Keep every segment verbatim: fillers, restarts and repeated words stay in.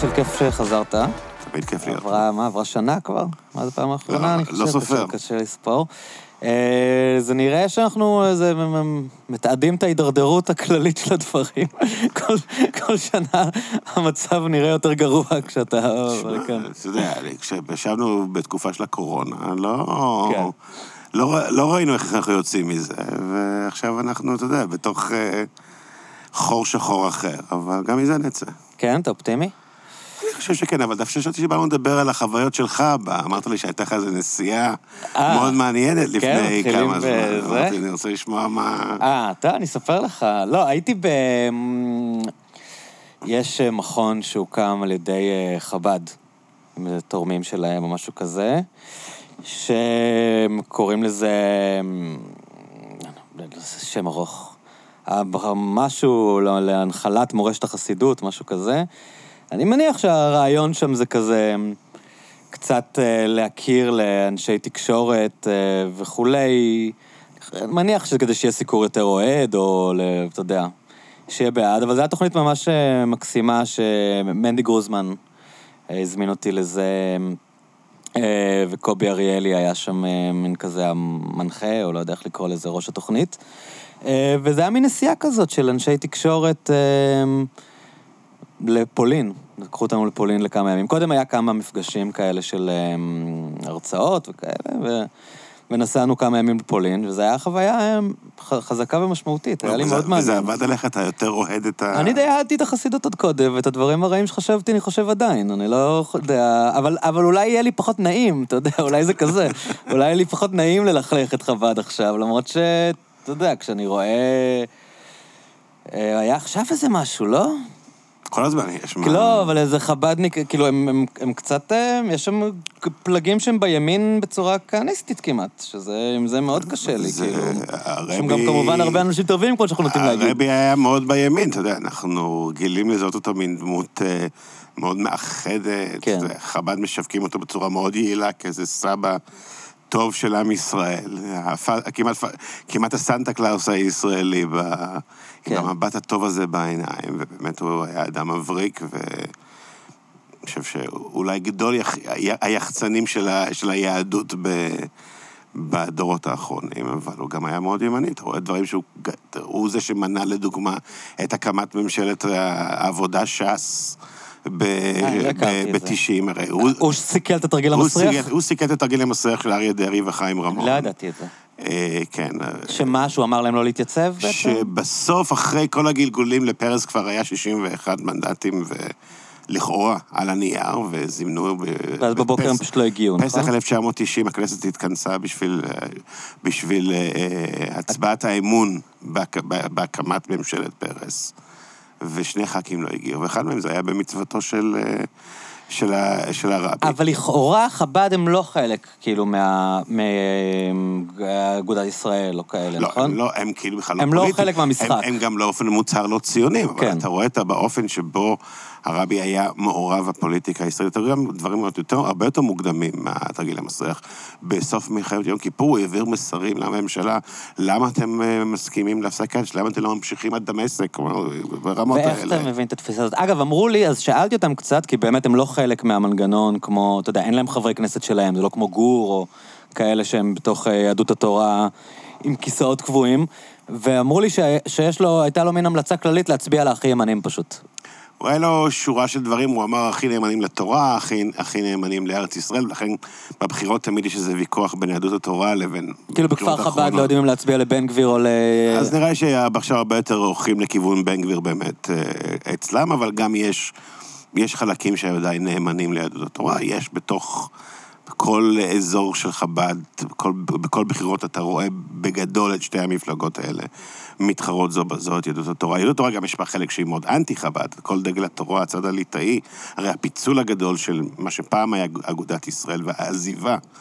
של כיף שחזרת. תמיד כיף להיות. עברה, מה, עברה שנה כבר? מה זה פעם האחרונה? לא, לא סופר. קשה לספור. זה נראה שאנחנו מתעדים את ההידרדרות הכללית של הדברים. כל שנה המצב נראה יותר גרוע כשאתה... אתה יודע, כשישבנו בתקופה של הקורונה, לא ראינו איך אנחנו יוצאים מזה, ועכשיו אנחנו, אתה יודע, בתוך חור שחור אחר, אבל גם מזה נצא. כן, אתה אופטימי? אני חושב שכן, אבל דווקא חשבתי שבאנו לדבר על החוויות שלך, אמרת לי שהייתה לך איזו נסיעה מאוד מעניינת לפני כמה זמן. אמרתי, אני רוצה לשמוע מה... אה, טוב, אני אספר לך. לא, הייתי ב... יש מכון שהוקם על ידי חב"ד, תורמים שלהם או משהו כזה, שקוראים לזה... שם ארוך. משהו להנחלת מורשת החסידות, משהו כזה. אני מניח שהרעיון שם זה כזה קצת להכיר לאנשי תקשורת וכולי. אני מניח שכדי שיהיה סיקור יותר אוהד, או אתה יודע, שיהיה בעד. אבל זו הייתה תוכנית ממש מקסימה שמנדי גרוזמן הזמין אותי לזה, וקובי אריאלי היה שם מין כזה המנחה, או לא יודע איך לקרוא לזה, ראש התוכנית. וזה היה מין נסיעה כזאת של אנשי תקשורת לפולין. לקחו אותנו לפולין לכמה ימים. קודם היה כמה מפגשים כאלה של הרצאות וכאלה, ו... ונסענו כמה ימים לפולין, וזו הייתה חוויה חזקה ומשמעותית. היה לי מאוד מעניין. וזה עבד עליך, אתה יותר אוהד את ה... אני די אהדתי את החסידות עוד קודם, ואת הדברים הרעים שחשבתי, אני חושב עדיין. אני לא יודע... אבל, אבל אולי יהיה לי פחות נעים, אתה יודע, אולי זה כזה. אולי יהיה לי פחות נעים ללכלך את חב"ד עכשיו, למרות ש... אתה יודע, כשאני רואה... היה עכשיו איזה משהו, לא? כל הזמן יש מה... לא, אבל איזה חב"דניק, כאילו, הם, הם, הם קצת, יש שם פלגים שהם בימין בצורה כהניסטית כמעט, שזה, זה מאוד קשה לי, כאילו. יש שם גם כמובן הרבה אנשים טובים, כמו שאנחנו נוטים להגיד. הרבי היה מאוד בימין, אתה יודע, אנחנו גילים לזאת אותו מין דמות מאוד מאחדת, כן. חב"ד משווקים אותו בצורה מאוד יעילה, כאיזה סבא טוב של עם ישראל, כמעט, כמעט הסנטה קלאוס הישראלי, ב... כן. עם המבט הטוב הזה בעיניים, ובאמת הוא היה אדם מבריק, ואני חושב שאולי גדול יח... היחצנים של, ה... של היהדות ב... בדורות האחרונים, אבל הוא גם היה מאוד ימני, אתה רואה דברים שהוא הוא זה שמנע לדוגמה את הקמת ממשלת העבודה ש"ס, ב-תשעים, הרי הוא סיכל את התרגיל המסריח? הוא סיכל את התרגיל המסריח של אריה דרעי וחיים רמון. לא ידעתי את זה. כן. שמה, שהוא אמר להם לא להתייצב בעצם? שבסוף, אחרי כל הגלגולים לפרס כבר היה שישים ואחד מנדטים ולכאורה על הנייר, וזימנו... ואז בבוקר הם פשוט לא הגיעו, נכון? פסח אלף תשע מאות תשעים, הכנסת התכנסה בשביל הצבעת האמון בהקמת ממשלת פרס. ושני ח"כים לא הגיעו, ואחד מהם זה היה במצוותו של, של, של הרבי. אבל לכאורה חב"ד הם לא חלק, כאילו, מאגודת ישראל, או כאלה, לא, נכון? הם לא, הם כאילו בכלל לא הם פוליטיים. לא חלק מהמשחק. הם, הם גם לא אופן מוצהר לא ציונים, אבל כן. אתה רואה את באופן שבו הרבי היה מעורב הפוליטיקה הישראלית, גם דברים יותר, הרבה יותר מוקדמים מהתרגיל המסריח. בסוף מלחמת יום כיפור הוא העביר מסרים לממשלה, למה אתם מסכימים להפסקה, למה אתם לא ממשיכים עד דמשק, ברמות האלה. ואיך אתה מבין את התפיסה הזאת? אגב, אמרו לי, אז שאלתי אותם קצת, כי באמת הם לא חלק מהמנגנון, כמו, אתה יודע, אין להם חברי כנסת שלהם, זה לא כמו גור, או כאלה שהם בתוך יהדות התורה עם כיסאות קבועים, ואמרו לי שיש לו, הייתה לו מין המלצה כללית להצביע על הכי ימנים פשוט. הוא היה לו שורה של דברים, הוא אמר הכי נאמנים לתורה, הכי, הכי נאמנים לארץ ישראל, ולכן בבחירות תמיד יש איזה ויכוח בין יהדות התורה לבין... כאילו בכפר חב"ד לא יודעים אם להצביע לבן גביר או ל... אז נראה לי שעכשיו הרבה יותר הולכים לכיוון בן גביר באמת אצלם, אבל גם יש, יש חלקים שעדיין נאמנים ליהדות התורה, יש בתוך... בכל אזור של חב"ד, בכל, בכל בחירות אתה רואה בגדול את שתי המפלגות האלה מתחרות זו בזו, את יהדות התורה. יהדות התורה גם יש בה חלק שהיא מאוד אנטי חב"ד, כל דגל התורה, הצד הליטאי, הרי הפיצול הגדול של מה שפעם היה אגודת ישראל והעזיבה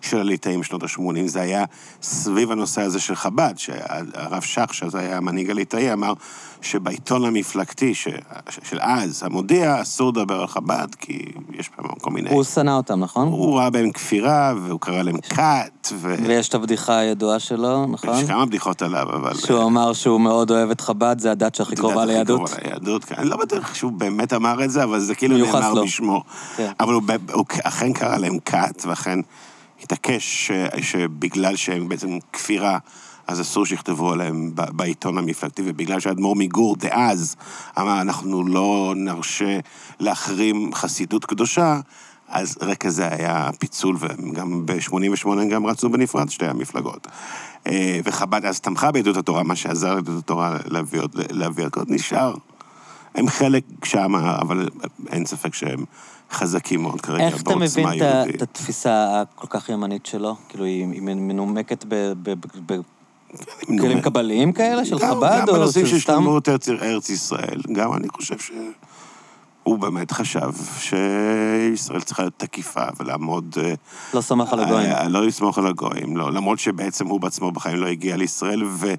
של הליטאים בשנות ה-שמונים, זה היה סביב הנושא הזה של חב"ד, שהרב שך, שזה היה המנהיג הליטאי, אמר שבעיתון המפלגתי ש... של אז, המודיע, אסור לדבר על חב"ד, כי יש פעם כל מיני... הוא שנא אותם, נכון? הוא ראה בהם כפירה, והוא קרא להם קאט, ו... ויש את הבדיחה הידועה שלו, נכון? יש כמה בדיחות עליו, אבל... שהוא אמר שהוא מאוד אוהב את חב"ד, זה הדת שהכי קרובה ליהדות. הדת הכי קרובה ליהדות, כן. אני לא בטוח שהוא באמת אמר את זה, אבל זה כאילו נאמר בשמו. כן. אבל הוא, הוא אכן קרא להם קאט, ואכן התעקש שבגלל שהם בעצם כפירה, אז אסור שיכתבו עליהם בעיתון המפלגתי, ובגלל שהאדמו"ר מגור דאז אמר, אנחנו לא נרשה להחרים חסידות קדושה, אז רקע זה היה פיצול, וגם ב-שמונים ושמונה הם גם רצו בנפרד שתי המפלגות. וחב"ד אז תמכה ביהדות התורה, מה שעזר ליהדות התורה להביא הכל, נשאר. הם חלק שם, אבל אין ספק שהם חזקים מאוד כרגע בעוצמה יהודית. איך אתה מבין את התפיסה הכל כך ימנית שלו? כאילו, היא מנומקת בכלים קבליים כאלה של חב"ד? גם בנושאים של שלמות ארץ ישראל, גם אני חושב ש... הוא באמת חשב שישראל צריכה להיות תקיפה ולעמוד... לא סמך על הגויים. לא לסמוך על הגויים, לא. למרות שבעצם הוא בעצמו בחיים לא הגיע לישראל,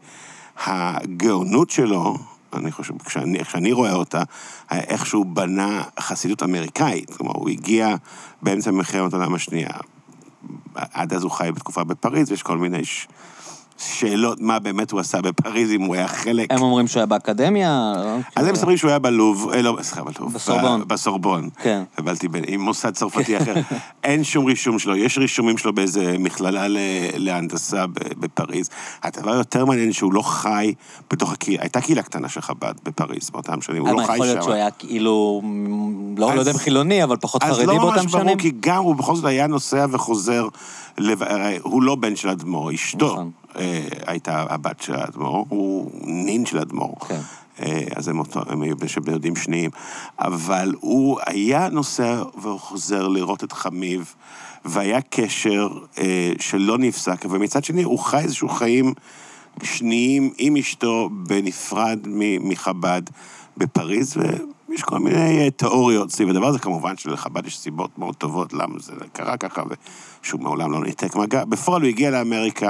והגאונות שלו, אני חושב, כשאני, כשאני רואה אותה, איכשהו בנה חסידות אמריקאית. כלומר, הוא הגיע באמצע מלחמת העולם השנייה. עד אז הוא חי בתקופה בפריז, ויש כל מיני... ש... שאלות מה באמת הוא עשה בפריז, אם הוא היה חלק... הם אומרים שהוא היה באקדמיה? אז הם מספרים שהוא היה בלוב, לא, סליחה, בלוב. בסורבון. בסורבון. כן. הבלתי בין, עם מוסד צרפתי אחר. אין שום רישום שלו, יש רישומים שלו באיזה מכללה להנדסה בפריז. הדבר יותר מעניין שהוא לא חי בתוך הקהילה, הייתה קהילה קטנה של חב"ד בפריז, באותם שנים, הוא לא חי שם. יכול להיות שהוא היה כאילו, לא יודע אם חילוני, אבל פחות חרדי באותם שנים? אז לא ממש ברור, כי גם הוא בכל זאת היה נוסע וחוזר, הוא לא בן של אדמו"ר, אשתו. הייתה הבת של האדמו"ר, הוא נין של האדמו"ר. אז הם היו בילדים שניים. אבל הוא היה נוסע וחוזר לראות את חמיו, והיה קשר שלא נפסק, ומצד שני הוא חי איזשהו חיים שניים עם אשתו בנפרד מחב"ד בפריז, ויש כל מיני תיאוריות סביב הדבר הזה. כמובן שלחב"ד יש סיבות מאוד טובות למה זה קרה ככה, ושום מעולם לא ניתק מגע. בפועל הוא הגיע לאמריקה,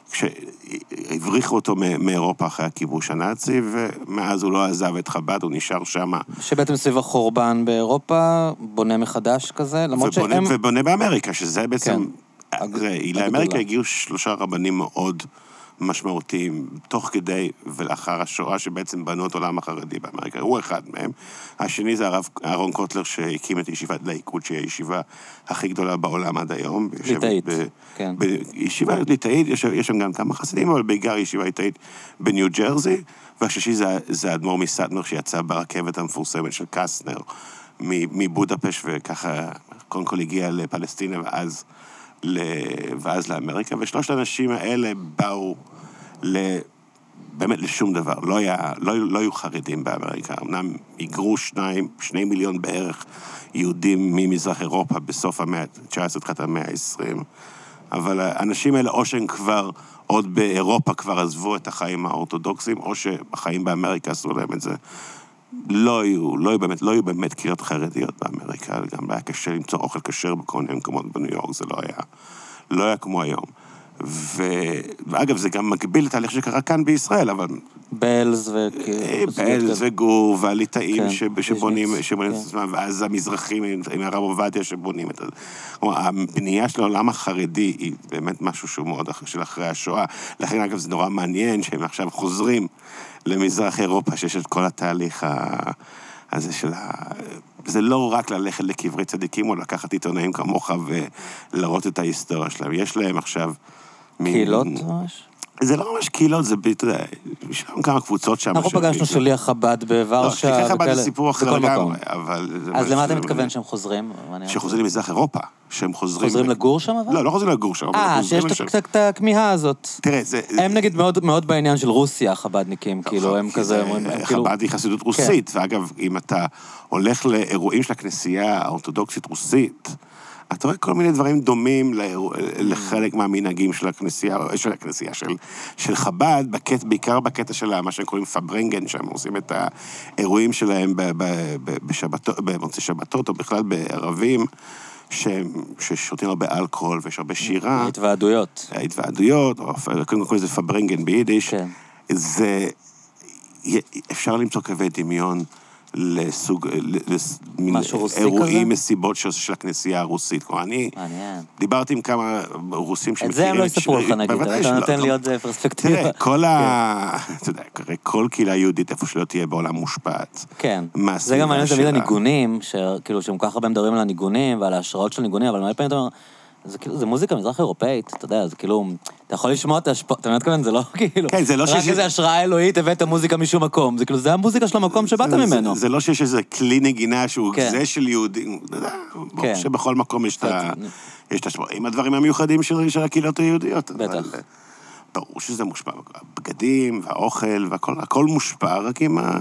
כשהבריחו אותו מאירופה אחרי הכיבוש הנאצי, ומאז הוא לא עזב את חב"ד, הוא נשאר שם. שבעצם סביב החורבן באירופה, בונה מחדש כזה, למרות ובונה, שהם... ובונה באמריקה, שזה בעצם... כן. זה, לאמריקה הגיעו שלושה רבנים מאוד משמעותיים, תוך כדי ולאחר השואה, שבעצם בנו את עולם החרדי באמריקה. הוא אחד מהם. השני זה הרב אהרון קוטלר, שהקים את ישיבת ליכוד, שהיא הישיבה הכי גדולה בעולם עד היום. ליטאית, כן. בישיבה ליטאית, יש, יש שם גם כמה חסידים, אבל בעיקר ישיבה ליטאית בניו ג'רזי, והשלישי זה, זה האדמו"ר מסטמר, שיצא ברכבת המפורסמת של קסטנר, מבודפשט, וככה קודם כל הגיע לפלסטינה, ואז... ואז לאמריקה, ושלושת האנשים האלה באו באמת לשום דבר. לא, היה, לא, לא היו חרדים באמריקה. אמנם היגרו שניים, שני מיליון בערך יהודים ממזרח אירופה בסוף המאה ה-תשע עשרה, תחילת המאה ה-עשרים, אבל האנשים האלה או שהם כבר, עוד באירופה כבר עזבו את החיים האורתודוקסיים, או שהחיים באמריקה עשו להם את זה. לא היו, לא היו באמת, לא היו באמת קהילות חרדיות באמריקה, גם היה קשה למצוא אוכל כשר בכל מיני מקומות בניו יורק, זה לא היה, לא היה כמו היום. ו... ואגב, זה גם מקביל לתהליך שקרה כאן בישראל, אבל... בלז ו... בלז וגור, והליטאים שבונים, שבונים את עצמם, ואז המזרחים עם הרב עובדיה שבונים את זה. כלומר, הבנייה של העולם החרדי היא באמת משהו שהוא מאוד של אחרי השואה. לכן, אגב, זה נורא מעניין שהם עכשיו חוזרים למזרח אירופה, שיש את כל התהליך הזה של ה... זה לא רק ללכת לקברי צדיקים, או לקחת עיתונאים כמוך ולראות את ההיסטוריה שלהם. יש להם עכשיו... קהילות ממש? זה לא ממש קהילות, זה, אתה יודע, יש לנו כמה קבוצות שם. אנחנו פגשנו שליח חב"ד בוורשה. לא, שליח חב"ד זה סיפור אחר לגמרי, אבל... אז למה אתה מתכוון שהם חוזרים? שחוזרים למזרח אירופה, שהם חוזרים... חוזרים לגור שם אבל? לא, לא חוזרים לגור שם. אה, שיש את הכמיהה הזאת. תראה, זה... הם נגיד מאוד בעניין של רוסיה, חב"דניקים, כאילו, הם כזה... חב"ד היא חסידות רוסית, ואגב, אם אתה הולך לאירועים של הכנסייה האורתודוקסית רוסית, אתה רואה כל מיני דברים דומים לחלק מהמנהגים של הכנסייה, של הכנסייה, של, של חב"ד, בקט, בעיקר בקטע של מה שהם קוראים פברנגן, שהם עושים את האירועים שלהם בשבתות, במוצאי שבתות, או בכלל בערבים, ששותים הרבה אלכוהול ויש הרבה שירה. התוועדויות. התוועדויות, או קודם כל זה פברנגן ביידיש. כן. זה, אפשר למצוא קווי דמיון לסוג, אירועים, מסיבות של הכנסייה הרוסית. אני דיברתי עם כמה רוסים שמכירים... את זה הם לא יספרו לך נגיד, אתה נותן לי עוד פרספקטיבה. תראה, כל ה... אתה יודע, כל קהילה יהודית, איפה שלא תהיה בעולם מושפעת. כן, זה גם מעניין תמיד הניגונים, שכאילו שהם כל כך הרבה מדברים על הניגונים ועל ההשראות של הניגונים, אבל מה פעמים אתה אומר... זה כאילו, זה מוזיקה מזרח אירופאית, אתה יודע, זה כאילו, אתה יכול לשמוע את ההשפעות, אתה מתכוון, זה לא כאילו, כן, זה לא רק איזו השראה אלוהית, הבאת מוזיקה משום מקום, זה כאילו, זה המוזיקה של המקום שבאת ממנו. זה לא שיש איזה כלי נגינה שהוא זה של יהודים, אתה יודע, ברור שבכל מקום יש את השפעות, עם הדברים המיוחדים של הקהילות היהודיות. בטח. ברור שזה מושפע, הבגדים והאוכל והכל, הכל מושפע רק עם ה...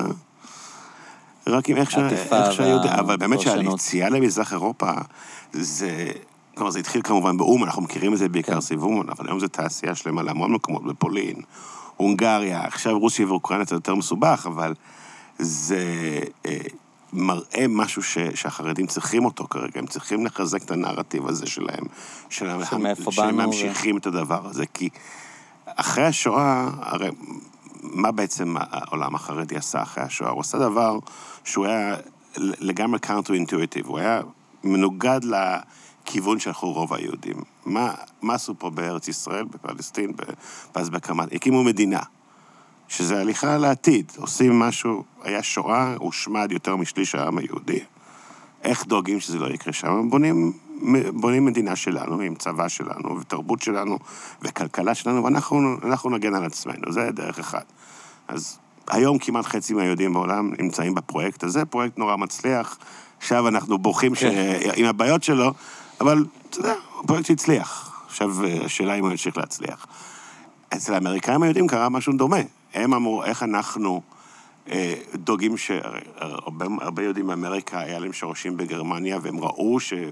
רק עם איך שהיהודים, אבל באמת שהיציאה למזרח אירופה, זה... כלומר, זה התחיל כמובן באום, אנחנו מכירים את זה בעיקר סביב אומן, אבל היום זה תעשייה שלמה להמון מקומות, בפולין, הונגריה, עכשיו רוסיה ואוקראינה זה יותר מסובך, אבל זה אה, מראה משהו ש, שהחרדים צריכים אותו כרגע, הם צריכים לחזק את הנרטיב הזה שלהם, שלהם, שהם ממשיכים ו... את הדבר הזה, כי אחרי השואה, הרי מה בעצם העולם החרדי עשה אחרי השואה? הוא עשה דבר שהוא היה לגמרי counter-intuitive, הוא היה מנוגד ל... כיוון שהלכו רוב היהודים. מה, מה עשו פה בארץ ישראל, בפלסטין, ואז בקמת, הקימו מדינה, שזה הליכה לעתיד, עושים משהו, היה שואה, הושמד יותר משליש העם היהודי, איך דואגים שזה לא יקרה שם? בונים, בונים מדינה שלנו, עם צבא שלנו, ותרבות שלנו, וכלכלה שלנו, ואנחנו אנחנו נגן על עצמנו, זה דרך אחד. אז היום כמעט חצי מהיהודים בעולם נמצאים בפרויקט הזה, פרויקט נורא מצליח, עכשיו אנחנו בורחים ש... עם הבעיות שלו, אבל, אתה יודע, הפרויקט שהצליח. עכשיו, השאלה אם הוא ימשיך להצליח. אצל האמריקאים היהודים קרה משהו דומה. הם אמרו, איך אנחנו אה, דוגים ש... הרבה, הרבה יהודים באמריקה היה להם שורשים בגרמניה, והם ראו שהיה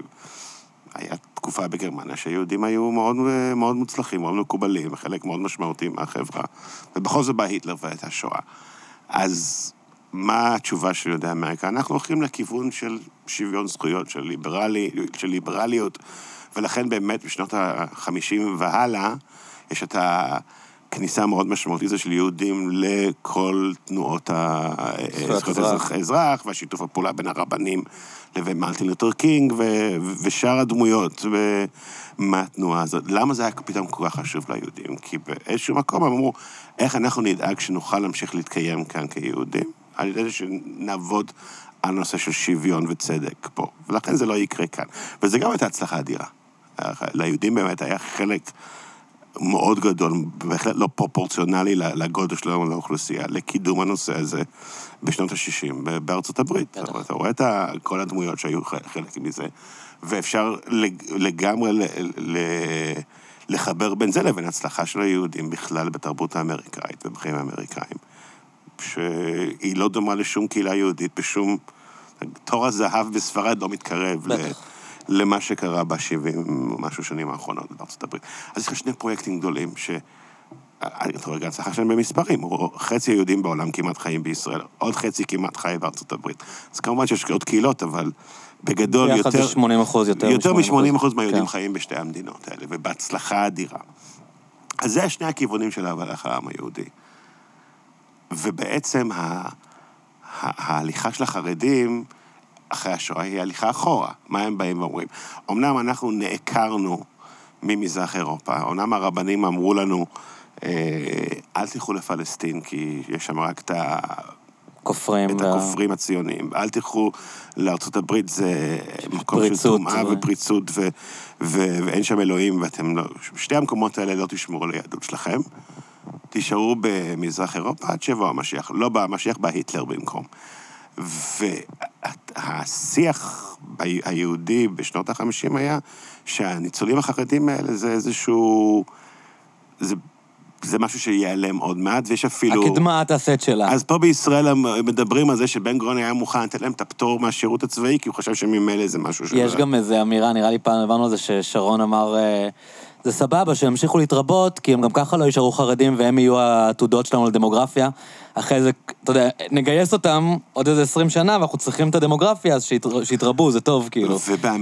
תקופה בגרמניה שהיהודים היו מאוד, מאוד מוצלחים, מאוד מקובלים, חלק מאוד משמעותי מהחברה. ובכל זאת בא היטלר ואת השואה. אז... מה התשובה של יהודי אמריקה? אנחנו הולכים לכיוון של שוויון זכויות, של, ליברלי, של ליברליות, ולכן באמת בשנות ה-חמישים והלאה, יש את הכניסה המאוד משמעותית של יהודים לכל תנועות זכויות האזרח, והשיתוף הפעולה בין הרבנים לבין מרטין לותר קינג, ושאר הדמויות מהתנועה הזאת. למה זה היה פתאום כל כך חשוב ליהודים? כי באיזשהו מקום הם אמרו, איך אנחנו נדאג שנוכל להמשיך להתקיים כאן כיהודים? על ידי שנעבוד על נושא של שוויון וצדק פה. ולכן זה לא יקרה כאן. וזה גם הייתה הצלחה אדירה. ליהודים באמת היה חלק מאוד גדול, בהחלט לא פרופורציונלי לגודל שלנו לאוכלוסייה, לקידום הנושא הזה בשנות ה-שישים בארצות הברית. אתה רואה את כל הדמויות שהיו חלק מזה, ואפשר לגמרי לחבר בין זה לבין הצלחה של היהודים בכלל בתרבות האמריקאית ובחיים האמריקאים. שהיא לא דומה לשום קהילה יהודית, בשום... תור הזהב בספרד לא מתקרב ל... למה שקרה בשבעים, משהו שנים האחרונות בארצות הברית. אז יש לך שני פרויקטים גדולים, ש... אתה רואה, הצלחה שלהם במספרים, חצי היהודים בעולם כמעט חיים בישראל, עוד חצי כמעט חי בארצות הברית. אז כמובן שיש עוד קהילות, אבל בגדול יותר... שמונים אחוז יותר. יותר מ-שמונים אחוז מהיהודים חיים בשתי המדינות האלה, ובהצלחה אדירה. אז זה השני הכיוונים של העם היהודי. ובעצם ההליכה של החרדים אחרי השואה היא הליכה אחורה. מה הם באים ואומרים? אמנם אנחנו נעקרנו ממזרח אירופה, אמנם הרבנים אמרו לנו, אל תלכו לפלסטין, כי יש שם רק את הכופרים הציוניים, אל תלכו לארצות הברית, זה מקום של תומעה ופריצות, ואין שם אלוהים, ואתם לא... שתי המקומות האלה לא תשמרו על היהדות שלכם. תישארו במזרח אירופה עד שבוע המשיח, לא במשיח, בהיטלר במקום. והשיח היהודי בשנות ה-חמישים היה שהניצולים החרדים האלה זה איזשהו... זה, זה משהו שיעלם עוד מעט, ויש אפילו... הקדמה תעשה את שלה. אז פה בישראל מדברים על זה שבן גוריון היה מוכן לתת להם את הפטור מהשירות הצבאי, כי הוא חושב שממילא זה משהו... יש גם איזו אמירה, נראה לי פעם הבנו על זה ששרון אמר... זה סבבה שימשיכו להתרבות, כי הם גם ככה לא יישארו חרדים, והם יהיו העתודות שלנו לדמוגרפיה. אחרי זה, אתה יודע, נגייס אותם עוד איזה עשרים שנה, ואנחנו צריכים את הדמוגרפיה, אז שיתרבו, זה טוב, כאילו.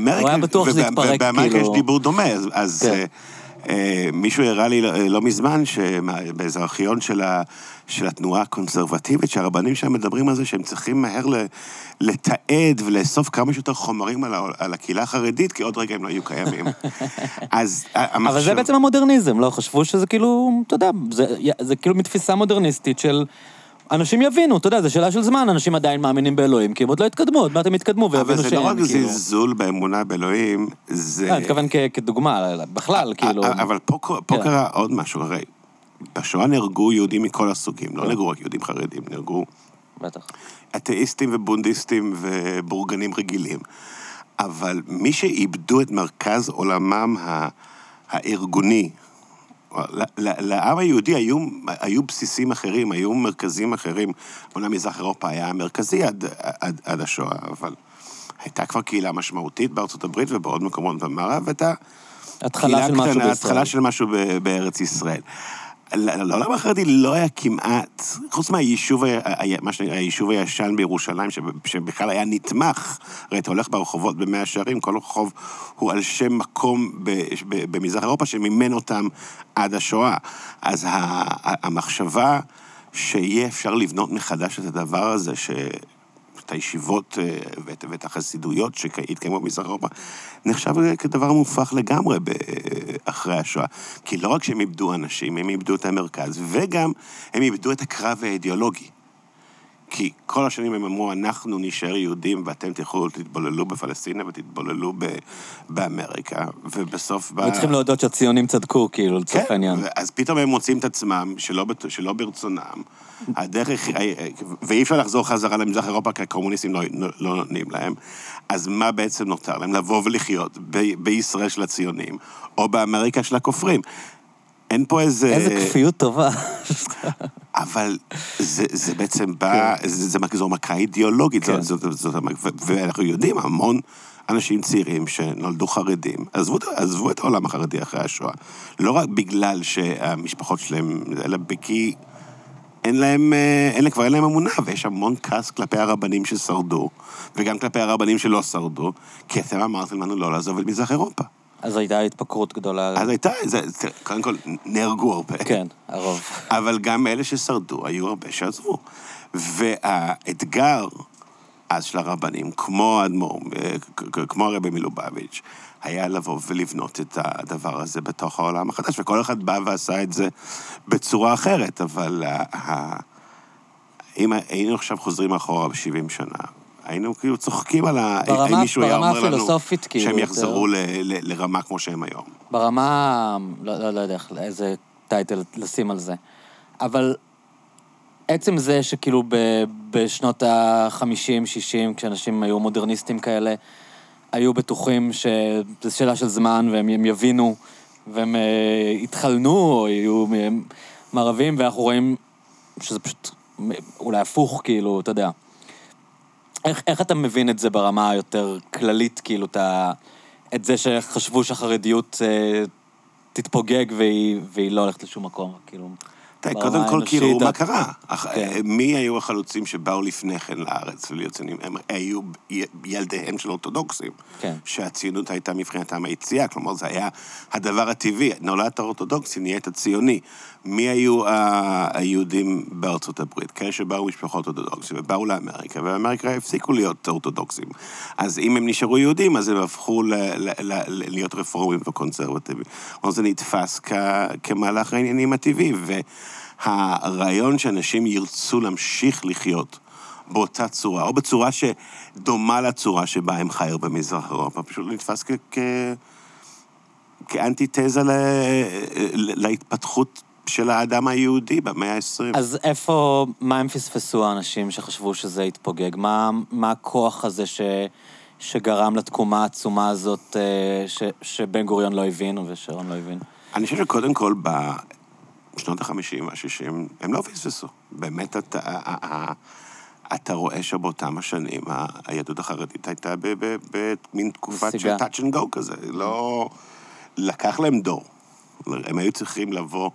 ובאמריקה יש דיבור דומה, אז מישהו הראה לי לא מזמן, שבאיזה ארכיון של התנועה הקונסרבטיבית, שהרבנים שם מדברים על זה, שהם צריכים מהר לתעד ולאסוף כמה שיותר חומרים על הקהילה החרדית, כי עוד רגע הם לא יהיו קיימים. אבל זה בעצם המודרניזם, לא? חשבו שזה כאילו, אתה יודע, זה כאילו מתפיסה מודרניסטית של... אנשים יבינו, אתה יודע, זו שאלה של זמן, אנשים עדיין מאמינים באלוהים, כי הם עוד לא התקדמו, עוד מעט הם התקדמו, ויבינו שהם, אבל זה לא רק זלזול באמונה באלוהים, זה... אני מתכוון כדוגמה, בכלל, כאילו... אבל פה קרה עוד משהו, הרי בשואה נהרגו יהודים מכל הסוגים, לא נהרגו רק יהודים חרדים, נהרגו... בטח. אתאיסטים ובונדיסטים ובורגנים רגילים, אבל מי שאיבדו את מרכז עולמם הארגוני, לעם היהודי היו, היו בסיסים אחרים, היו מרכזים אחרים. אומנם מזרח אירופה היה מרכזי עד, עד, עד השואה, אבל הייתה כבר קהילה משמעותית בארצות הברית ובעוד מקומות במערב, והייתה התחלה של משהו בישראל. התחלה של משהו בארץ ישראל. לעולם החרדי לא היה כמעט, חוץ מהיישוב, היישוב הישן בירושלים, שבכלל היה נתמך, הרי אתה הולך ברחובות במאה השערים, כל רחוב הוא על שם מקום במזרח אירופה, שמימן אותם עד השואה. אז המחשבה שיהיה אפשר לבנות מחדש את הדבר הזה, ש... את הישיבות ואת, ואת החסידויות שהתקיימו במזרח אירופה, נחשב כדבר מופך לגמרי אחרי השואה. כי לא רק שהם איבדו אנשים, הם איבדו את המרכז, וגם הם איבדו את הקרב האידיאולוגי. כי כל השנים הם אמרו, אנחנו נשאר יהודים, ואתם תלכו, תתבוללו בפלסטינה, ותתבוללו באמריקה, ובסוף... הם צריכים להודות שהציונים צדקו, כאילו, לצורך העניין. כן, אז פתאום הם מוצאים את עצמם, שלא, שלא ברצונם, הדרך, ואי אפשר לחזור חזרה למזרח אירופה, כי הקומוניסטים לא, לא נותנים להם, אז מה בעצם נותר להם? לבוא ולחיות ב, בישראל של הציונים, או באמריקה של הכופרים. אין פה איזה... איזה כפיות טובה. אבל זה, זה בעצם בא, זה, זה זו מכה אידיאולוגית, כן. זאת, זאת, זאת, ואנחנו יודעים, המון אנשים צעירים שנולדו חרדים, עזבו, עזבו את העולם החרדי אחרי השואה. לא רק בגלל שהמשפחות שלהם, אלא בכי... אין להם, אין, כבר אין להם אמונה, ויש המון כעס כלפי הרבנים ששרדו, וגם כלפי הרבנים שלא שרדו, כי אתם אמרתם לנו לא לעזוב את מזרח אירופה. אז הייתה התפקרות גדולה. אז הייתה, זה, זה, קודם כל, נהרגו הרבה. כן, הרוב. אבל גם אלה ששרדו, היו הרבה שעזבו. והאתגר אז של הרבנים, כמו האדמו"ר, כמו הרבי מלובביץ', היה לבוא ולבנות את הדבר הזה בתוך העולם החדש, וכל אחד בא ועשה את זה בצורה אחרת, אבל אם היינו עכשיו חוזרים אחורה ב-שבעים שנה, היינו כאילו צוחקים על ה... ברמה, מישהו היה אומר לנו כאילו, שהם יחזרו ל, ל, לרמה כמו שהם היום. ברמה, לא, לא, לא יודע איזה טייטל לשים על זה, אבל עצם זה שכאילו ב, בשנות ה-חמישים שישים, כשאנשים היו מודרניסטים כאלה, היו בטוחים שזו שאלה של זמן, והם יבינו, והם התחלנו, או יהיו מערבים, ואנחנו רואים שזה פשוט אולי הפוך, כאילו, אתה יודע. איך, איך אתה מבין את זה ברמה היותר כללית, כאילו, אתה, את זה שחשבו שהחרדיות אה, תתפוגג והיא, והיא לא הולכת לשום מקום, כאילו... קודם כל, כאילו, מה קרה? מי היו החלוצים שבאו לפני כן לארץ וליוצנים? הם היו ילדיהם של אורתודוקסים, שהציונות הייתה מבחינתם היציאה, כלומר, זה היה הדבר הטבעי, נולדת האורתודוקסי, נהיית הציוני. מי היו היהודים בארצות הברית? כאלה שבאו משפחות אורתודוקסים, ובאו לאמריקה, ובאמריקה הפסיקו להיות אורתודוקסים. אז אם הם נשארו יהודים, אז הם הפכו להיות רפורמים וקונסרבטיביים. זה נתפס כמהלך העניינים הטבעי, ו... הרעיון שאנשים ירצו להמשיך לחיות באותה צורה, או בצורה שדומה לצורה שבה הם חיו במזרח אירופה, פשוט נתפס כ... כ... כאנטיתזה ל... להתפתחות של האדם היהודי במאה ה-עשרים. אז איפה, מה הם פספסו האנשים שחשבו שזה יתפוגג? מה, מה הכוח הזה ש... שגרם לתקומה העצומה הזאת ש... שבן גוריון לא הבין ושרון לא הבין? אני חושב שקודם כל ב... בשנות ה-חמישים וה-שישים, הם לא פספסו. באמת, אתה, אתה רואה שבאותם השנים, היהדות החרדית הייתה במין תקופת של touch and go כזה. לא... לקח להם דור. הם היו צריכים לבוא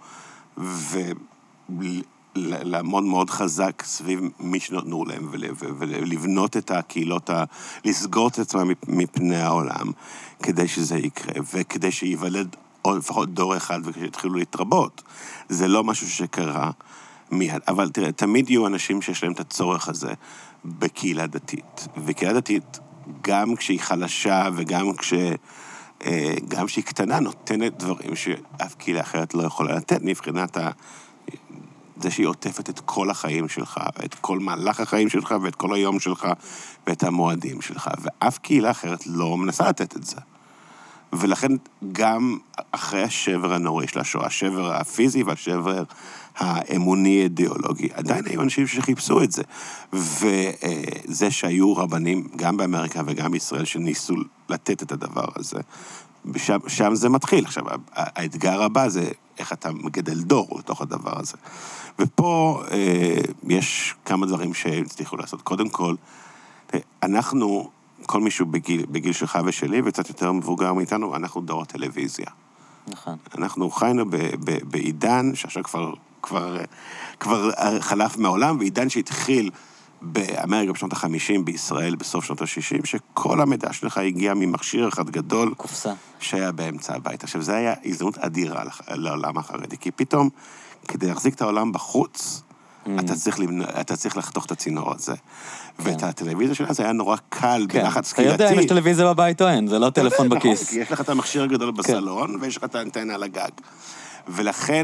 ולעמוד מאוד חזק סביב מי שנתנו להם, ולבנות את הקהילות, לסגור את עצמם מפני העולם, כדי שזה יקרה, וכדי שיוולד או לפחות דור אחד וכשהתחילו להתרבות. זה לא משהו שקרה מיד. אבל תראה, תמיד יהיו אנשים שיש להם את הצורך הזה בקהילה דתית. וקהילה דתית, גם כשהיא חלשה וגם כש... גם כשהיא קטנה, נותנת דברים שאף קהילה אחרת לא יכולה לתת, מבחינת ה... זה שהיא עוטפת את כל החיים שלך, את כל מהלך החיים שלך, ואת כל היום שלך, ואת המועדים שלך. ואף קהילה אחרת לא מנסה לתת את זה. ולכן גם אחרי השבר הנוראי של השואה, השבר הפיזי והשבר האמוני אידיאולוגי, עדיין היו אנשים שחיפשו את זה. וזה שהיו רבנים, גם באמריקה וגם בישראל, שניסו לתת את הדבר הזה, שם, שם זה מתחיל. עכשיו, האתגר הבא זה איך אתה מגדל דור לתוך הדבר הזה. ופה אה, יש כמה דברים שהצליחו לעשות. קודם כל, אנחנו... כל מישהו בגיל, בגיל שלך ושלי, וקצת יותר מבוגר מאיתנו, אנחנו דור הטלוויזיה. נכון. אנחנו חיינו ב, ב, בעידן, שעכשיו כבר, כבר, כבר חלף מעולם, ועידן שהתחיל באמריקה בשנות החמישים, בישראל בסוף שנות השישים, שכל המידע שלך הגיע ממכשיר אחד גדול, קופסה. שהיה באמצע הבית. עכשיו, זו היה הזדמנות אדירה לעולם החרדי, כי פתאום, כדי להחזיק את העולם בחוץ, אתה צריך, אתה צריך לחתוך את הצינור הזה. ואת הטלוויזיה שלה, זה היה נורא קל, בלחץ קהילתי. אתה יודע אם יש טלוויזיה בבית או אין, זה לא טלפון בכיס. כי יש לך את המכשיר הגדול בסלון, ויש לך את האנטנה על הגג. ולכן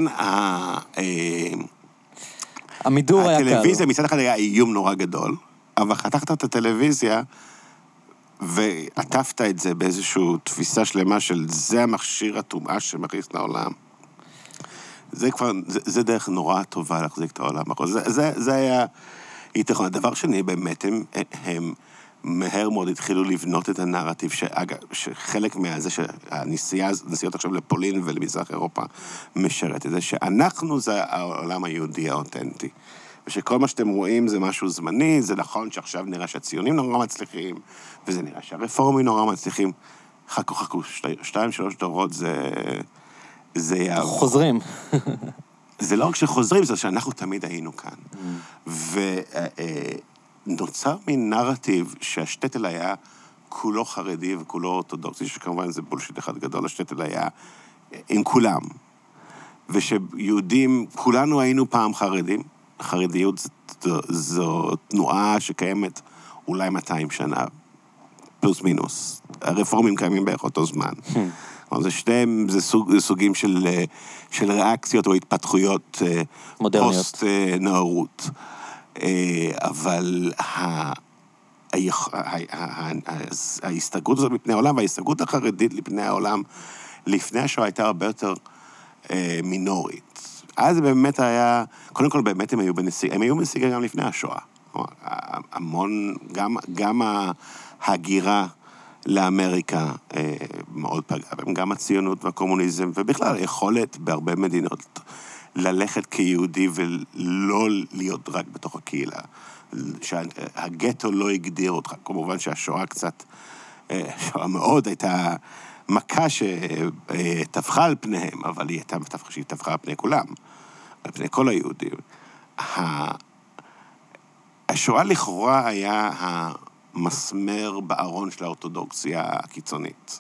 המידור היה קל. הטלוויזיה מצד אחד היה איום נורא גדול, אבל חתכת את הטלוויזיה, ועטפת את זה באיזושהי תפיסה שלמה של זה המכשיר הטומאה שמכניס לעולם. זה כבר, זה, זה דרך נורא טובה להחזיק את העולם. זה, זה, זה היה יתכון. הדבר שני, באמת, הם, הם מהר מאוד התחילו לבנות את הנרטיב, שאגב, שחלק מהזה שהנסיעות עכשיו לפולין ולמזרח אירופה משרת את זה, שאנחנו זה העולם היהודי האותנטי. ושכל מה שאתם רואים זה משהו זמני, זה נכון שעכשיו נראה שהציונים נורא מצליחים, וזה נראה שהרפורמים נורא מצליחים. חכו, חכו, שתיים, שלוש דורות זה... זה היה... חוזרים. זה לא רק שחוזרים, זה שאנחנו תמיד היינו כאן. ונוצר מין נרטיב שהשטטל היה כולו חרדי וכולו אורתודוקסי, שכמובן זה בולשיט אחד גדול, השטטל היה עם כולם. ושיהודים, כולנו היינו פעם חרדים. חרדיות זו, זו תנועה שקיימת אולי מאתיים שנה, פלוס מינוס. הרפורמים קיימים בערך אותו זמן. זה שתיהם, זה סוג, סוגים של, של ריאקציות או התפתחויות מודרניות. פוסט נאורות. אבל ההסתגרות הזאת מפני העולם, וההסתגרות החרדית לפני העולם, לפני השואה הייתה הרבה יותר מינורית. אז באמת היה, קודם כל באמת הם היו בנסיגה, הם היו בנסיגה גם לפני השואה. המון, גם, גם ההגירה, לאמריקה אה, מאוד פגעה, גם הציונות והקומוניזם, ובכלל יכולת בהרבה מדינות ללכת כיהודי ולא להיות רק בתוך הקהילה. שהגטו לא הגדיר אותך, כמובן שהשואה קצת, אה, השואה מאוד הייתה מכה שטפחה על פניהם, אבל היא הייתה מטפחה שהיא טפחה על פני כולם, על פני כל היהודים. השואה לכאורה היה ה... מסמר בארון של האורתודוקסיה הקיצונית.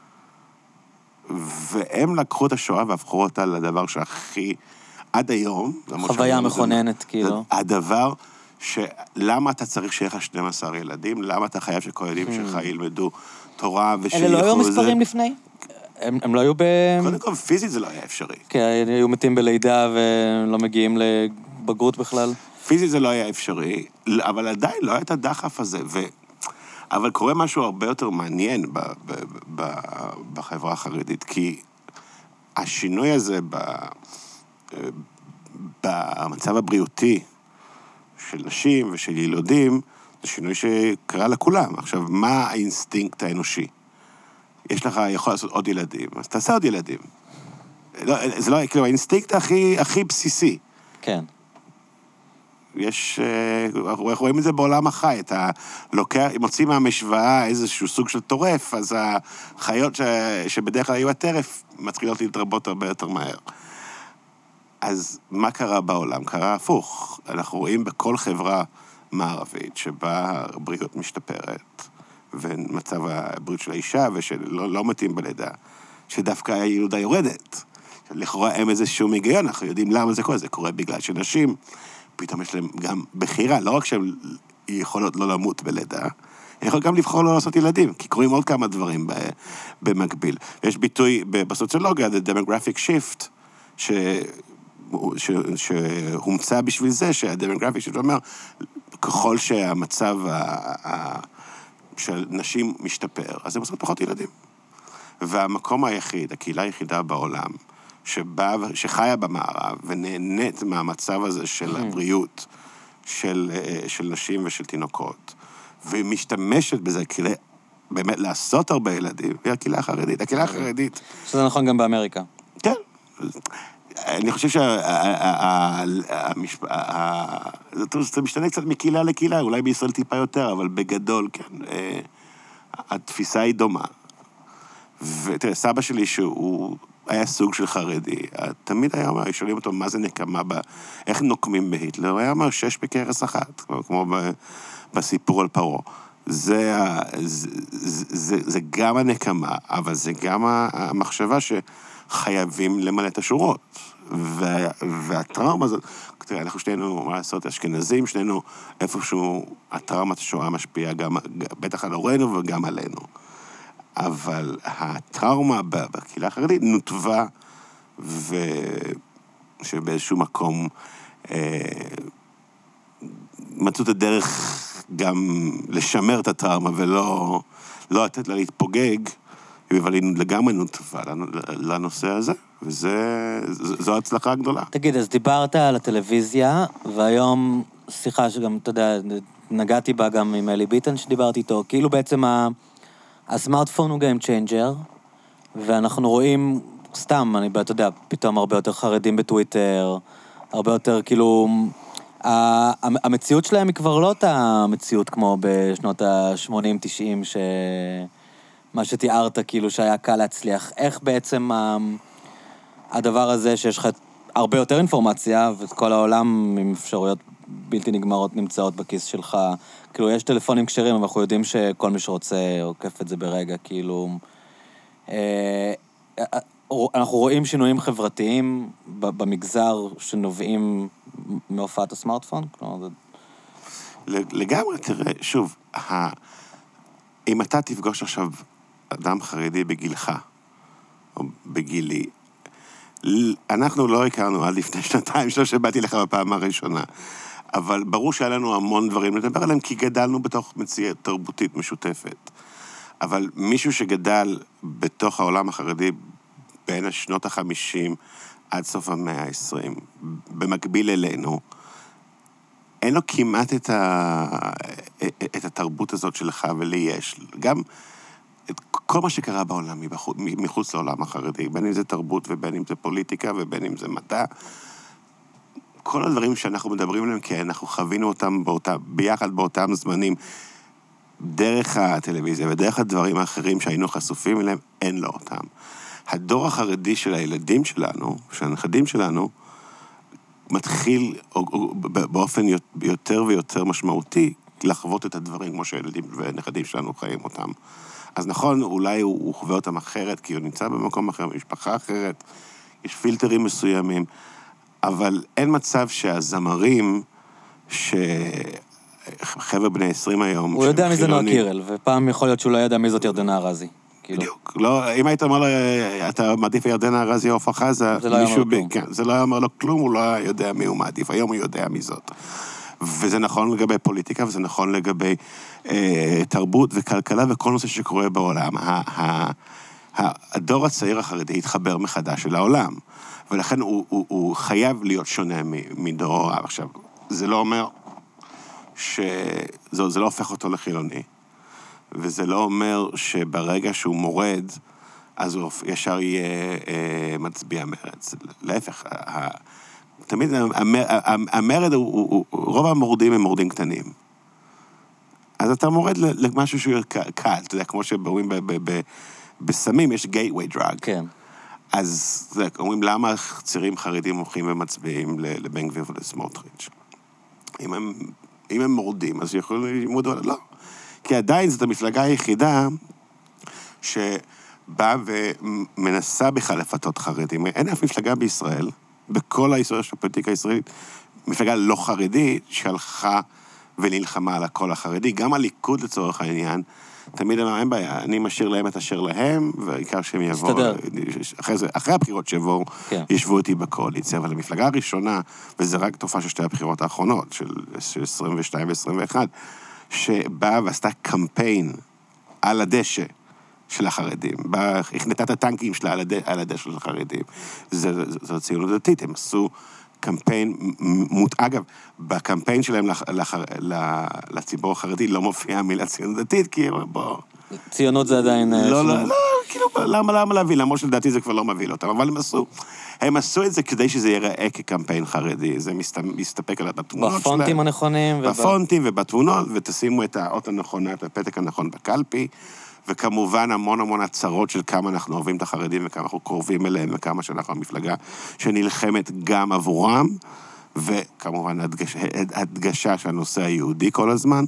והם לקחו את השואה והפכו אותה לדבר שהכי, עד היום, חוויה מכוננת, כאילו. הדבר שלמה אתה צריך שיהיה לך שנים עשר ילדים, למה אתה חייב שכל ילדים שלך ילמדו תורה ושייכו זה. אלה לא היו מספרים לפני? הם, הם לא היו ב... קודם כל, פיזית זה לא היה אפשרי. כן, היו מתים בלידה ולא מגיעים לבגרות בכלל. פיזית זה לא היה אפשרי, אבל עדיין לא היה את הדחף הזה, ו... אבל קורה משהו הרבה יותר מעניין ב, ב, ב, בחברה החרדית, כי השינוי הזה ב, במצב הבריאותי של נשים ושל ילודים, זה שינוי שקרה לכולם. עכשיו, מה האינסטינקט האנושי? יש לך, יכול לעשות עוד ילדים, אז תעשה עוד ילדים. לא, זה לא, כאילו, האינסטינקט הכי, הכי בסיסי. כן. יש, אנחנו רואים את זה בעולם החי, אתה לוקח, מוצאים מהמשוואה איזשהו סוג של טורף, אז החיות ש, שבדרך כלל היו הטרף, מתחילות להתרבות הרבה יותר מהר. אז מה קרה בעולם? קרה הפוך. אנחנו רואים בכל חברה מערבית שבה הבריאות משתפרת, ומצב הבריאות של האישה ושלא לא מתאים בלידה, שדווקא הילודה יורדת. לכאורה אין איזשהו היגיון, אנחנו יודעים למה זה קורה, זה קורה בגלל שנשים, פתאום יש להם גם בחירה, לא רק שהן יכולות לא למות בלידה, הן יכולות גם לבחור לא לעשות ילדים, כי קוראים עוד כמה דברים במקביל. יש ביטוי בסוציולוגיה, the demographic shift, ש... ש... שהומצא בשביל זה, שהדמוגרפיק שיפט אומר, ככל שהמצב ה... ה... של נשים משתפר, אז הן עושות פחות ילדים. והמקום היחיד, הקהילה היחידה בעולם, שבא, שחיה במערב ונהנית מהמצב הזה של הבריאות של, של נשים ושל תינוקות, ומשתמשת בזה כדי באמת לעשות הרבה ילדים, היא הקהילה החרדית. הקהילה החרדית... שזה נכון גם באמריקה. כן. אני חושב שזה משתנה קצת מקהילה לקהילה, אולי בישראל טיפה יותר, אבל בגדול, כן, התפיסה היא דומה. ותראה, סבא שלי שהוא היה סוג של חרדי, תמיד היה אומר, שואלים אותו מה זה נקמה, איך נוקמים בהיטלר, הוא היה אומר שש בקרס אחת, כמו בסיפור על פרעה. זה, זה, זה, זה גם הנקמה, אבל זה גם המחשבה שחייבים למלא את השורות. וה, והטראומה הזאת, תראה, אנחנו שנינו, מה לעשות, אשכנזים, שנינו איפשהו, הטראומת השואה משפיעה גם, בטח על הורינו וגם עלינו. אבל הטראומה בקהילה החרדית נוטבה, ושבאיזשהו מקום אה, מצאו את הדרך גם לשמר את הטראומה, ולא לא לתת לה להתפוגג, אבל היא לגמרי נוטבה לנושא הזה, וזו הצלחה הגדולה. תגיד, אז דיברת על הטלוויזיה, והיום שיחה שגם, אתה יודע, נגעתי בה גם עם אלי ביטן שדיברתי איתו, כאילו בעצם ה... הסמארטפון הוא Game Changer, ואנחנו רואים, סתם, אני, אתה יודע, פתאום הרבה יותר חרדים בטוויטר, הרבה יותר, כאילו, המציאות שלהם היא כבר לא אותה המציאות כמו בשנות ה-שמונים תשעים, מה שתיארת, כאילו, שהיה קל להצליח. איך בעצם הדבר הזה שיש לך הרבה יותר אינפורמציה, וכל העולם עם אפשרויות בלתי נגמרות נמצאות בכיס שלך, כאילו, יש טלפונים כשרים, אבל אנחנו יודעים שכל מי שרוצה עוקף את זה ברגע, כאילו... אנחנו רואים שינויים חברתיים במגזר שנובעים מהופעת הסמארטפון? לגמרי, תראה, שוב, אם אתה תפגוש עכשיו אדם חרדי בגילך, או בגילי, אנחנו לא הכרנו עד לפני שנתיים, שלא שבאתי לך בפעם הראשונה. אבל ברור שהיה לנו המון דברים לדבר עליהם, כי גדלנו בתוך מציאות תרבותית משותפת. אבל מישהו שגדל בתוך העולם החרדי בין השנות החמישים עד סוף המאה העשרים, במקביל אלינו, אין לו כמעט את, ה... את התרבות הזאת שלך ולי יש. גם את כל מה שקרה בעולם מחוץ לעולם החרדי, בין אם זה תרבות ובין אם זה פוליטיקה ובין אם זה מדע, כל הדברים שאנחנו מדברים עליהם, כי אנחנו חווינו אותם באותה, ביחד באותם זמנים, דרך הטלוויזיה ודרך הדברים האחרים שהיינו חשופים אליהם, אין לו אותם. הדור החרדי של הילדים שלנו, של הנכדים שלנו, מתחיל או, או, באופן יותר ויותר משמעותי לחוות את הדברים כמו שהילדים ונכדים שלנו חיים אותם. אז נכון, אולי הוא, הוא חווה אותם אחרת, כי הוא נמצא במקום אחר, במשפחה אחרת, יש פילטרים מסוימים, אבל אין מצב שהזמרים, שחבר'ה בני עשרים היום... הוא יודע מי זה נועה קירל, ופעם יכול להיות שהוא לא ידע מי זאת ירדנה ארזי. בדיוק. לא, אם היית אומר לו, אתה מעדיף ירדנה ארזי או עפרה חזה, זה לא היה אומר כלום. כן, זה לא היה אומר לו כלום, הוא לא יודע מי הוא מעדיף, היום הוא יודע מי זאת. וזה נכון לגבי פוליטיקה, וזה נכון לגבי אה, תרבות וכלכלה, וכל נושא שקורה בעולם. הדור הצעיר החרדי התחבר מחדש אל העולם. ולכן הוא, הוא, הוא חייב להיות שונה מדור הוריו. עכשיו, זה לא אומר שזה זה לא הופך אותו לחילוני, וזה לא אומר שברגע שהוא מורד, אז הוא ישר יהיה אה, מצביע מרץ. להפך, תמיד המרד, רוב המורדים הם מורדים קטנים. אז אתה מורד למשהו שהוא קל, אתה יודע, כמו שאומרים בסמים, יש gateway drug. כן. אז אומרים, למה צעירים חרדים הולכים ומצביעים לבן גביר ולסמוטריץ'? אם הם, אם הם מורדים, אז יכולים ללמוד, לא. כי עדיין זאת המפלגה היחידה שבאה ומנסה בכלל לפתות חרדים. אין אף מפלגה בישראל, בכל ההיסטוריה של הפוליטיקה הישראלית, מפלגה לא חרדית שהלכה ונלחמה על הקול החרדי. גם הליכוד לצורך העניין, תמיד אמר, אין בעיה, אני משאיר להם את אשר להם, ועיקר שהם יבואו, אחרי, זה, אחרי הבחירות שיבואו, כן. ישבו אותי בקואליציה, אבל המפלגה הראשונה, וזה רק תופעה של שתי הבחירות האחרונות, של, של עשרים ושתיים ו-עשרים ואחת, שבאה ועשתה קמפיין על הדשא של החרדים, באה, הכנתה את הטנקים שלה על, הדשא, על הדשא של החרדים. זה, זה, זו ציונות דתית, הם עשו קמפיין, מות... אגב, בקמפיין שלהם לח... לח... לציבור החרדי לא מופיעה מילה ציונות דתית, כי בוא... ציונות זה עדיין... לא, לא, לא, כאילו, למה, למה להביא? למרות שלדעתי זה כבר לא מביא אותם, אבל הם עשו, הם עשו את זה כדי שזה ייראה כקמפיין חרדי, זה מסתפק על התמונות שלהם. בפונטים הנכונים. בפונטים ובתמונות, ותשימו את האות הנכונה, את הפתק הנכון בקלפי, וכמובן המון המון הצהרות של כמה אנחנו אוהבים את החרדים, וכמה אנחנו קרובים אליהם, וכמה שאנחנו המפלגה שנלחמת גם עבורם, וכמובן הדגש, הדגשה של הנושא היהודי כל הזמן,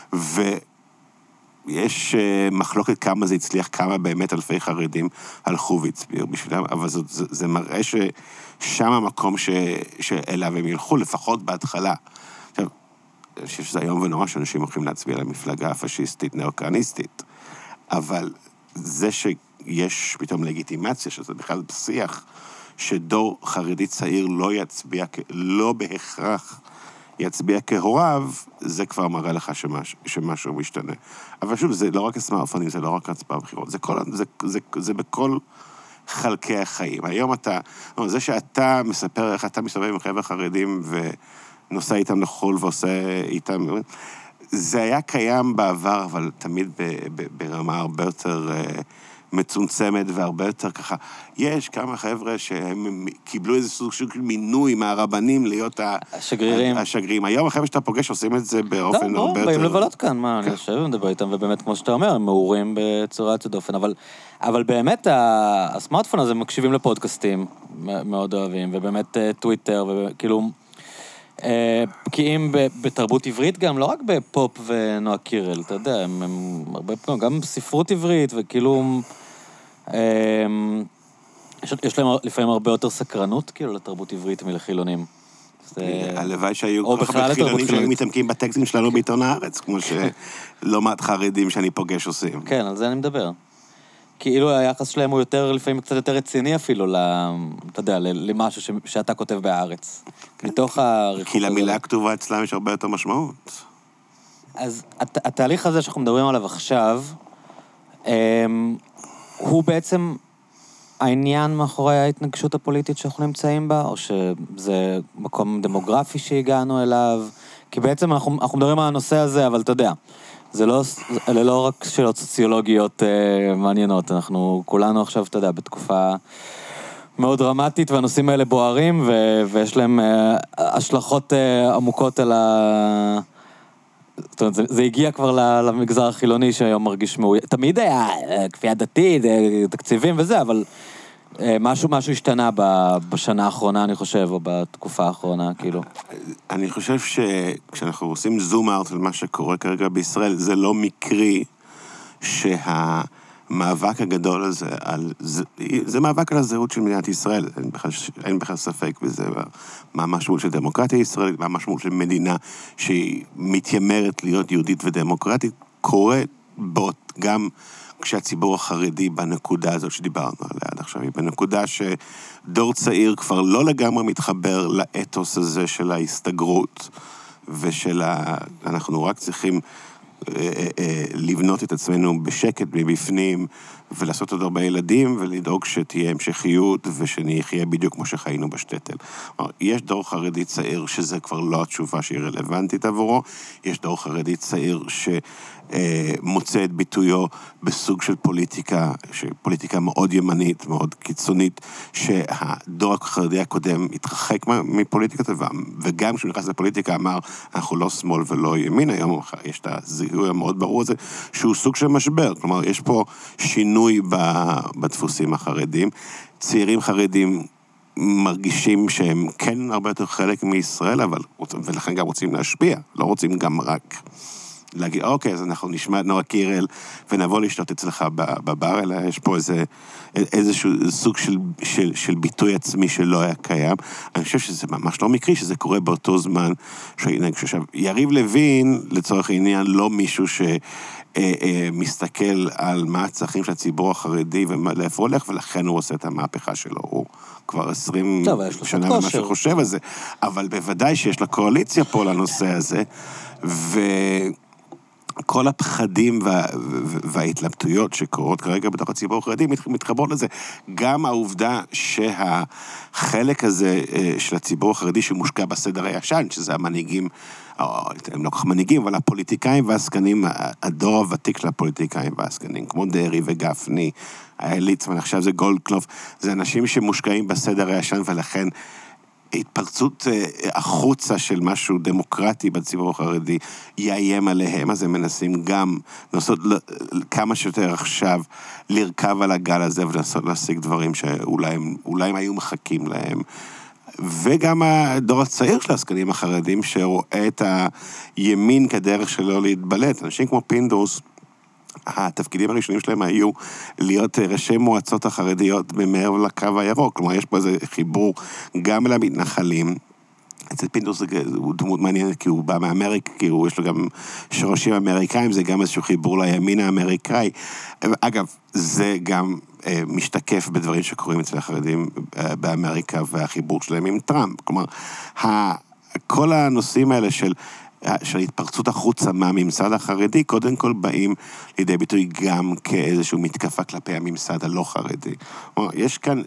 ויש מחלוקת כמה זה הצליח, כמה באמת אלפי חרדים הלכו והצביעו בשבילם, אבל זה, זה, זה מראה ששם המקום ש, שאליו הם ילכו, לפחות בהתחלה. עכשיו, אני חושב שזה היום ונורא שאנשים הולכים להצביע למפלגה הפשיסטית, נאו-כהניסטית, אבל זה שיש פתאום לגיטימציה, שזה בכלל שיח, שדור חרדי צעיר לא יצביע, לא בהכרח יצביע כהוריו, זה כבר מראה לך שמש, שמשהו משתנה. אבל שוב, זה לא רק הסמארטפונים, זה לא רק הצבעה בבחירות, זה, כל, זה, זה, זה בכל חלקי החיים. היום אתה, זה שאתה מספר איך אתה מסתובב עם חבר'ה חרדים ונוסע איתם לחול ועושה איתם, זה היה קיים בעבר, אבל תמיד ב, ב, ברמה הרבה יותר uh, מצומצמת והרבה יותר ככה. יש כמה חבר'ה שהם קיבלו איזה סוג של מינוי מהרבנים להיות השגרירים. השגרירים. היום החבר'ה שאתה פוגש עושים את זה באופן לא, הרבה לא, יותר... באים לבלות כאן, מה, אני חושב ומדבר איתם, ובאמת, כמו שאתה אומר, הם מעורים בצורה יוצאת דופן, אבל, אבל באמת הסמארטפון הזה מקשיבים לפודקאסטים, מאוד אוהבים, ובאמת טוויטר, וכאילו... בקיאים בתרבות עברית גם, לא רק בפופ ונועה קירל, אתה יודע, הם, הם הרבה פעמים, גם ספרות עברית, וכאילו, יש, יש להם לפעמים הרבה יותר סקרנות, כאילו, לתרבות עברית מלחילונים. הלוואי שהיו כל כך הרבה חילונים שהיו מתעמקים בטקסטים שלנו בעיתון הארץ, כמו שלא מעט חרדים שאני פוגש עושים. כן, על זה אני מדבר. כאילו היחס שלהם הוא יותר, לפעמים קצת יותר רציני אפילו, אתה יודע, למשהו שאתה כותב בארץ. מתוך הריחוק. כי למילה הכתובה אצלם יש הרבה יותר משמעות. אז התהליך הזה שאנחנו מדברים עליו עכשיו, הוא בעצם העניין מאחורי ההתנגשות הפוליטית שאנחנו נמצאים בה, או שזה מקום דמוגרפי שהגענו אליו, כי בעצם אנחנו, אנחנו מדברים על הנושא הזה, אבל אתה יודע, זה לא, אלה לא רק שאלות סוציולוגיות אה, מעניינות, אנחנו כולנו עכשיו, אתה יודע, בתקופה מאוד דרמטית, והנושאים האלה בוערים, ו- ויש להם אה, השלכות אה, עמוקות על ה... זאת אומרת, זה, זה הגיע כבר למגזר החילוני שהיום מרגיש מאוי. תמיד היה אה, כפייה דתית, אה, תקציבים וזה, אבל אה, משהו, משהו השתנה ב- בשנה האחרונה, אני חושב, או בתקופה האחרונה, כאילו. אני חושב שכשאנחנו עושים זום אאוט על מה שקורה כרגע בישראל, זה לא מקרי שהמאבק הגדול הזה, על, זה, זה מאבק על הזהות של מדינת ישראל, אין בכלל, אין בכלל ספק בזה, מה המשמעות של דמוקרטיה ישראלית, מה המשמעות של מדינה שהיא מתיימרת להיות יהודית ודמוקרטית, קורה בות גם כשהציבור החרדי בנקודה הזאת שדיברנו עליה עד עכשיו, היא בנקודה שדור צעיר כבר לא לגמרי מתחבר לאתוס הזה של ההסתגרות, ושל ה... אנחנו רק צריכים אה, אה, לבנות את עצמנו בשקט מבפנים, ולעשות עוד הרבה ילדים, ולדאוג שתהיה המשכיות, ושנחיה בדיוק כמו שחיינו בשטטל. יש דור חרדי צעיר שזה כבר לא התשובה שהיא רלוונטית עבורו, יש דור חרדי צעיר ש... מוצא את ביטויו בסוג של פוליטיקה, פוליטיקה מאוד ימנית, מאוד קיצונית, שהדור החרדי הקודם התרחק מפוליטיקה טובה, וגם כשהוא נכנס לפוליטיקה אמר, אנחנו לא שמאל ולא ימין, היום יש את הזיהוי המאוד ברור הזה, שהוא סוג של משבר, כלומר, יש פה שינוי בדפוסים החרדים, צעירים חרדים מרגישים שהם כן הרבה יותר חלק מישראל, אבל, ולכן גם רוצים להשפיע, לא רוצים גם רק להגיד, אוקיי, אז אנחנו נשמע את נורה קירל, ונבוא לשתות אצלך בבר, אלא יש פה איזה, איזשהו סוג של, של, של ביטוי עצמי שלא היה קיים. אני חושב שזה ממש לא מקרי, שזה קורה באותו זמן, עכשיו, יריב לוין, לצורך העניין, לא מישהו ש... מסתכל על מה הצרכים של הציבור החרדי ולאיפה הולך, ולכן הוא עושה את המהפכה שלו. הוא כבר עשרים שנה למה שחושב על זה, אבל בוודאי שיש לה קואליציה פה לנושא הזה, וכל הפחדים וה... וההתלבטויות שקורות כרגע בתוך הציבור החרדי מתחברות לזה. גם העובדה שהחלק הזה של הציבור החרדי שמושקע בסדר הישן, שזה המנהיגים, הם לא כך מנהיגים, אבל הפוליטיקאים והעסקנים, הדור הוותיק של הפוליטיקאים והעסקנים, כמו דרי וגפני, ליצמן, עכשיו זה גולדקנופ, זה אנשים שמושקעים בסדר הישן, ולכן התפרצות החוצה של משהו דמוקרטי בציבור החרדי יאיים עליהם, אז הם מנסים גם לנסות כמה שיותר עכשיו לרכב על הגל הזה ולנסות להשיג דברים שאולי הם, אולי הם היו מחכים להם. וגם הדור הצעיר של העסקנים החרדים שרואה את הימין כדרך שלו להתבלט. אנשים כמו פינדרוס, התפקידים הראשונים שלהם היו להיות ראשי מועצות החרדיות במעבר לקו הירוק. כלומר, יש פה איזה חיבור גם אל המתנחלים. אצל פינדרוס הוא דמות מעניינת כי הוא בא מאמריקה, כי הוא יש לו גם שורשים אמריקאים, זה גם איזשהו חיבור לימין האמריקאי. אגב, זה גם משתקף בדברים שקורים אצל החרדים באמריקה והחיבור שלהם עם טראמפ. כלומר, כל הנושאים האלה של של התפרצות החוצה מהממסד החרדי, קודם כל באים לידי ביטוי גם כאיזשהו מתקפה כלפי הממסד הלא חרדי. יש כאן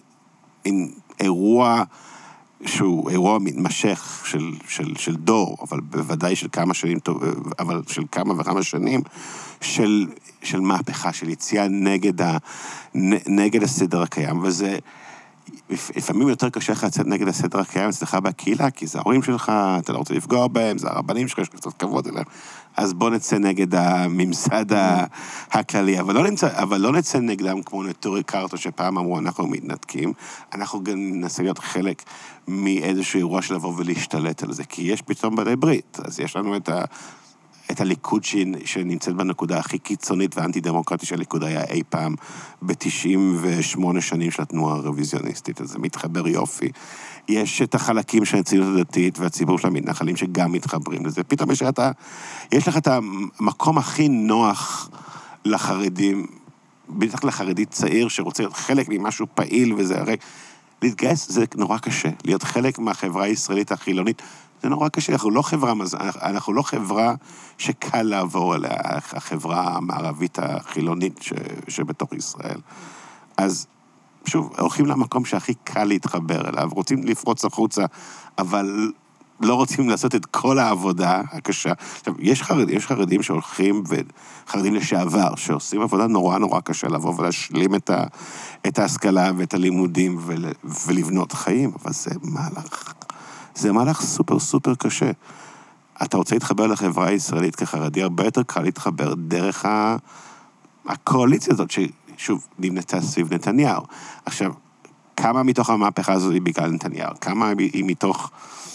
אירוע שהוא אירוע מתמשך של, של, של דור, אבל בוודאי של כמה שנים, אבל של כמה וכמה שנים, של, של מהפכה, של יציאה נגד, ה, נגד הסדר הקיים, וזה לפעמים יותר קשה לך לצאת נגד הסדר הקיים אצלך בקהילה, כי זה ההורים שלך, אתה לא רוצה לפגוע בהם, זה הרבנים שלך, יש קצת כבוד אליהם, אז בוא נצא נגד הממסד הכללי, אבל לא נצא, אבל לא נצא נגדם כמו נטורי קרתא, שפעם אמרו, אנחנו מתנתקים, אנחנו גם ננסה להיות חלק מאיזשהו אירוע של לבוא ולהשתלט על זה, כי יש פתאום בעלי ברית, אז יש לנו את ה... את הליכוד שנמצאת בנקודה הכי קיצונית והאנטי-דמוקרטית שהליכוד היה אי פעם ב-תשעים ושמונה שנים של התנועה הרוויזיוניסטית, אז זה מתחבר יופי. יש את החלקים של הציונות הדתית והציבור של המתנחלים שגם מתחברים לזה. פתאום יש, אתה, יש לך את המקום הכי נוח לחרדים, בטח לחרדי צעיר שרוצה להיות חלק ממשהו פעיל, וזה הרי, להתגייס זה נורא קשה. להיות חלק מהחברה הישראלית החילונית, זה נורא קשה, אנחנו לא חברה, אנחנו לא חברה שקל לעבור עליה, החברה המערבית החילונית ש, שבתוך ישראל. אז שוב, הולכים למקום שהכי קל להתחבר אליו, רוצים לפרוץ החוצה, אבל לא רוצים לעשות את כל העבודה הקשה. עכשיו, יש חרדים, יש חרדים שהולכים, וחרדים לשעבר, שעושים עבודה נורא נורא קשה, לבוא ולהשלים את, ה, את ההשכלה ואת הלימודים ול, ולבנות חיים, אבל זה מהלך. זה מהלך סופר סופר קשה. אתה רוצה להתחבר לחברה הישראלית כחרדי, הרבה יותר קל להתחבר דרך הקואליציה הזאת, ששוב, נמנתה סביב נתניהו. עכשיו, כמה מתוך המהפכה הזאת היא בגלל נתניהו? כמה היא מתוך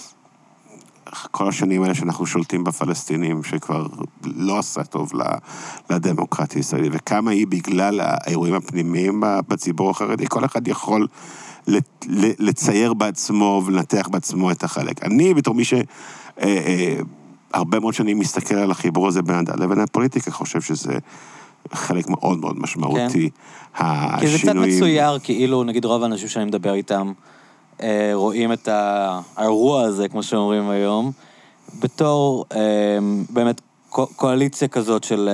כל השנים האלה שאנחנו שולטים בפלסטינים, שכבר לא עשה טוב לדמוקרטיה הישראלית, וכמה היא בגלל האירועים הפנימיים בציבור החרדי? כל אחד יכול לצייר בעצמו ולנתח בעצמו את החלק. אני, בתור מי שהרבה מאוד שנים מסתכל על החיבור הזה בין הדת לבין הפוליטיקה, חושב שזה חלק מאוד מאוד משמעותי. כי זה קצת מצויר, כאילו, נגיד רוב האנשים שאני מדבר איתם, רואים את האירוע הזה, כמו שאומרים היום, בתור באמת קואליציה כזאת של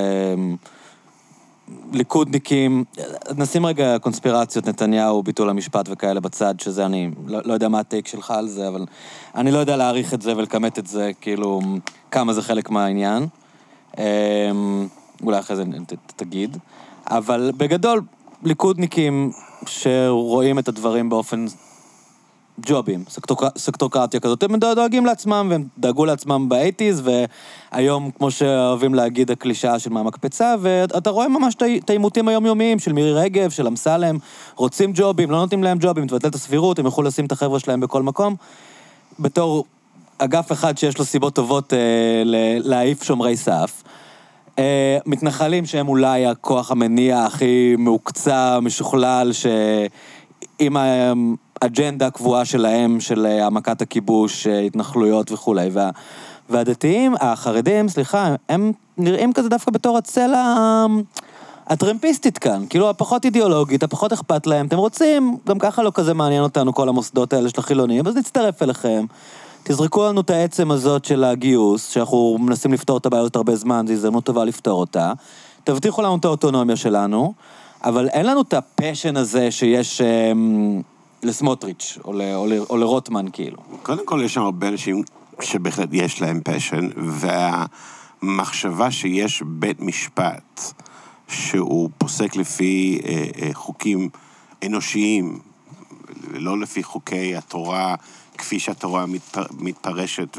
ליכודניקים, נשים רגע קונספירציות, נתניהו, ביטול המשפט וכאלה בצד, שזה אני לא, לא יודע מה הטייק שלך על זה, אבל אני לא יודע להעריך את זה ולכמת את זה, כאילו, כמה זה חלק מהעניין. אולי אחרי זה תגיד, אבל בגדול, ליכודניקים שרואים את הדברים באופן ג'ובים, סקטוקרטיה כזאת, הם דואגים לעצמם, והם דאגו לעצמם ב-שמונים, והיום, כמו שאוהבים להגיד, הקלישאה של מהמקפצה, ואתה רואה ממש את העימותים היומיומיים של מירי רגב, של אמסלם, רוצים ג'ובים, לא נותנים להם ג'ובים, תבטל את הסבירות, הם יכולים לשים את החבר'ה שלהם בכל מקום, בתור אגף אחד שיש לו סיבות טובות להעיף שומרי סף, מתנחלים שהם אולי הכוח המניע הכי מעוקצה, משוכלל, שעם האג'נדה הקבועה שלהם, של העמקת הכיבוש, התנחלויות וכו'. וה, והדתיים, החרדים, סליחה, הם נראים כזה דווקא בתור הצלע הטרמפיסטית כאן, כאילו הפחות אידיאולוגית, הפחות אכפת להם, אתם רוצים, גם ככה לא כזה מעניין אותנו כל המוסדות האלה של החילונים, אז נצטרף אליכם. תזרקו לנו את העצם הזאת של הגיוס, שאנחנו מנסים לפתור את הבעיות הרבה זמן, זו הזדמנות טובה לפתור אותה. תבטיחו לנו את האוטונומיה שלנו, אבל אין לנו את הפשן הזה שיש אה, לסמוטריץ' או, ל, או, ל, או לרוטמן, כאילו. קודם כל, יש שם הרבה אנשים שבהחלט יש להם פשן, והמחשבה שיש בית משפט שהוא פוסק לפי אה, אה, חוקים אנושיים, לא לפי חוקי התורה, כפי שהתורה מתפרשת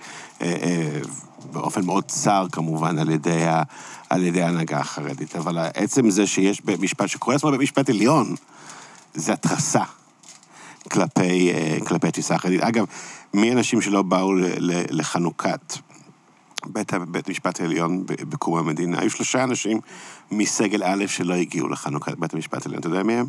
ובאופן מאוד צר כמובן על ידי, על ידי ההנהגה החרדית. אבל עצם זה שיש בית משפט שקורא עצמו בית משפט עליון, זה התרסה כלפי, כלפי התפיסה החרדית. אגב, מי אנשים שלא באו לחנוכת בית, בית משפט העליון בקום המדינה? היו שלושה אנשים מסגל א' שלא הגיעו לחנוכת בית המשפט העליון. אתה יודע מי הם?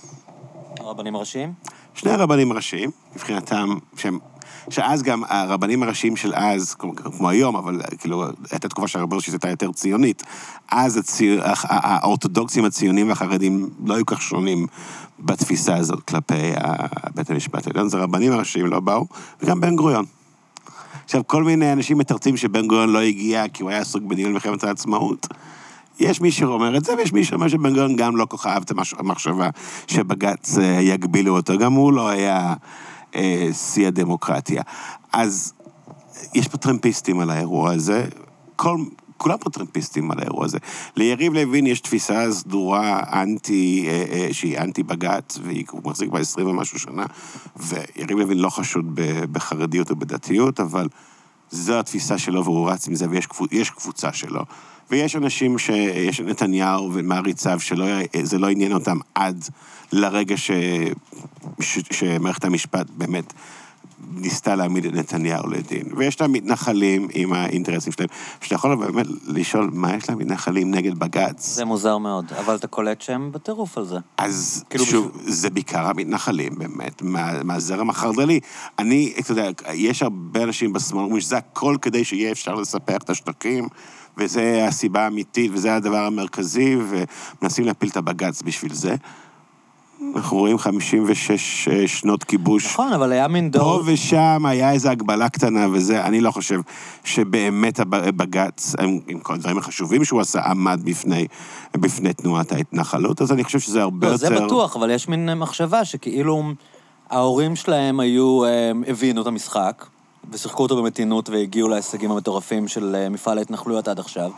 הרבנים הראשיים? שני הרבנים הראשיים, מבחינתם, שהם, שאז גם הרבנים הראשיים של אז, כמו, כמו היום, אבל כאילו, הייתה תקופה שהרבנות הראשית הייתה יותר ציונית, אז הציר, האורתודוקסים הציונים והחרדים לא היו כך שונים בתפיסה הזאת כלפי בית המשפט העליון, אז הרבנים הראשיים לא באו, וגם בן גוריון. עכשיו, כל מיני אנשים מתרצים שבן גוריון לא הגיע, כי הוא היה עסוק בניהול מלחמת העצמאות, יש מי שאומר את זה, ויש מי שאומר שבן גוריון גם לא כל כך אהב את המחשבה שבג"ץ יגבילו אותו, גם הוא לא היה אה, שיא הדמוקרטיה. אז יש פה טרמפיסטים על האירוע הזה, כל, כולם פה טרמפיסטים על האירוע הזה. ליריב לוין יש תפיסה סדורה אנטי, אה, אה, שהיא אנטי בג"ץ, והוא מחזיק ב-עשרים ומשהו שנה, ויריב לוין לא חשוד בחרדיות ובדתיות, אבל זו התפיסה שלו והוא רץ עם זה, ויש קבוצה שלו. ויש אנשים שיש נתניהו ומעריציו שזה לא עניין אותם עד לרגע ש... ש... שמערכת המשפט באמת ניסתה להעמיד את נתניהו לדין. ויש להם מתנחלים עם האינטרסים שלהם, שאתה יכול באמת לשאול מה יש להם מתנחלים נגד בג"ץ. זה מוזר מאוד, אבל אתה קולט שהם בטירוף על זה. אז כאילו שוב, בשביל... זה בעיקר המתנחלים באמת, מה, מהזרם החרד"לי. אני, אתה יודע, יש הרבה אנשים בשמאל, אומרים שזה הכל כדי שיהיה אפשר לספח את השטחים, וזה הסיבה האמיתית, וזה הדבר המרכזי, ומנסים להפיל את הבג"ץ בשביל זה. אנחנו רואים חמישים ושש שנות כיבוש. נכון, אבל היה מין דור... פה ושם היה איזו הגבלה קטנה, וזה, אני לא חושב שבאמת הבג"ץ, עם כל הדברים החשובים שהוא עשה, עמד בפני, בפני תנועת ההתנחלות, אז אני חושב שזה הרבה לא, יותר... זה בטוח, אבל יש מין מחשבה שכאילו ההורים שלהם היו, הבינו את המשחק, ושיחקו אותו במתינות והגיעו להישגים המטורפים של מפעל ההתנחלויות עד עכשיו.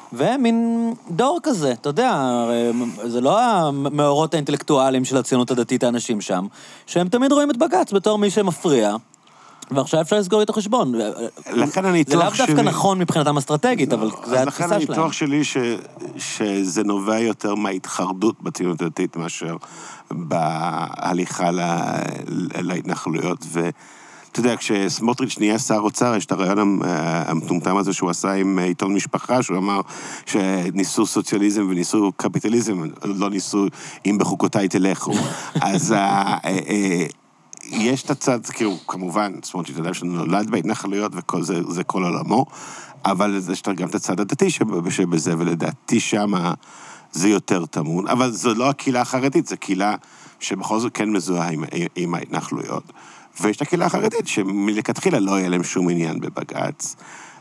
ומין דור כזה, אתה יודע, זה לא המאורות האינטלקטואליים של הציונות הדתית האנשים שם, שהם תמיד רואים את בג"ץ בתור מי שמפריע, ועכשיו אפשר לסגור את החשבון. לכן הניתוח שלי... זה לאו דווקא נכון מבחינתם אסטרטגית, אבל זה התפיסה שלהם. לכן הניתוח שלי שזה נובע יותר מההתחרדות בציונות הדתית מאשר בהליכה להתנחלויות ו... אתה יודע, כשסמוטריץ' נהיה שר אוצר, יש את הרעיון המטומטם הזה שהוא עשה עם עיתון משפחה, שהוא אמר שניסו סוציאליזם וניסו קפיטליזם, לא ניסו אם בחוקותיי תלכו. אז יש את הצד, כאילו, כמובן, סמוטריץ' אדם שנולד בהתנחלויות וכל זה, זה כל עולמו, אבל יש גם את הצד הדתי שבזה, ולדעתי שם זה יותר תמון. אבל זו לא הקהילה החרדית, זו קהילה שבכל זאת כן מזוהה עם, עם ההתנחלויות. ויש את הקהילה החרדית, שמלכתחילה לא היה להם שום עניין בבג"ץ,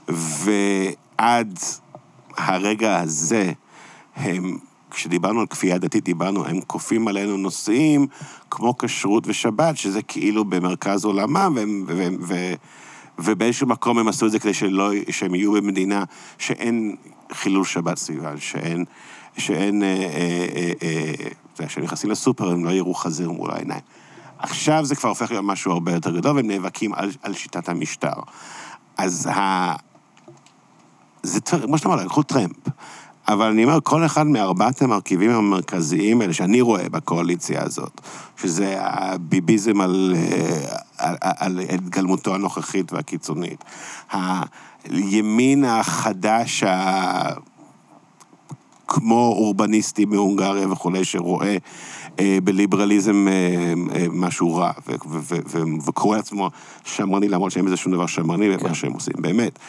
ועד הרגע הזה, הם, כשדיברנו על כפייה דתית, דיברנו, הם כופים עלינו נושאים, כמו כשרות ושבת, שזה כאילו במרכז עולמם, והם, והם, והם, ובאיזשהו מקום הם עשו את זה כדי שלא, שהם יהיו במדינה שאין חילול שבת סביבה, שאין, שאין, אה, אה, אה, אה, שהם נכנסים לסופר, הם לא יראו חזיר מול העיניים. עכשיו זה כבר הופך להיות משהו הרבה יותר גדול, והם נאבקים על, על שיטת המשטר. אז ה... זה, כמו שאתה אומר, לקחו טרמפ. אבל אני אומר, כל אחד מארבעת המרכיבים המרכזיים האלה שאני רואה בקואליציה הזאת, שזה הביביזם על, על, על התגלמותו הנוכחית והקיצונית, הימין החדש, ה... כמו אורבניסטי מהונגריה וכו', שרואה בליברליזם משהו רע, וקורא עצמו שמרני, למרות שאין בזה שום דבר שמרני במה שהם עושים, באמת.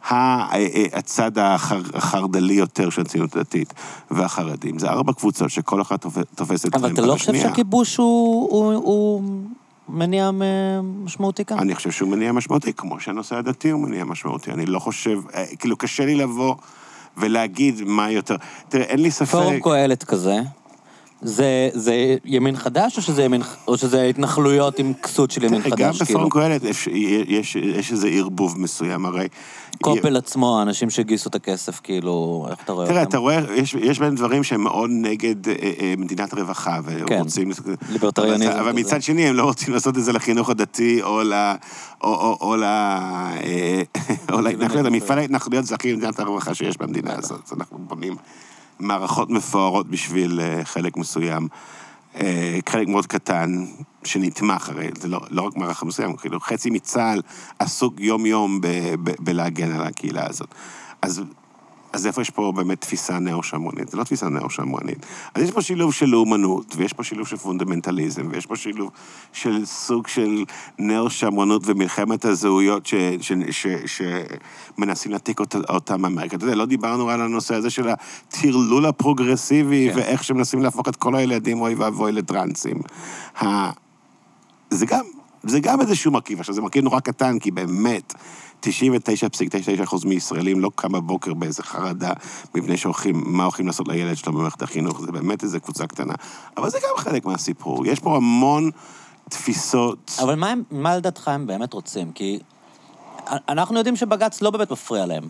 הצד החרדלי יותר של הציונות הדתית והחרדים. זה ארבע קבוצות שכל אחת תופסת אבל אתה לא חושב שהכיבוש הוא מניע משמעותי כאן? אני חושב שהוא מניע משמעותי, כמו שהנושא הדתי הוא מניע משמעותי. אני לא חושב, כאילו קשה לי לבוא ולהגיד מה יותר. תראה, אין לי ספק... פורום קהלת כזה, זה, זה ימין חדש, או שזה, ימין, או שזה התנחלויות עם כסות של ימין חדש? גם בפורום קהלת יש, יש, יש איזה ערבוב מסוים, הרי... קופל עצמו, האנשים שגיסו את הכסף, כאילו, איך אתה רואה תראה, אותם? אתה רואה, יש, יש בין דברים שהם מאוד נגד אה, אה, מדינת רווחה, והם כן, רוצים... ליברטריאניזם. אבל, אבל מצד שני, הם לא רוצים לעשות את זה לחינוך הדתי, או ל... או, או, או ל... אה, או להתנחלויות. המפעל ההתנחלויות זה הכי מדינת הרווחה שיש במדינה הזאת. אז אנחנו בונים מערכות מפוארות בשביל אה, חלק מסוים. חלק מאוד קטן שנתמך, הרי זה לא, לא רק מערך מסוים, כאילו חצי מצה"ל עסוק יום-יום ב, ב, בלהגן על הקהילה הזאת. אז, אז איפה יש פה באמת תפיסה נאו-שמרנית? זה לא תפיסה נאו-שמרנית. אז יש פה שילוב של לאומנות, ויש פה שילוב של פונדמנטליזם, ויש פה שילוב של סוג של נאו-שמרנות ומלחמת הזהויות ש, ש, ש, ש, שמנסים להתיק אותם מאמריקה. אתה יודע, לא דיברנו על הנושא הזה של הטרלול הפרוגרסיבי, כן. ואיך שמנסים להפוך את כל הילדים אוי ואבוי לטרנסים. ה... זה גם, זה גם איזשהו מרכיב, עכשיו זה מרכיב נורא קטן, כי באמת, תשעים ותשע נקודה תשע תשע אחוז מישראלים לא קם בבוקר באיזה חרדה, מפני שהולכים, מה הולכים לעשות לילד שלו במערכת החינוך, זה באמת איזו קבוצה קטנה. אבל זה גם חלק מהסיפור. יש פה המון תפיסות... אבל מה, מה לדעתך הם באמת רוצים? כי אנחנו יודעים שבג"ץ לא באמת מפריע להם.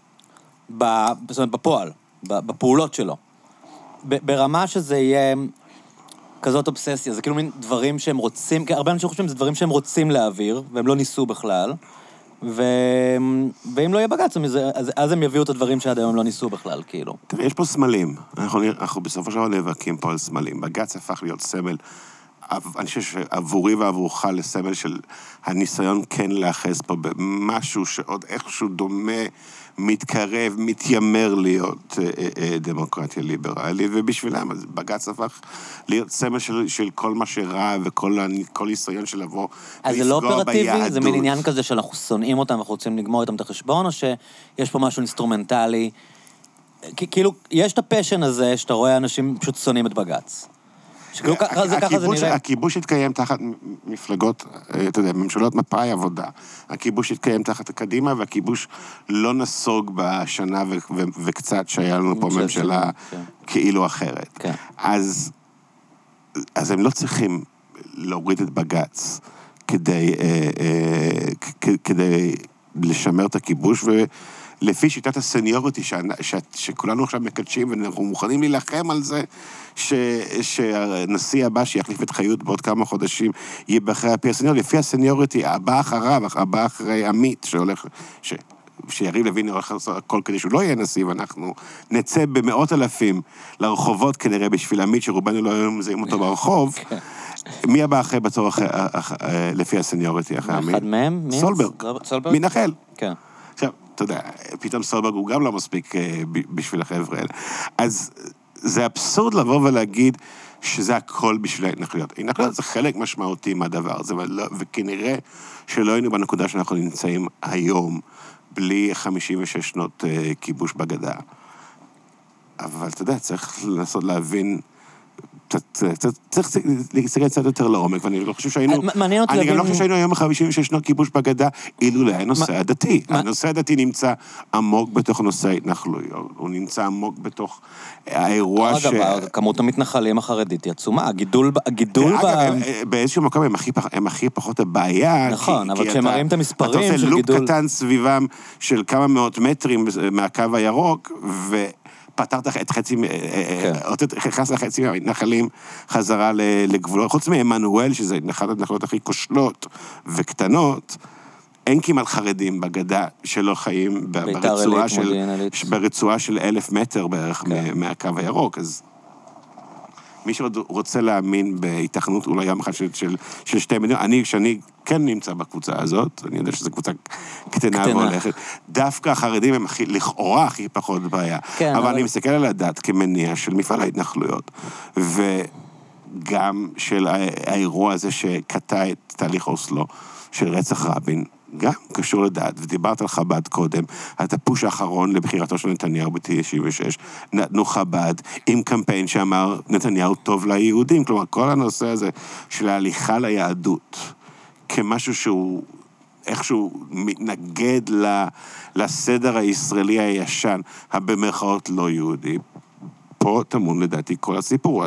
ב, זאת אומרת, בפועל, בפעולות שלו. ברמה שזה יהיה כזאת אובססיה, זה כאילו מין דברים שהם רוצים, כי הרבה אנשים חושבים שזה דברים שהם רוצים להעביר, והם לא ניסו בכלל. ו... ואם לא יהיה בג"ץ, אז, אז הם יביאו את הדברים שעד היום לא ניסו בכלל, כאילו. תראה, יש פה סמלים. אנחנו, אנחנו בסופו של דבר נאבקים פה על סמלים. בג"ץ הפך להיות סמל, אני חושב שעבורי ועבורך לסמל של הניסיון כן לאחז פה במשהו שעוד איכשהו דומה, מתקרב, מתיימר להיות אה, אה, דמוקרטיה ליברלית, ובשבילם, אז בג"ץ הפך להיות סמל של, של כל מה שרע, וכל כל ניסיון של לבוא אז זה לא אופרטיבי? זה מין עניין כזה שאנחנו שונאים אותם, ואנחנו רוצים לגמור איתם את החשבון, או שיש פה משהו אינסטרומנטלי? כאילו, יש את הפשן הזה, שאתה רואה אנשים פשוט שונאים את בג"ץ. שכאילו ככה זה ככה זה נראה. הכיבוש התקיים תחת מפלגות, אתה יודע, ממשלות מפאי עבודה. הכיבוש התקיים תחת קדימה, והכיבוש לא נסוג בשנה וקצת שהיה לנו פה ממשלה כאילו אחרת. אז אז הם לא צריכים להוריד את בג"ץ כדי כדי לשמר את הכיבוש, ולפי שיטת הסניוריטי שכולנו עכשיו מקדשים, ואנחנו מוכנים להילחם על זה, שהנשיא הבא שיחליף את חיות בעוד כמה חודשים יהיה באחרי הפי הסניוריטי, לפי הסניוריטי הבא אחריו, הבא אחרי עמית שהולך, ש... שיריב לוין הולך לעשות הכל כדי שהוא לא יהיה נשיא, ואנחנו נצא במאות אלפים לרחובות כנראה בשביל עמית, שרובנו לא היו מזהים אותו ברחוב. מי הבא אחרי בתור לפי הסניוריטי אחרי עמית? אחד מהם? סולברג. מנחל. כן. עכשיו, אתה יודע, פתאום סולברג הוא גם לא מספיק בשביל החבר'ה האלה. אז זה אבסורד לבוא ולהגיד שזה הכל בשביל ההתנחלויות. ההתנחלויות זה חלק משמעותי מהדבר הזה, וכנראה שלא היינו בנקודה שאנחנו נמצאים היום, בלי חמישים ושש שנות כיבוש בגדה. אבל אתה יודע, צריך לנסות להבין צריך להסתכל קצת יותר לעומק, ואני לא חושב שהיינו... מעניין אותי להבין... אני גם לא חושב שהיינו היום חמישים ושש שנות כיבוש בגדה, אילולא הנושא הדתי. הנושא הדתי נמצא עמוק בתוך נושא ההתנחלויות, הוא נמצא עמוק בתוך האירוע ש... אגב, כמות המתנחלים החרדית היא עצומה, הגידול... אגב, באיזשהו מקום הם הכי פחות הבעיה. נכון, אבל כשהם מראים את המספרים של גידול... אתה עושה לופ קטן סביבם של כמה מאות מטרים מהקו הירוק, ו... פתרת את חצי, נכנס לחצי מהמתנחלים חזרה לגבולות, חוץ מאמנואל, שזה אחת ההתנחלות הכי כושלות וקטנות, אין כמעט חרדים בגדה שלא חיים ברצועה של, ברצועה של אלף מטר בערך מהקו הירוק, אז מי שעוד רוצה להאמין בהתכנות אולי יום אחד של, של, של שתי מדינות, אני, כשאני כן נמצא בקבוצה הזאת, אני יודע שזו קבוצה קטנה והולכת, דווקא החרדים הם הכי, לכאורה הכי פחות בעיה, כן, אבל, אבל אני מסתכל על הדת כמניע של מפעל ההתנחלויות, וגם של האירוע הזה שקטע את תהליך אוסלו, של רצח רבין, גם קשור לדעת, ודיברת על חב"ד קודם, את הפוש האחרון לבחירתו של נתניהו ב-תשעים ושש, נתנו חב"ד עם קמפיין שאמר נתניהו טוב ליהודים, כלומר כל הנושא הזה של ההליכה ליהדות, כמשהו שהוא איכשהו מתנגד לסדר הישראלי הישן, הבמרכאות לא יהודי, פה תמון לדעתי כל הסיפור,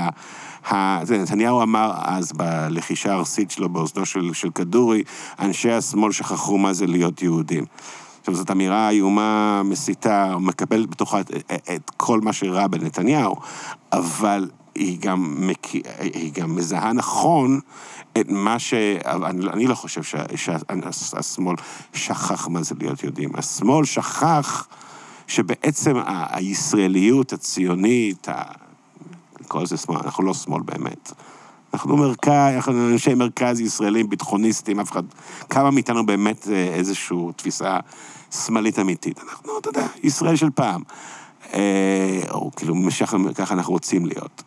נתניהו אמר אז בלחישה הארסית שלו באוזנו של, של כדורי, אנשי השמאל שכחו מה זה להיות יהודים. עכשיו, זאת אמירה איומה מסיתה, מקבלת בתוכה את, את כל מה שרע בנתניהו, אבל היא גם, היא גם מזהה נכון את מה ש... אני, אני לא חושב שה, שהשמאל שכח מה זה להיות יהודים. השמאל שכח שבעצם ה, הישראליות הציונית, ה... כל זה שמאל, אנחנו לא שמאל באמת. אנחנו מרכז, אנחנו אנשי מרכז ישראלים, ביטחוניסטים, אף אחד, כמה מאיתנו באמת איזושהי תפיסה שמאלית אמיתית. אנחנו, אתה יודע, ישראל של פעם. או כאילו, משך, ככה אנחנו רוצים להיות.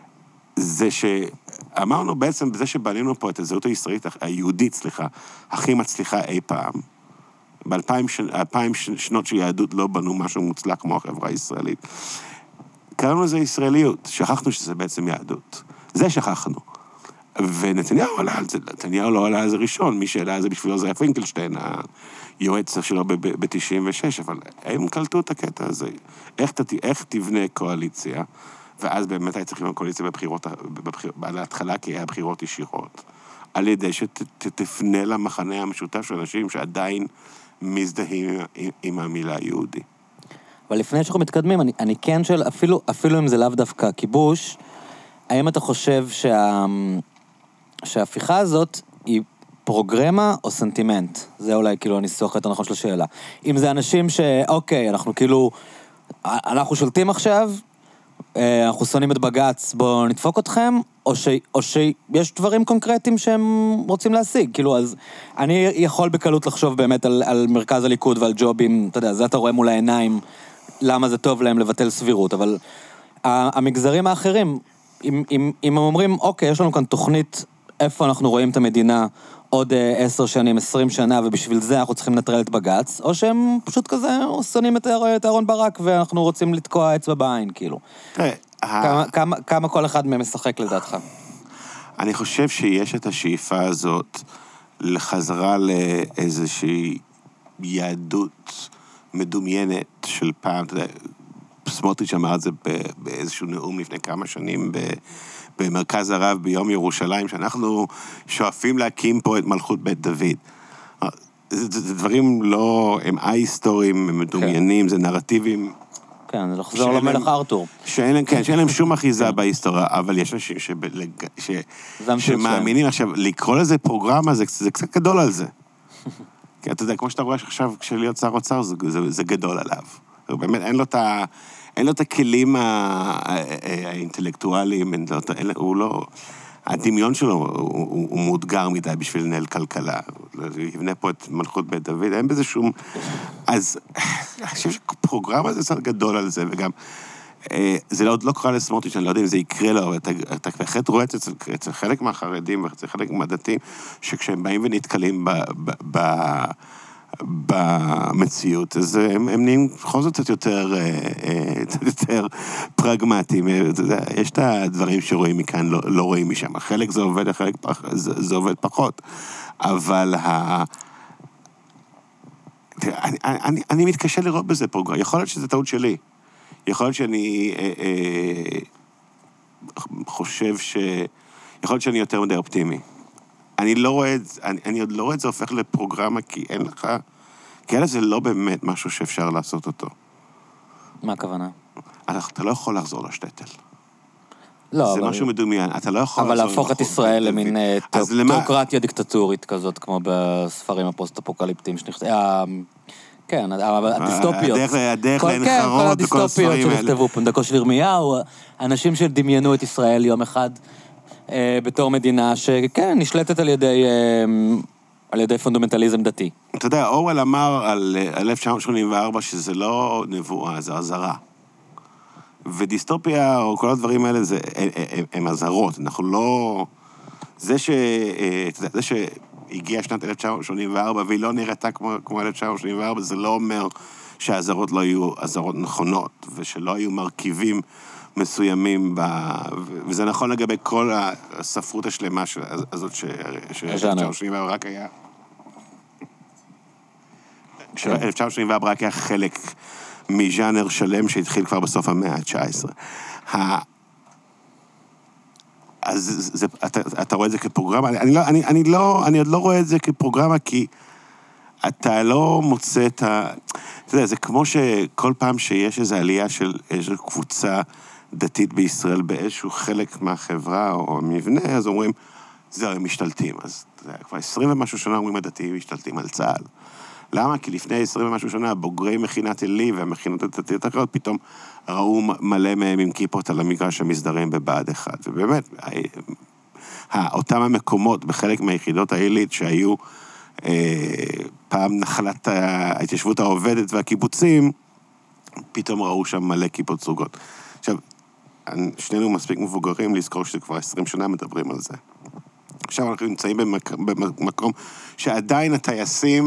זה שאמרנו בעצם, בזה שבנינו פה את הזהות הישראלית, היהודית, סליחה, הכי מצליחה אי פעם. באלפיים שנות של יהדות לא בנו משהו מוצלח כמו החברה הישראלית. קראנו לזה ישראליות, שכחנו שזה בעצם יהדות. זה שכחנו. ונתניהו עלה על זה, נתניהו לא עלה על זה ראשון, מי שעלה על זה בשבילו זה היה פינקלשטיין, היועץ שלו ב-תשעים ושש, אבל הם קלטו את הקטע הזה. איך, איך תבנה קואליציה, ואז באמת היה צריכים קואליציה בבחירות, על ההתחלה, כי היה בחירות ישירות, על ידי שתפנה למחנה המשותף של אנשים שעדיין מזדהים עם, עם המילה יהודי. אבל לפני שאנחנו מתקדמים, אני, אני כן שואל, אפילו, אפילו אם זה לאו דווקא כיבוש, האם אתה חושב שה, שההפיכה הזאת היא פרוגרמה או סנטימנט? זה אולי כאילו הניסוח יותר נכון של השאלה. אם זה אנשים שאוקיי, אנחנו כאילו, אנחנו שולטים עכשיו, אנחנו שונאים את בגץ, בואו נדפוק אתכם, או, ש, או שיש דברים קונקרטיים שהם רוצים להשיג. כאילו, אז אני יכול בקלות לחשוב באמת על, על מרכז הליכוד ועל ג'ובים, אתה יודע, זה אתה רואה מול העיניים, למה זה טוב להם לבטל סבירות, אבל המגזרים האחרים, אם, אם, אם הם אומרים, אוקיי, יש לנו כאן תוכנית, איפה אנחנו רואים את המדינה עוד עשר שנים, עשרים שנה, ובשביל זה אנחנו צריכים לנטרל את בגץ, או שהם פשוט כזה שונאים את אהרון ברק, ואנחנו רוצים לתקוע אצבע בעין, כאילו. כמה, כמה, כמה כל אחד מהם משחק לדעתך? אני חושב שיש את השאיפה הזאת לחזרה לאיזושהי יהדות מדומיינת של פעם, אתה יודע, סמוטריץ' אמר את זה באיזשהו נאום לפני כמה שנים במרכז הרב ביום ירושלים, שאנחנו שואפים להקים פה את מלכות בית דוד. זה, זה דברים לא, הם אי-היסטוריים, הם מדומיינים, זה נרטיבים. כן, זה לחזור למלך ארתור. שאין להם, כן, שאין להם שום אחיזה בהיסטוריה, אבל יש אנשים שמאמינים עכשיו, לקרוא לזה פרוגרמה, זה קצת גדול על זה. כי אתה יודע, כמו שאתה רואה שעכשיו, כשלהיות שר אוצר, זה, זה, זה גדול עליו. באמת, אין לו את ה... אין לו את הכלים האינטלקטואליים, הוא לא... הדמיון שלו הוא מאותגר מדי בשביל לנהל כלכלה. יבנה פה את מלכות בית דוד, אין בזה שום... אז אני חושב שפרוגרמה זה קצת גדול על זה, וגם... זה עוד לא קרה לסמוטריץ', אני לא יודע אם זה יקרה לו, אבל אתה בהחלט רואה אצל חלק מהחרדים, ואצל חלק מהדתיים, שכשהם באים ונתקלים במציאות, אז הם, הם נהיים בכל זאת קצת יותר, קצת יותר פרגמטיים. יש את הדברים שרואים מכאן, לא, לא רואים משם. חלק זה עובד, חלק פח, זה, זה עובד פחות. אבל ה... אני, אני, אני מתקשה לראות בזה פרוגרמה. יכול להיות שזה טעות שלי. יכול להיות שאני אה, אה, חושב ש... יכול להיות שאני יותר מדי אופטימי. אני לא רואה את, אני, אני עוד לא רואה את זה הופך לפרוגרמה, כי אין לך... כי אלה זה לא באמת משהו שאפשר לעשות אותו. מה הכוונה? אתה לא יכול לחזור לשטטל. לא, זה אבל... משהו מדומיין. אתה לא יכול... אבל להפוך את ישראל למין תיאוקרטיה דיקטטורית כזאת, כמו בספרים הפוסט-אפוקליפטיים שנכתבו. כן, הדיסטופיות. הדרך לנחרות וכל הספרים האלה. כל הדיסטופיות שנכתבו, פונדקו של ירמיהו, אנשים שדמיינו את ישראל יום אחד בתור מדינה שכן, נשלטת על ידי... על ידי פונדמנטליזם דתי. אתה יודע, אורוול אמר על אלף תשע מאות שמונים וארבע שזה לא נבואה, זה הזרה. ודיסטופיה, או כל הדברים האלה, זה, הם, הם הזרות. אנחנו לא... זה ש... אתה יודע, זה שהגיע שנת אלף תשע מאות שמונים וארבע, והיא לא נראתה כמו, כמו אלף תשע מאות שמונים וארבע, זה לא אומר שהזרות לא יהיו הזרות נכונות, ושלא היו מרכיבים מסוימים, ב... וזה נכון לגבי כל הספרות השלמה של... הזאת ש... ש-אלף תשע מאות שמונים וארבע רק היה... אלף תשע מאות שמונים וארבע רק היה חלק מז'אנר שלם שהתחיל כבר בסוף המאה ה-תשע עשרה. אז זה, אתה, אתה רואה את זה כפרוגרמה? אני, לא, אני, אני, לא, אני עוד לא רואה את זה כפרוגרמה, כי אתה לא מוצא את ה... אתה יודע, זה כמו שכל פעם שיש איזו עלייה של איזו קבוצה דתית בישראל באיזשהו חלק מהחברה או המבנה, אז אומרים, זהו, הם משתלטים. אז אתה יודע, כבר עשרים ומשהו שנה אומרים הדתיים משתלטים על צה"ל. למה? כי לפני עשרים ומשהו שנה, בוגרי מכינת עלי והמכינות הדתיות אחרות, פתאום ראו מלא מהם עם כיפות על המגרש המסדרים בבה"ד אחד. ובאמת, אותם המקומות בחלק מהיחידות העילית שהיו פעם נחלת ההתיישבות העובדת והקיבוצים, פתאום ראו שם מלא כיפות סרוגות. עכשיו, שנינו מספיק מבוגרים לזכור שזה כבר עשרים שנה מדברים על זה. עכשיו אנחנו נמצאים במקום שעדיין הטייסים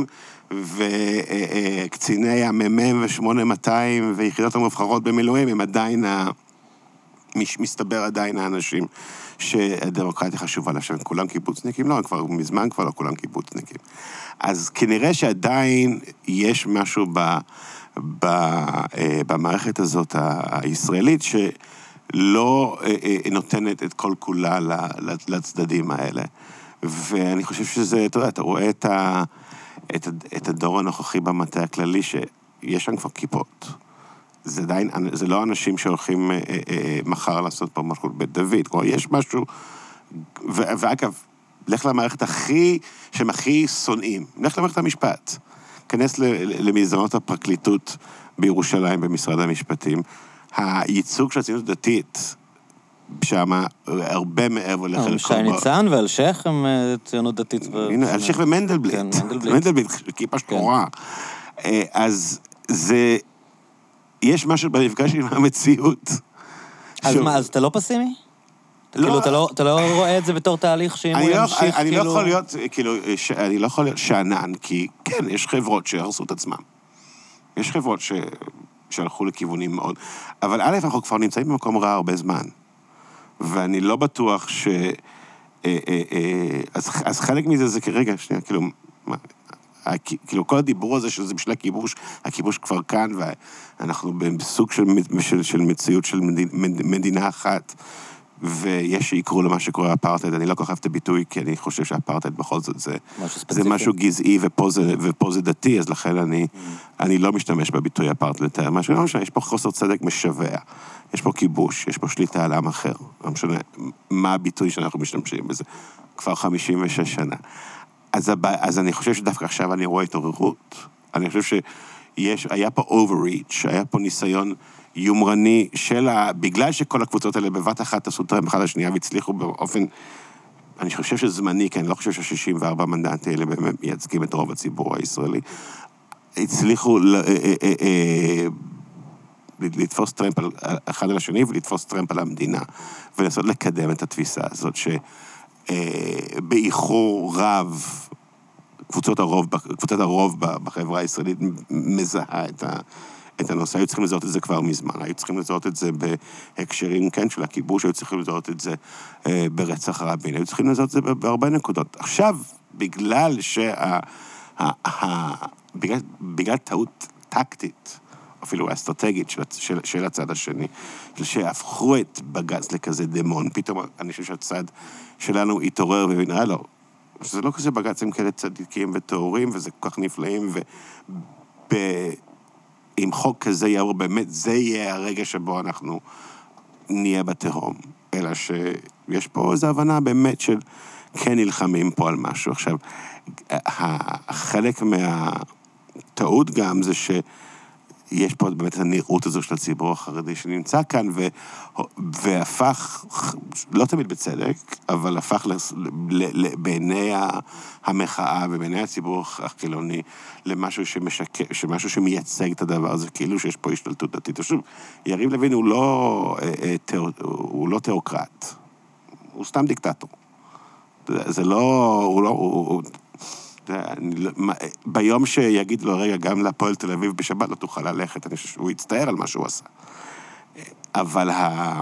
וקציני הממם ו-שמונה מאתיים ויחידות המובחרות במילואים הם עדיין, מסתבר עדיין האנשים שהדמוקרטיה חשובה לה, שהם כולם קיבוצניקים, לא, כבר מזמן כבר לא כולם קיבוצניקים. אז כנראה שעדיין יש משהו ב, ב, במערכת הזאת הישראלית שלא נותנת את כל כולה לצדדים האלה. ואני חושב שזה, אתה יודע, אתה רואה את, ה, את, את הדור הנוכחי במטה הכללי שיש שם כבר כיפות. זה עדיין, זה לא אנשים שהולכים אה, אה, מחר לעשות פה משהו בית דוד, כלומר, יש משהו, ו, ואגב, לך למערכת הכי, שהם הכי שונאים, לך למערכת המשפט, כנס למזרנות הפרקליטות בירושלים, במשרד המשפטים, הייצוג של הציונות הדתית, שם הרבה מעבר לחלק... שי ניצן ואלשך הם ציונות דתית. הנה, אלשך ומנדלבליט. מנדלבליט, כיפה שחורה. אז זה... יש משהו במפגש עם המציאות. אז מה, אז אתה לא פסימי? כאילו, אתה לא רואה את זה בתור תהליך שאם הוא ימשיך, כאילו... אני לא יכול להיות, כאילו, אני לא יכול להיות שענן, כי כן, יש חברות שהרסו את עצמם. יש חברות שהלכו לכיוונים מאוד... אבל א', אנחנו כבר נמצאים במקום רע הרבה זמן. ואני לא בטוח ש... אז חלק מזה זה כרגע, שנייה, כאילו... כאילו, כל הדיבור הזה שזה בשביל הכיבוש, הכיבוש כבר כאן, ואנחנו בסוג של, של, של מציאות של מדינה אחת, ויש שיקראו למה שקורה אפרטהייד. אני לא כל כך אוהב את הביטוי, כי אני חושב שאפרטהייד בכל זאת זה, זה משהו גזעי, ופה זה, ופה זה דתי, אז לכן אני, mm. אני לא משתמש בביטוי אפרטהייד לתאר. מה שאני לא משנה, יש פה חוסר צדק משווה, יש פה כיבוש, יש פה שליטה על עם אחר. לא משנה מה הביטוי שאנחנו משתמשים בזה, כבר חמישים ושש שנה. אז, אז אני חושב שדווקא עכשיו אני רואה התעוררות. אני חושב שיש, היה פה overreach, היה פה ניסיון יומרני של ה... בגלל שכל הקבוצות האלה בבת אחת עשו טרם אחד לשנייה והצליחו באופן... אני חושב שזמני, כי אני לא חושב ש-שישים וארבעה מנדטים האלה באמת מייצגים את רוב הציבור הישראלי. הצליחו ל... לתפוס טרמפ על אחד על השני ולתפוס טרמפ על המדינה, ולנסות לקדם את התפיסה הזאת ש... באיחור רב, קבוצות הרוב, קבוצת הרוב בחברה הישראלית מזהה את ה... את הנושא, היו צריכים לזהות את זה כבר מזמן, היו צריכים לזהות את זה בהקשרים, כן, של הכיבוש, היו צריכים לזהות את זה אה, ברצח רבין, היו צריכים לזהות את זה בהרבה נקודות. עכשיו, בגלל שה... ה, ה, בגלל, בגלל טעות טקטית, אפילו אסטרטגית של, של, של הצד השני, שהפכו את בג"ץ לכזה דמון, פתאום אני חושב שהצד שלנו התעורר ונראה לו, שזה לא כזה בג"צים כאלה צדיקים וטהורים, וזה כל כך נפלאים, וב... אם חוק כזה יעבור, באמת, זה יהיה הרגע שבו אנחנו נהיה בתהום. אלא שיש פה איזו הבנה באמת של כן נלחמים פה על משהו. עכשיו, החלק מהטעות גם זה שיש פה באמת את הנראות הזו של הציבור החרדי שנמצא כאן, ו... והפך, לא תמיד בצדק, אבל הפך בעיני המחאה ובעיני הציבור החילוני למשהו שמשק... שמשהו שמייצג את הדבר הזה, כאילו שיש פה השתלטות דתית. עכשיו, יריב לוין הוא לא, הוא לא תיאוקרט, הוא סתם דיקטטור. זה לא, הוא לא, הוא... ביום שיגיד לו, רגע, גם לפועל תל אביב בשבת לא תוכל ללכת, אני חושב שהוא יצטער על מה שהוא עשה. אבל ה...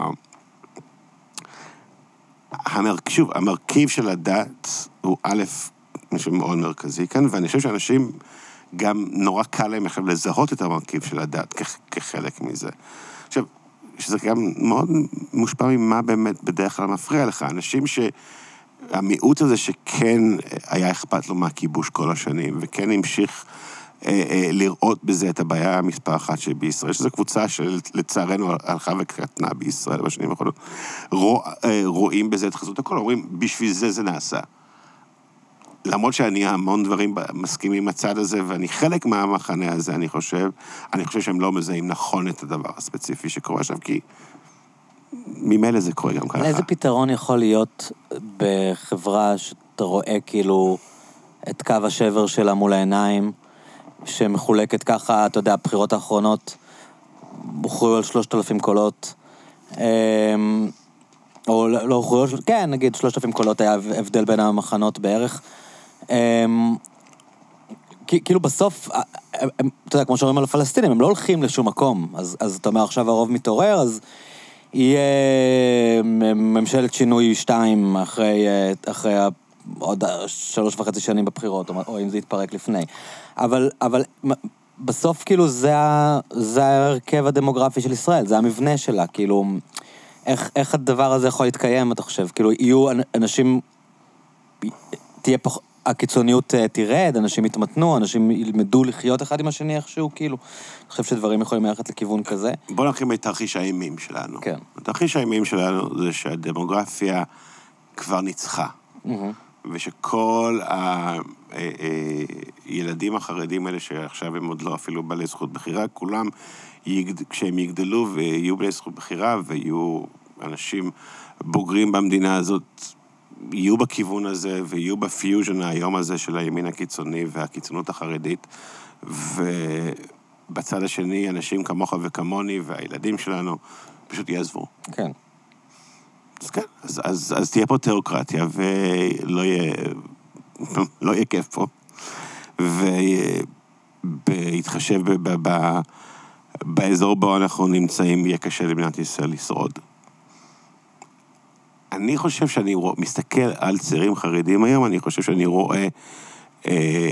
המרכיב, שוב, המרכיב של הדת הוא א', משהו מאוד מרכזי כאן, ואני חושב שאנשים גם נורא קל להם עכשיו לזהות את המרכיב של הדת כ- כחלק מזה. עכשיו, שזה גם מאוד מושפע ממה באמת בדרך כלל מפריע לך. אנשים ש... המיעוט הזה שכן היה אכפת לו מהכיבוש כל השנים, וכן המשיך אה, אה, לראות בזה את הבעיה המספר אחת שבישראל, שזו קבוצה שלצערנו הלכה וקטנה בישראל בשנים האחרונות, רוא, אה, רואים בזה את חזות הכל, אומרים, בשביל זה זה נעשה. למרות שאני המון דברים מסכימים עם הצד הזה, ואני חלק מהמחנה הזה, אני חושב, אני חושב שהם לא מזהים נכון את הדבר הספציפי שקורה עכשיו, כי ממילא זה קורה גם ככה. איזה פתרון יכול להיות בחברה שאתה רואה כאילו את קו השבר שלה מול העיניים, שמחולקת ככה, אתה יודע, הבחירות האחרונות הוכרעו על שלושת אלפים קולות, או לא הוכרעו, כן, נגיד שלושת אלפים קולות היה הבדל בין המחנות בערך. כאילו בסוף, אתה יודע, כמו שאומרים על הפלסטינים, הם לא הולכים לשום מקום, אז, אז אתה אומר עכשיו הרוב מתעורר, אז יהיה ממשלת שינוי שתיים אחרי, אחרי עוד שלוש וחצי שנים בבחירות, או, או אם זה יתפרק לפני. אבל, אבל בסוף כאילו זה, זה ההרכב הדמוגרפי של ישראל, זה המבנה שלה, כאילו, איך, איך הדבר הזה יכול להתקיים, אתה חושב? כאילו, יהיו אנשים, תהיה פח, הקיצוניות תירד, אנשים יתמתנו, אנשים ילמדו לחיות אחד עם השני איכשהו, כאילו, אני חושב שדברים יכולים ללכת לכיוון כזה. בוא נתחיל מתרחיש האימים שלנו. כן. התרחיש האימים שלנו זה שהדמוגרפיה כבר ניצחה. Mm-hmm. ושכל הילדים החרדים האלה שעכשיו הם עוד לא אפילו בעלי זכות בחירה, כולם, כשהם יגדלו ויהיו בעלי זכות בחירה ויהיו אנשים בוגרים במדינה הזאת, יהיו בכיוון הזה ויהיו בפיוז'ן היום הזה של הימין הקיצוני והקיצונות החרדית, ובצד השני אנשים כמוך וכמוני והילדים שלנו פשוט יעזבו. כן. אז כן, אז, אז, אז תהיה פה תיאוקרטיה ולא יהיה, לא יהיה כיף פה, ובהתחשב ב, ב, ב, באזור בו אנחנו נמצאים יהיה קשה למדינת ישראל לשרוד. אני חושב שאני רוא, מסתכל על צעירים חרדים היום, אני חושב שאני רואה אה,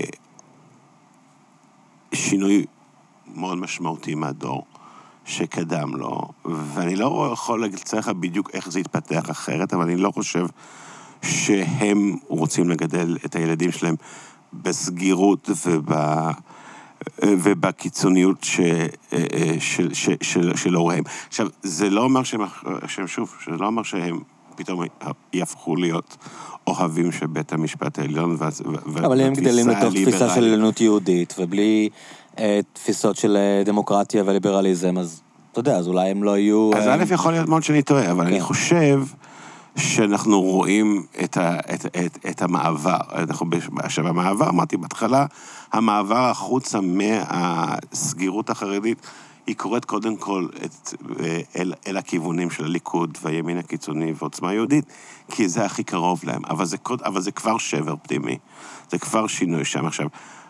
שינוי מאוד משמעותי מהדור שקדם לו, ואני לא יכול לצלח בדיוק איך זה יתפתח אחרת, אבל אני לא חושב שהם רוצים לגדל את הילדים שלהם בסגירות וב... ובקיצוניות ש... של, של, של, של הוריהם. עכשיו, זה לא אומר שהם, שהם שוב, זה לא אומר שהם פתאום יהפכו להיות אוהבים של בית המשפט העליון, ו... אבל הם גדלים לתוך תפיסה של עליונות יהודית, ובלי אה, תפיסות של דמוקרטיה וליברליזם, אז אתה יודע, אז אולי הם לא יהיו... אז א' יכול להיות מאוד שאני טועה, אבל אני חושב שאנחנו רואים את, ה, את, את, את המעבר. אנחנו, עכשיו, המעבר, אמרתי, בהתחלה, המעבר החוצה מהסגירות החרדית היא קוראת קודם כל את, אל, אל הכיוונים של הליכוד והימין הקיצוני ועוצמה יהודית, כי זה הכי קרוב להם. אבל זה, אבל זה כבר שבר פנימי. זה כבר שינוי שם. עכשיו,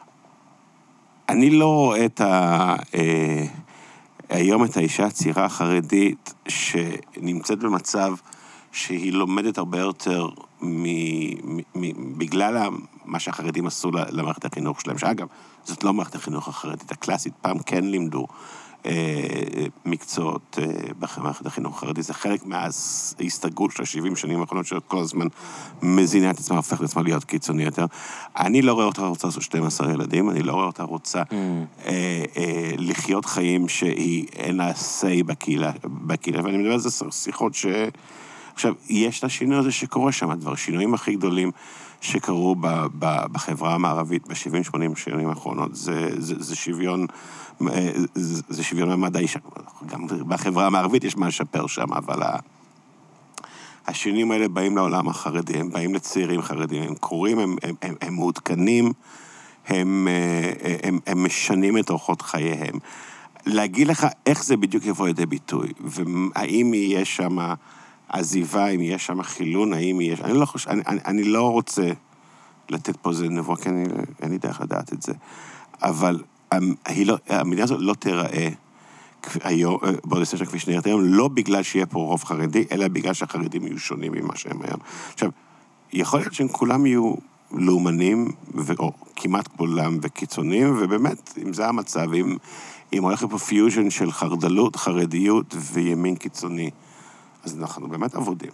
אני לא רואה את ה... אה, היום את האישה הצעירה החרדית שנמצאת במצב שהיא לומדת הרבה יותר מ, מ, מ, בגלל מה שהחרדים עשו למערכת החינוך שלהם, שאגב, זאת לא מערכת החינוך החרדית הקלאסית, פעם כן לימדו אה, מקצועות אה, במערכת החינוך החרדית, זה חלק מההסתגרות של ה-שבעים שנים האחרונות, שכל הזמן מזינה את עצמה, הופך לעצמה להיות קיצוני יותר. אני לא רואה אותה רוצה לעשות שנים עשר ילדים, אני לא רואה אותה רוצה mm. אה, אה, לחיות חיים שהיא אין לה say בקהילה, בקהילה, ואני מדבר על זה שיחות ש... עכשיו, יש את השינוי הזה שקורה שם, הדבר, השינויים הכי גדולים שקרו ב, ב, בחברה המערבית ב-שבעים שמונים שנים האחרונות, זה, זה, זה שוויון, זה, זה שוויון מעמד האישה. גם בחברה המערבית יש מה לשפר שם, אבל ה, השינויים האלה באים לעולם החרדי, הם באים לצעירים חרדים, הם קוראים, הם, הם, הם, הם מעודכנים, הם, הם, הם משנים את אורחות חייהם. להגיד לך איך זה בדיוק יבוא לידי ביטוי, והאם יהיה שם... עזיבה, אם יש שם חילון, האם יש... אני לא חושב, אני, אני, אני לא רוצה לתת פה איזה נבואה, כי אני, אין לי דרך לדעת את זה. אבל לא, המדינה הזאת לא תיראה היום, בעוד עשר שנה כפי שנראית היום, לא בגלל שיהיה פה רוב חרדי, אלא בגלל שהחרדים יהיו שונים ממה שהם היום. עכשיו, יכול להיות שהם כולם יהיו לאומנים, ו, או כמעט כולם וקיצונים, ובאמת, אם זה המצב, אם, אם הולך פה פיוז'ן של חרדלות, חרדיות וימין קיצוני, אז אנחנו באמת עבודים.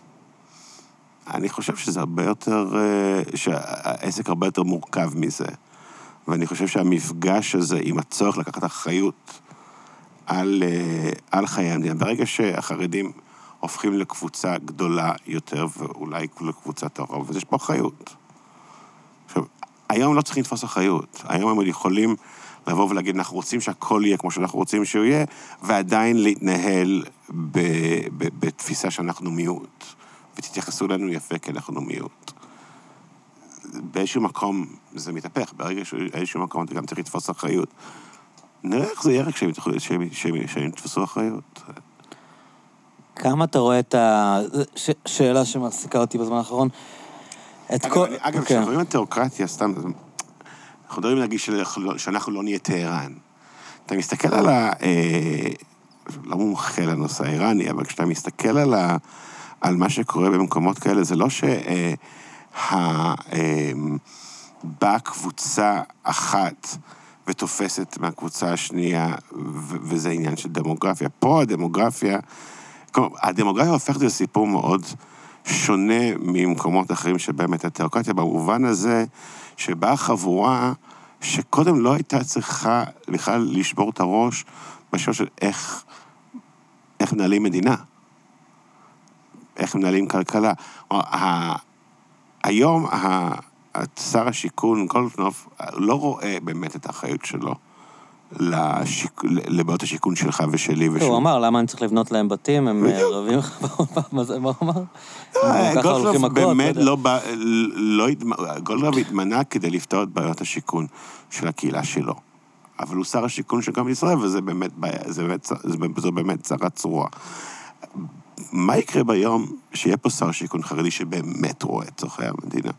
אני חושב שזה הרבה יותר, שהעסק הרבה יותר מורכב מזה. ואני חושב שהמפגש הזה עם הצורך לקחת אחריות על, על חיי המדינה, ברגע שהחרדים הופכים לקבוצה גדולה יותר, ואולי לקבוצת הרוב, אז יש פה אחריות. עכשיו, היום לא צריכים לתפוס אחריות. היום הם יכולים לבוא ולהגיד, אנחנו רוצים שהכל יהיה כמו שאנחנו רוצים שהוא יהיה, ועדיין להתנהל ב, ב, בתפיסה שאנחנו מיעוט, ותתייחסו לנו יפה כי אנחנו מיעוט. באיזשהו מקום זה מתהפך, ברגע שאיזשהו מקום אתה גם צריך לתפוס אחריות. נראה איך זה יהיה כשהם, שהם, שהם, שהם יתפסו אחריות. כמה אתה רואה את השאלה שמעסיקה אותי בזמן האחרון? אגב, כל... אגב, כשאנחנו רואים את תיאוקרטיה, סתם... אנחנו מדברים להגיד שאנחנו לא נהיה טהרן. אתה מסתכל על ה... לא מומחה לנושא האיראני, אבל כשאתה מסתכל על, ה, על מה שקורה במקומות כאלה, זה לא שבאה קבוצה אחת ותופסת מהקבוצה השנייה, וזה עניין של דמוגרפיה. פה הדמוגרפיה, כלומר, הדמוגרפיה הופכת לסיפור מאוד שונה ממקומות אחרים שבאמת התיאוקרטיה, במובן הזה שבאה חבורה שקודם לא הייתה צריכה בכלל לשבור את הראש בשביל של איך, איך מנהלים מדינה, איך מנהלים כלכלה. היום שר השיכון, גולדקנופ, לא רואה באמת את האחריות שלו לבעיות השיכון שלך ושלי. הוא אמר, למה אני צריך לבנות להם בתים? הם רבים לך, מה הוא אמר? גולדקנופ באמת לא, גולדקנופ התמנה כדי לפתור את בעיות השיכון של הקהילה שלו. אבל הוא שר השיכון של גם ישראל, וזה באמת, זו באמת צרה צרורה. מה יקרה ביום שיהיה פה שר שיכון חרדי שבאמת רואה את צורכי המדינה?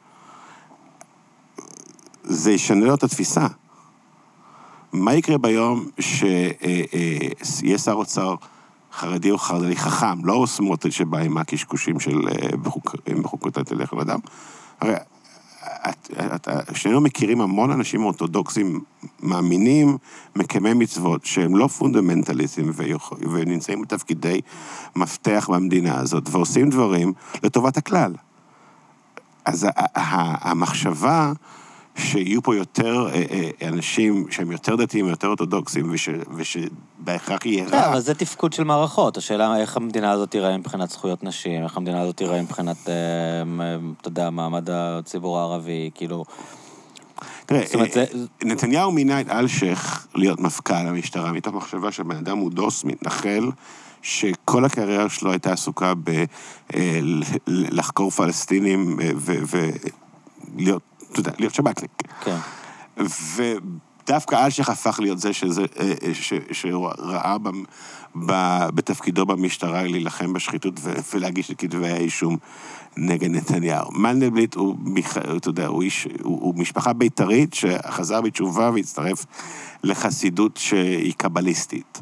זה ישנה לו את התפיסה. מה יקרה ביום שיהיה שר אוצר חרדי או חרדלי חכם, לא סמוטריץ' שבא עם הקשקושים של בחוקות תלך לאדם? הרי שנינו מכירים המון אנשים אורתודוקסים מאמינים, מקיימי מצוות, שהם לא פונדמנטליסטים ונמצאים בתפקידי מפתח במדינה הזאת, ועושים דברים לטובת הכלל. אז המחשבה שיהיו פה יותר אנשים שהם יותר דתיים, יותר אורתודוקסים, ושבהכרח יהיה רע. אבל זה תפקוד של מערכות. השאלה איך המדינה הזאת תיראה מבחינת זכויות נשים, איך המדינה הזאת תיראה מבחינת, אתה יודע, מעמד הציבור הערבי, כאילו... תראה, נתניהו מינה את אלשך להיות מפכ"ל המשטרה, מתוך מחשבה שבן אדם הוא דוס, מתנחל, שכל הקריירה שלו הייתה עסוקה בלחקור פלסטינים ולהיות, אתה יודע, להיות שב"כניק. כן. ודווקא דווקא אלשיך הפך להיות זה שזה, שהוא ראה בתפקידו במשטרה להילחם בשחיתות ולהגיש את כתבי האישום נגד נתניהו. מנדלבליט הוא, אתה יודע, הוא, איש, הוא, הוא משפחה בית"רית שחזר בתשובה והצטרף לחסידות שהיא קבליסטית.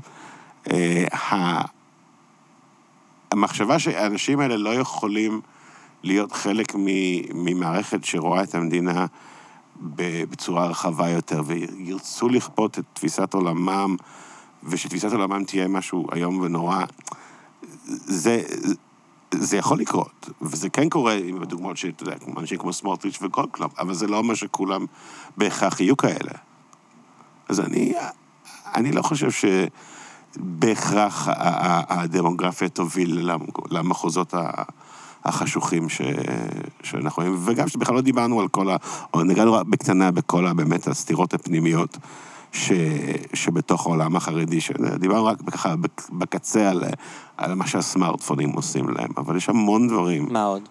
המחשבה שהאנשים האלה לא יכולים להיות חלק ממערכת שרואה את המדינה בצורה רחבה יותר, וירצו לכפות את תפיסת עולמם, ושתפיסת עולמם תהיה משהו היום ונורא, זה, זה יכול לקרות, וזה כן קורה עם הדוגמאות שאתה יודע, אנשים כמו סמוטריץ' וגולדקנופ, אבל זה לא אומר שכולם בהכרח יהיו כאלה. אז אני, אני לא חושב שבהכרח הדמוגרפיה תוביל למחוזות החשוכים ש, שאנחנו רואים, וגם שבכלל לא דיברנו על כל ה... או נגענו בקטנה בכל ה... באמת הסתירות הפנימיות ש, שבתוך העולם החרדי, שדיברנו רק ככה בקצה על, על מה שהסמארטפונים עושים להם, אבל יש המון דברים. מה עוד?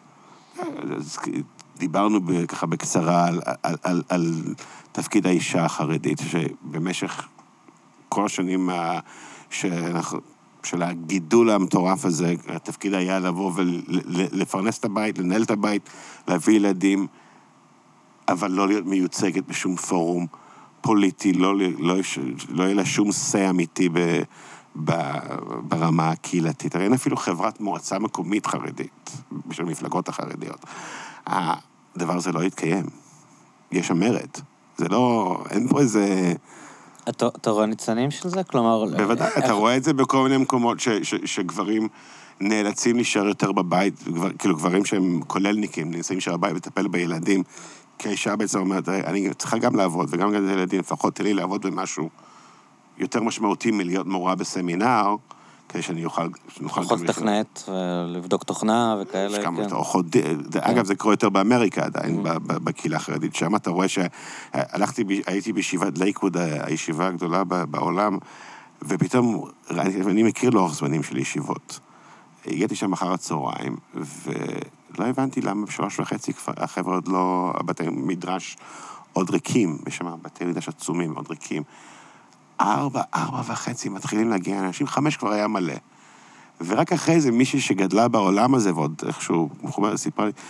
דיברנו ככה בקצרה על, על, על, על תפקיד האישה החרדית, שבמשך כל השנים שאנחנו... של הגידול המטורף הזה, התפקיד היה לבוא ולפרנס את הבית, לנהל את הבית, להביא ילדים, אבל לא להיות מיוצגת בשום פורום פוליטי, לא, לא, לא יהיה לה שום סי אמיתי ב, ב, ברמה הקהילתית. הרי אין אפילו חברת מועצה מקומית חרדית, בשביל המפלגות החרדיות. הדבר הזה לא יתקיים. יש המרד. זה לא, אין פה איזה... אתה רואה ניצנים של זה? כלומר... בוודאי, אתה רואה את זה בכל מיני מקומות שגברים נאלצים להישאר יותר בבית, כאילו גברים שהם כוללניקים, נאלצים להישאר בבית לטפל בילדים, כי האישה בעצם אומרת, אני צריכה גם לעבוד, וגם גם ילדים, לפחות תן לי לעבוד במשהו יותר משמעותי מלהיות מורה בסמינר, כדי שאני אוכל... יכול לתכנת ולבדוק תוכנה וכאלה. אגב, זה קורה יותר באמריקה עדיין, בקהילה החרדית. שם אתה רואה שהלכתי, הייתי בישיבת לייקווד, הישיבה הגדולה בעולם, ופתאום, אני מכיר לאורך זמנים של ישיבות. הגעתי שם אחר הצהריים, ולא הבנתי למה בשלוש וחצי החבר'ה עוד לא, הבתי מדרש עוד ריקים, יש שם בתי מדרש עצומים, עוד ריקים. ארבע, ארבע וחצי מתחילים להגיע אנשים, חמש כבר היה מלא. ורק אחרי זה מישהי שגדלה בעולם הזה, ועוד איכשהו, מחובר, סיפר לי,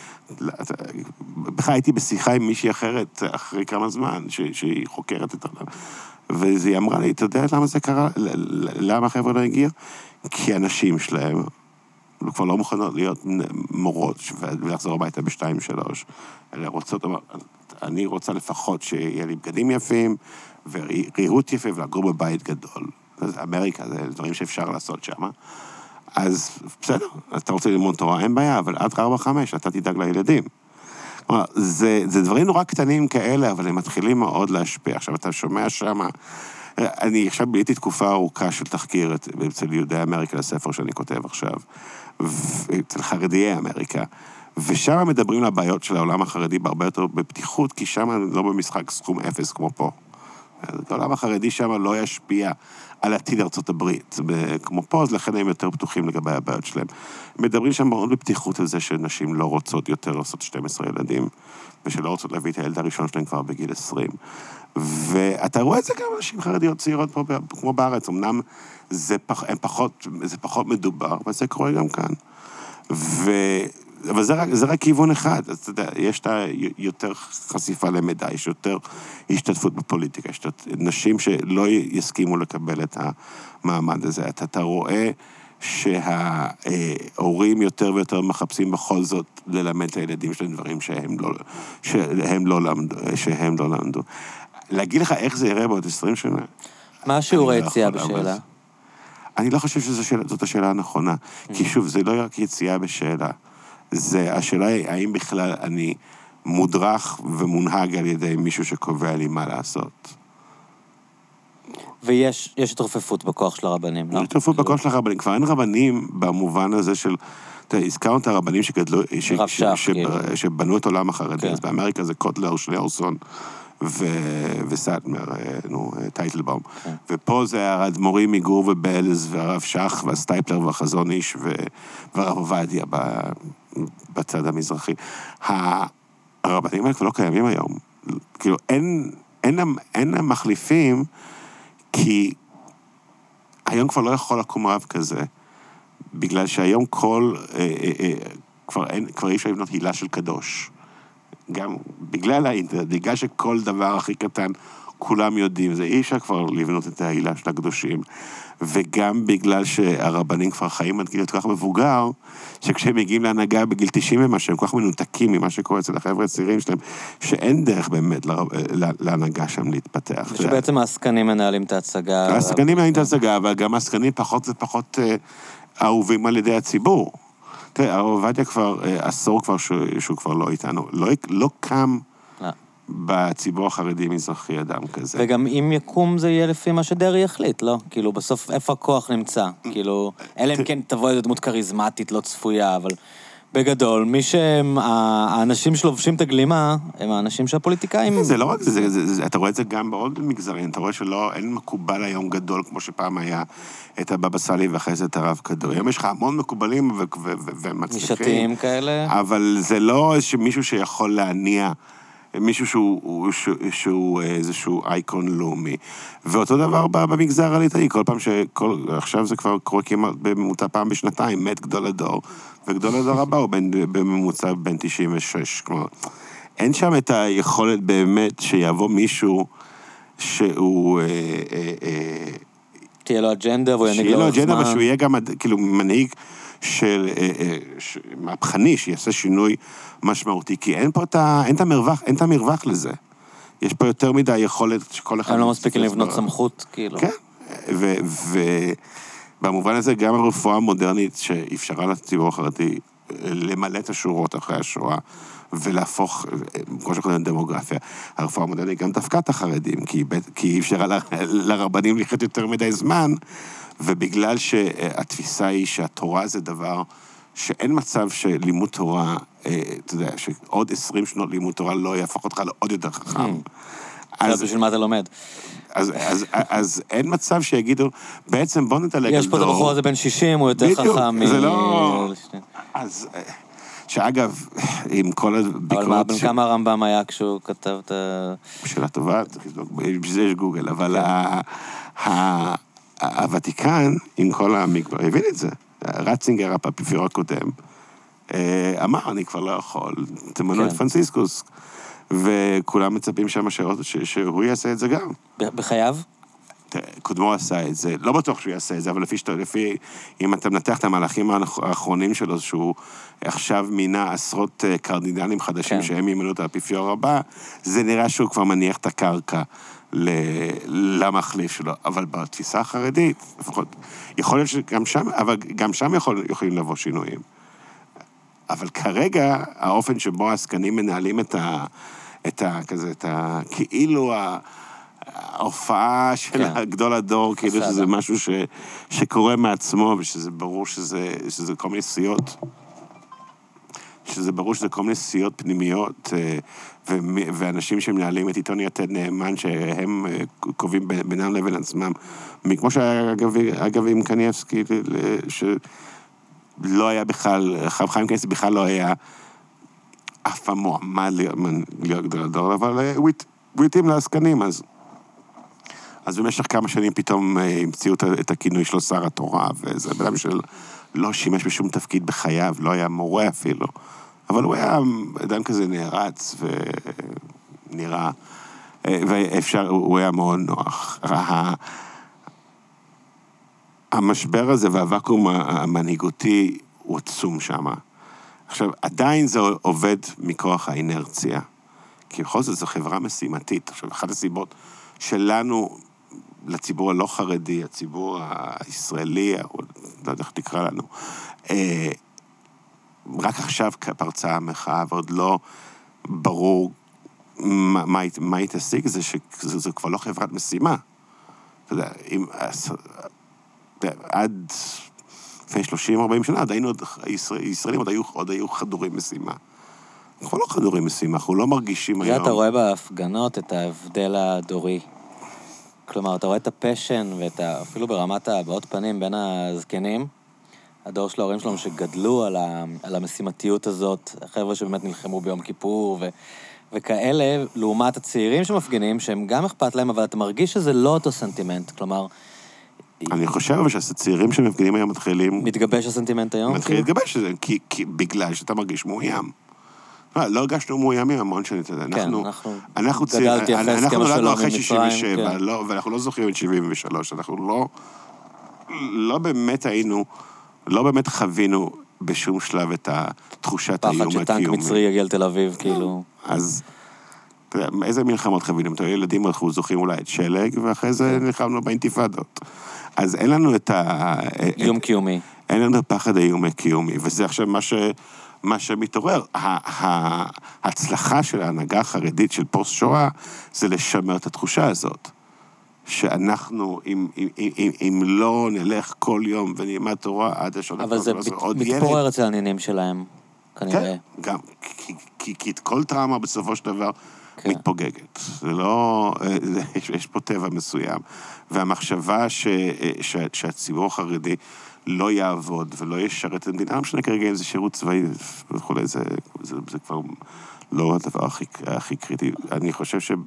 בכלל הייתי בשיחה עם מישהי אחרת אחרי כמה זמן, ש, שהיא חוקרת את העולם. והיא אמרה לי, אתה יודע למה זה קרה? למה החבר'ה לא הגיעו? כי אנשים שלהם, כבר לא מוכנות להיות מורות, ולחזור הביתה בשתיים, שלוש. אלה רוצות, אני רוצה לפחות שיהיה לי בגדים יפים, וריהוט יפה, ולגור בבית גדול. אמריקה, זה דברים שאפשר לעשות שם. אז בסדר, אתה רוצה ללמוד תורה, אין בעיה, אבל עד ארבע חמש, אתה תדאג לילדים. כלומר, זה, זה דברים נורא קטנים כאלה, אבל הם מתחילים מאוד להשפיע. עכשיו, אתה שומע שם, אני עכשיו ביליתי תקופה ארוכה של תחקיר אצל יהודי אמריקה, לספר שאני כותב עכשיו, אצל חרדיי אמריקה, ושם מדברים על הבעיות של העולם החרדי בהרבה יותר בפתיחות, כי שם לא במשחק סכום אפס כמו פה. העולם החרדי שם לא ישפיע על עתיד ארצות הברית, כמו פה, אז לכן הם יותר פתוחים לגבי הבעיות שלהם. מדברים שם מאוד בפתיחות על זה שנשים לא רוצות יותר לעשות שנים עשר ילדים, ושלא רוצות להביא את הילד הראשון שלהם כבר בגיל עשרים. ואתה רואה את זה גם אנשים חרדיות צעירות פה, כמו בארץ, אמנם זה, פח, פחות, זה פחות מדובר, אבל זה קורה גם כאן. ו... אבל זה רק, זה רק כיוון אחד, אז אתה יודע, יש יותר חשיפה למידע, יש יותר השתתפות בפוליטיקה, יש נשים שלא יסכימו לקבל את המעמד הזה. אתה, אתה רואה שההורים יותר ויותר מחפשים בכל זאת ללמד את הילדים שלהם דברים שהם לא, שהם לא למדו, שהם לא למדו. להגיד לך איך זה יראה בעוד עשרים שנה? מה השיעור היציאה בשאלה? אני לא חושב שזאת השאלה הנכונה, כי שוב, זה לא רק יציאה בשאלה. זה, השאלה היא, האם בכלל אני מודרך ומונהג על ידי מישהו שקובע לי מה לעשות. ויש יש התרופפות בכוח של הרבנים, לא? יש התרופפות בכוח של הרבנים. כבר אין רבנים במובן הזה של... תראה, הזכרנו את הרבנים שגדלו... ש, ש, ש, ש, שבנו את עולם החרדי. כן. אז באמריקה זה קוטלר, שניאורסון ו... וסטמר, נו, טייטלבאום. כן. ופה זה האדמו"רים מגור ובלז, והרב שח, והסטייפלר והחזון איש, ו... והרב עובדיה ב... בצד המזרחי. הרבנים האלה כבר לא קיימים היום. כאילו, אין... אין, אין מחליפים, כי היום כבר לא יכול לקום רב כזה, בגלל שהיום כל, אה, אה, אה, כבר, אין, כבר אי אפשר לבנות הילה של קדוש. גם בגלל האינטרנט, בגלל שכל דבר הכי קטן, כולם יודעים, זה אי אפשר כבר לבנות את ההילה של הקדושים, וגם בגלל שהרבנים כבר חיים עד גיל כל כך מבוגר, שכשהם מגיעים להנהגה בגיל תשעים ומה, שהם כל כך מנותקים ממה שקורה אצל החבר'ה הצעירים שלהם, שאין דרך באמת להנהגה שם להתפתח. ושבעצם העסקנים מנהלים את ההצגה. העסקנים מנהלים את ההצגה, אבל גם העסקנים פחות ופחות אהובים על ידי הציבור. תראה, הרב עובדיה כבר עשור כבר שהוא כבר לא איתנו, לא קם בציבור החרדי מזרחי אדם כזה. וגם אם יקום זה יהיה לפי מה שדרי יחליט, לא? כאילו, בסוף איפה הכוח נמצא? כאילו, אלא אם כן תבוא איזו דמות כריזמטית, לא צפויה, אבל בגדול, מי שהם, האנשים שלובשים את הגלימה, הם האנשים שהפוליטיקאים... זה לא רק זה, אתה רואה את זה גם בעוד מגזרים, אתה רואה שלא, אין מקובל היום גדול, כמו שפעם היה את הבבא סאלי ואחרי זה את הרב קדו. היום יש לך המון מקובלים ומצליחים. נשתיים כאלה. אבל זה לא מישהו שיכול להניע מישהו שהוא, שהוא, שהוא איזשהו אייקון לאומי. ואותו דבר במגזר הליטאי, כל פעם שכל, עכשיו זה כבר קורה כמעט בממוצע פעם בשנתיים, מת גדול הדור, וגדול הדור הבא הוא בין, בממוצע בין תשעים ושש. כלומר, אין שם את היכולת באמת שיבוא מישהו שהוא... אה, אה, אה, תהיה לו אג'נדה והוא ינהיג לו זמן. שיהיה לו אג'נדה ושהוא יהיה גם כאילו מנהיג של מהפכני, שיעשה שינוי משמעותי, כי אין פה את ה, אין את המרווח, אין את המרווח לזה. יש פה יותר מדי יכולת שכל אחד... הם לא מספיקים לבנות סמכות, כאילו. כן, ובמובן הזה גם הרפואה המודרנית שאפשרה לציבור החרדי למלא את השורות אחרי השואה, ולהפוך, כמו שאנחנו דמוגרפיה, הרפואה המודרנית גם דווקא את החרדים, כי, כי אי אפשר לרבנים לחיות יותר מדי זמן, ובגלל שהתפיסה היא שהתורה זה דבר שאין מצב שלימוד תורה, אתה יודע, שעוד עשרים שנות לימוד תורה לא יהפוך אותך לעוד יותר חכם. אז בשביל מה אתה לומד? אז, אז, אז אין מצב שיגידו, בעצם בוא נתעלק על דור. יש פה את הבחור הזה בן שישים, הוא יותר חכם מ... זה לא... אז... שאגב, עם כל הביקורת... אבל מה, בין כמה הרמב"ם היה כשהוא כתב את ה... שאלה טובה, צריך לבדוק, בשביל זה יש גוגל, אבל הוותיקן, עם כל המגבר, הבין את זה. רצינגר, האפיפיור הקודם, אמר, אני כבר לא יכול, תמנו את פרנסיסקוס, וכולם מצפים שם שהוא יעשה את זה גם. בחייו? קודמו עשה את זה, לא בטוח שהוא יעשה את זה, אבל לפי, לפי אם אתה מנתח את המהלכים האחרונים שלו, שהוא עכשיו מינה עשרות קרדינלים חדשים, כן. שהם ימנו את האפיפיור הבא, זה נראה שהוא כבר מניח את הקרקע למחליף שלו, אבל בתפיסה החרדית, לפחות, יכול להיות שגם שם, אבל גם שם יכול, יכולים לבוא שינויים. אבל כרגע, האופן שבו העסקנים מנהלים את ה... את ה... כזה, את ה... כאילו ה... ההופעה של כן. הגדול הדור, כאילו שזה משהו ש, שקורה מעצמו, ושזה ברור שזה, שזה כל מיני סיעות, שזה ברור שזה כל מיני סיעות פנימיות, ו, ואנשים שמנהלים את עיתון יתד נאמן, שהם קובעים בינם לבין עצמם, כמו שאגב, אגב עם קניאבסקי, שלא היה בכלל, חיים חיים קניאבסקי בכלל לא היה אף פעם מועמד להיות גדול הדור, אבל הוא התאים לעסקנים, אז... אז במשך כמה שנים פתאום המציאו את הכינוי שלו שר התורה, וזה בן אדם שלא שימש בשום תפקיד בחייו, לא היה מורה אפילו, אבל הוא היה אדם כזה נערץ ונראה, ואפשר, הוא היה מאוד נוח. המשבר הזה והוואקום המנהיגותי הוא עצום שם. עכשיו, עדיין זה עובד מכוח האינרציה, כי בכל זאת זו חברה משימתית. עכשיו, אחת הסיבות שלנו, לציבור הלא חרדי, הציבור הישראלי, או לא יודע איך תקרא לנו, אה, רק עכשיו פרצה המחאה, ועוד לא ברור מה, מה, מה היא תשיג, זה שזה כבר לא חברת משימה. אתה יודע, אם, עד לפני שלושים ארבעים שנה, עד היינו, הישראלים עוד היו, עוד היו חדורים משימה. אנחנו לא חדורים משימה, אנחנו לא מרגישים היום. אתה רואה בהפגנות את ההבדל הדורי. כלומר, אתה רואה את הפשן, ואפילו ברמת הבעות פנים בין הזקנים, הדור של ההורים שלנו שגדלו על, ה, על המשימתיות הזאת, החבר'ה שבאמת נלחמו ביום כיפור, ו, וכאלה, לעומת הצעירים שמפגינים, שהם גם אכפת להם, אבל אתה מרגיש שזה לא אותו סנטימנט, כלומר... אני חושב שהצעירים שמפגינים היום מתחילים... מתגבש הסנטימנט היום? מתחיל להתגבש, כי, כי, בגלל שאתה מרגיש מאוים. לא הרגשנו מאוימים המון שנים, אתה יודע. כן, אנחנו... אנחנו גדלתי אחרי הסכם השלום אחרי שישים ושבע, כן. לא, ואנחנו לא זוכרים את שבעים ושלוש, אנחנו לא... לא באמת היינו... לא באמת חווינו בשום שלב את תחושת האיום הקיומי. פחד שטנק מצרי יגיע לתל אביב, כאילו... אז... איזה מלחמות חווינו? ילדים הלכו, זוכרים אולי את שלג, ואחרי זה נלחמנו באינתיפאדות. אז אין לנו את ה... איום קיומי. אין לנו פחד האיום הקיומי, וזה עכשיו מה ש... מה שמתעורר. ההצלחה של ההנהגה החרדית של פוסט שואה, זה לשמר את התחושה הזאת. שאנחנו, אם, אם, אם, אם לא נלך כל יום ונלמד תורה עד השונה... אבל זה מתפורר אצל העניינים שלהם, כנראה. כן, גם, כי, כי, כי כל טראומה בסופו של דבר כן. מתפוגגת. זה לא... זה, יש, יש פה טבע מסוים. והמחשבה ש, ש, שהציבור החרדי לא יעבוד ולא ישרת את המדינה, לא משנה כרגע אם זה שירות צבאי וכו', זה, זה, זה כבר לא הדבר הכי, הכי קריטי. אני חושב ש...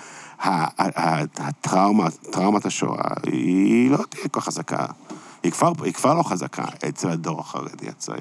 הטראומה, טראומת השואה, היא לא תהיה כל חזקה. היא כבר, היא כבר לא חזקה אצל הדור החרדי הצעיר.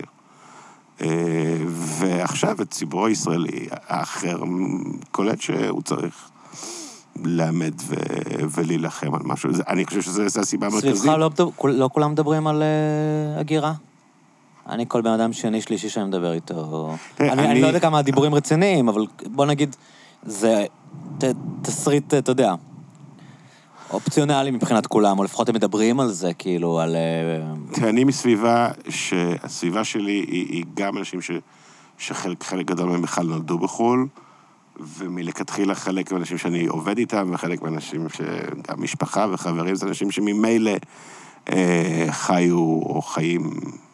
ועכשיו הציבור הישראלי האחר קולט שהוא צריך לעמד ולהילחם על משהו. אני חושב שזה הסיבה המרכזית. סביבך לא כולם מדברים על הגירה? אני כל בן אדם שני שלישי שאני מדבר איתו. אני לא יודע כמה הדיבורים רציניים, אבל בוא נגיד, זה... תסריט, אתה יודע, אופציונלי מבחינת כולם, או לפחות הם מדברים על זה, כאילו, על... אני מסביבה, שהסביבה שלי היא, היא גם אנשים ש, שחלק חלק גדול מהם בכלל נולדו בחול, ומלכתחילה חלק מהאנשים שאני עובד איתם, וחלק מהאנשים שגם משפחה וחברים, זה אנשים שממילא אה, חיו או חיים.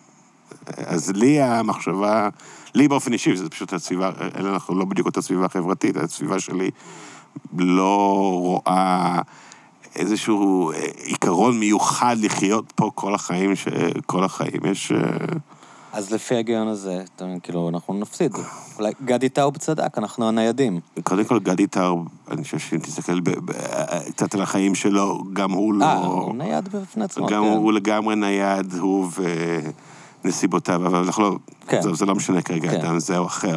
אז לי המחשבה, לי באופן אישי, זה פשוט הסביבה, אנחנו לא בדיוק אותה סביבה חברתית, הסביבה שלי לא רואה איזשהו עיקרון מיוחד לחיות פה כל החיים, כל החיים יש... אז לפי הגיון הזה, כאילו, אנחנו נפסיד. אולי גדי טאוב צדק, אנחנו הניידים. קודם כל, גדי טאוב, אני חושב שאם תסתכל קצת על החיים שלו, גם הוא לא... אה, הוא נייד בפני עצמו. גם הוא לגמרי נייד, הוא ו... נסיבותיו, אבל אנחנו לא, כן. זה, זה לא משנה כרגע, כן. אדם זה או אחר.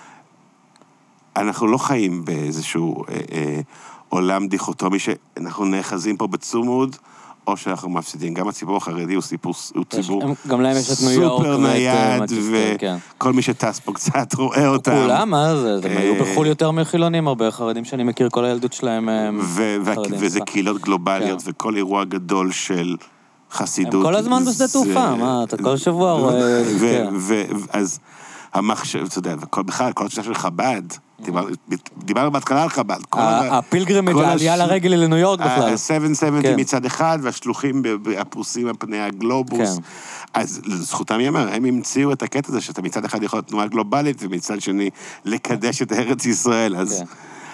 אנחנו לא חיים באיזשהו אה, אה, עולם דיכוטומי שאנחנו נאחזים פה בצומוד, או שאנחנו מפסידים. גם הציבור החרדי הוא סיפור, הוא ציבור גם להם יש את ניו יורק. סופר נייד, וכל מי שטס פה קצת רואה אותם. כולם, מה זה? הם היו בחול יותר מחילונים, הרבה חרדים שאני מכיר, כל הילדות שלהם חרדים. וזה קהילות גלובליות, וכל אירוע גדול של... חסידות. הם כל הזמן בשדה תעופה, מה, אתה כל שבוע רואה... אז המחשב, אתה יודע, בכלל, כל השאלה של חב"ד, דיברנו בהתחלה על חב"ד. הפילגרימג' העלייה לרגל לניו יורק בכלל. ה-שבע שבעים מצד אחד, והשלוחים הפרוסים על פני הגלובוס. אז לזכותם ייאמר, הם המציאו את הקטע הזה, שאתה מצד אחד יכול להיות תנועה גלובלית, ומצד שני לקדש את ארץ ישראל. אז...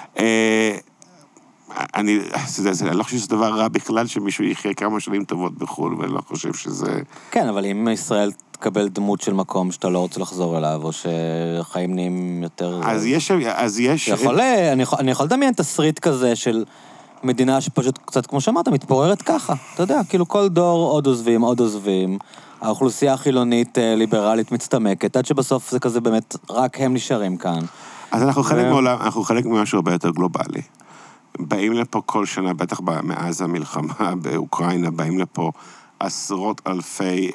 אני, זה, זה, אני לא חושב שזה דבר רע בכלל שמישהו יחיה כמה שנים טובות בחו"ל, ואני לא חושב שזה... כן, אבל אם ישראל תקבל דמות של מקום שאתה לא רוצה לחזור אליו, או שחיים נהיים יותר... אז יש... אז יש... יכול, אני, יכול, אני יכול לדמיין תסריט כזה של מדינה שפשוט קצת, כמו שאמרת, מתפוררת ככה. אתה יודע, כאילו כל דור עוד עוזבים, עוד עוזבים. האוכלוסייה החילונית ליברלית מצטמקת, עד שבסוף זה כזה באמת, רק הם נשארים כאן. אז אנחנו חלק ו... מעולם, אנחנו חלק ממשהו הרבה יותר גלובלי. באים לפה כל שנה, בטח מאז המלחמה באוקראינה, באים לפה עשרות אלפי,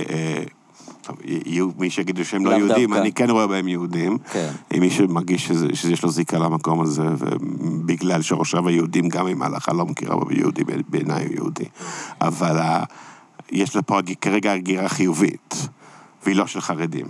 מי שיגידו שהם לא יהודים, אני כן רואה בהם יהודים, עם מי שמרגיש שיש לו זיקה למקום הזה, ובגלל שראשיו היהודים, גם אם ההלכה לא מכירה ביהודי, בעיניי הוא יהודי. אבל יש לפה כרגע הגירה חיובית, והיא לא של חרדים.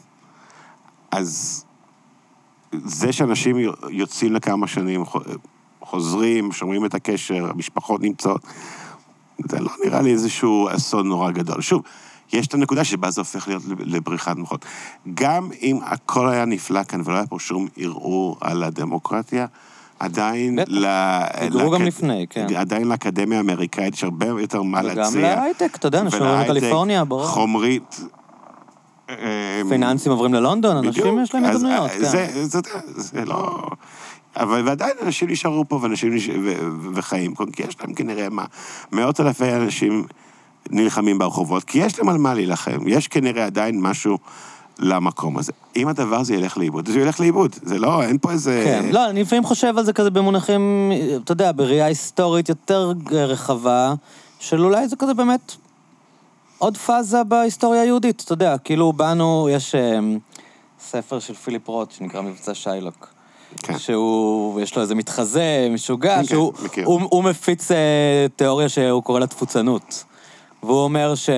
אז זה שאנשים יוצאים לכמה שנים, חוזרים, שומרים את הקשר, המשפחות נמצאות. זה לא נראה לי איזשהו אסון נורא גדול. שוב, יש את הנקודה שבה זה הופך להיות לבריחת מוחות. גם אם הכל היה נפלא כאן ולא היה פה שום ערעור על הדמוקרטיה, עדיין... ערערו גם לפני, כן. עדיין לאקדמיה האמריקאית יש הרבה יותר מה להציע. וגם להייטק, אתה יודע, נשארו בקליפורניה, ברור. חומרית, פיננסים עוברים ללונדון, אנשים יש להם הזדמנויות. זה לא... אבל ועדיין אנשים נשארו פה, ואנשים וחיים, כי יש להם כנראה מה, מאות אלפי אנשים נלחמים ברחובות, כי יש להם על מה להילחם, יש כנראה עדיין משהו למקום הזה. אם הדבר הזה ילך לאיבוד, זה ילך לאיבוד, זה לא, אין פה איזה... כן, לא, אני לפעמים חושב על זה כזה במונחים, אתה יודע, בראייה היסטורית יותר רחבה, של אולי זה כזה באמת עוד פאזה בהיסטוריה היהודית, אתה יודע, כאילו באנו, יש ספר של פיליפ רוט, שנקרא מבצע שיילוק, כן. שהוא, יש לו איזה מתחזה, משוגע, כן, שהוא הוא, הוא מפיץ תיאוריה שהוא קורא לה תפוצנות. והוא אומר ש...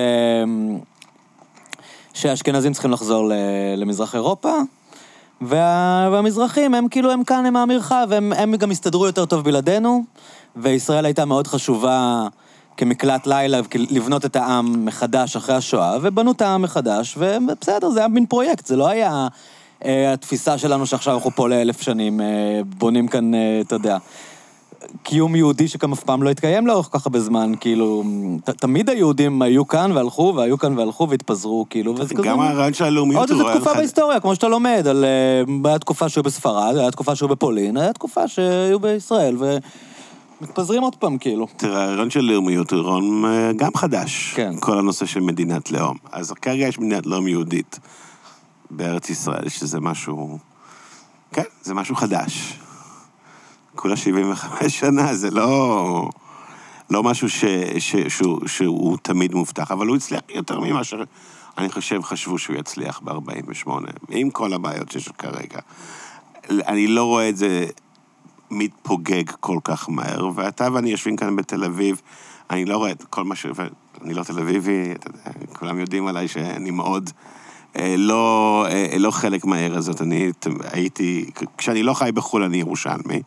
שהאשכנזים צריכים לחזור למזרח אירופה, וה... והמזרחים הם כאילו, הם כאן, הם המרחב, הם, הם גם הסתדרו יותר טוב בלעדינו, וישראל הייתה מאוד חשובה כמקלט לילה, לבנות את העם מחדש אחרי השואה, ובנו את העם מחדש, ובסדר, זה היה מין פרויקט, זה לא היה... התפיסה שלנו שעכשיו אנחנו פה לאלף שנים, בונים כאן, אתה יודע, קיום יהודי שגם אף פעם לא התקיים לאורך ככה בזמן, כאילו, ת, תמיד היהודים היו כאן והלכו, והיו כאן והלכו והתפזרו, כאילו, וזה כזה... גם הרעיון של הלאומיות... עוד איזו תקופה בהיסטוריה, כמו שאתה לומד, על... היה תקופה שהיו בספרד, היה תקופה שהיו בפולין, היה תקופה שהיו בישראל, ומתפזרים עוד פעם, כאילו. תראה, הרעיון של לאומיות הוא רעיון גם חדש, כן. כל הנושא של מדינת לאום. אז כרגע יש מדינת לאום יהודית בארץ ישראל, שזה משהו... כן, זה משהו חדש. כולה שבעים וחמש שנה, זה לא, לא משהו ש, ש, שהוא, שהוא תמיד מובטח, אבל הוא הצליח יותר ממה שאני חושב חשבו שהוא יצליח ב-ארבעים ושמונה, עם כל הבעיות שיש כרגע. אני לא רואה את זה מתפוגג כל כך מהר, ואתה ואני יושבים כאן בתל אביב, אני לא רואה את כל מה ש... אני לא תל אביבי, אתה יודע, כולם יודעים עליי שאני מאוד... לא, לא חלק מהעיר הזאת, אני הייתי, כשאני לא חי בחול, אני ירושלמי,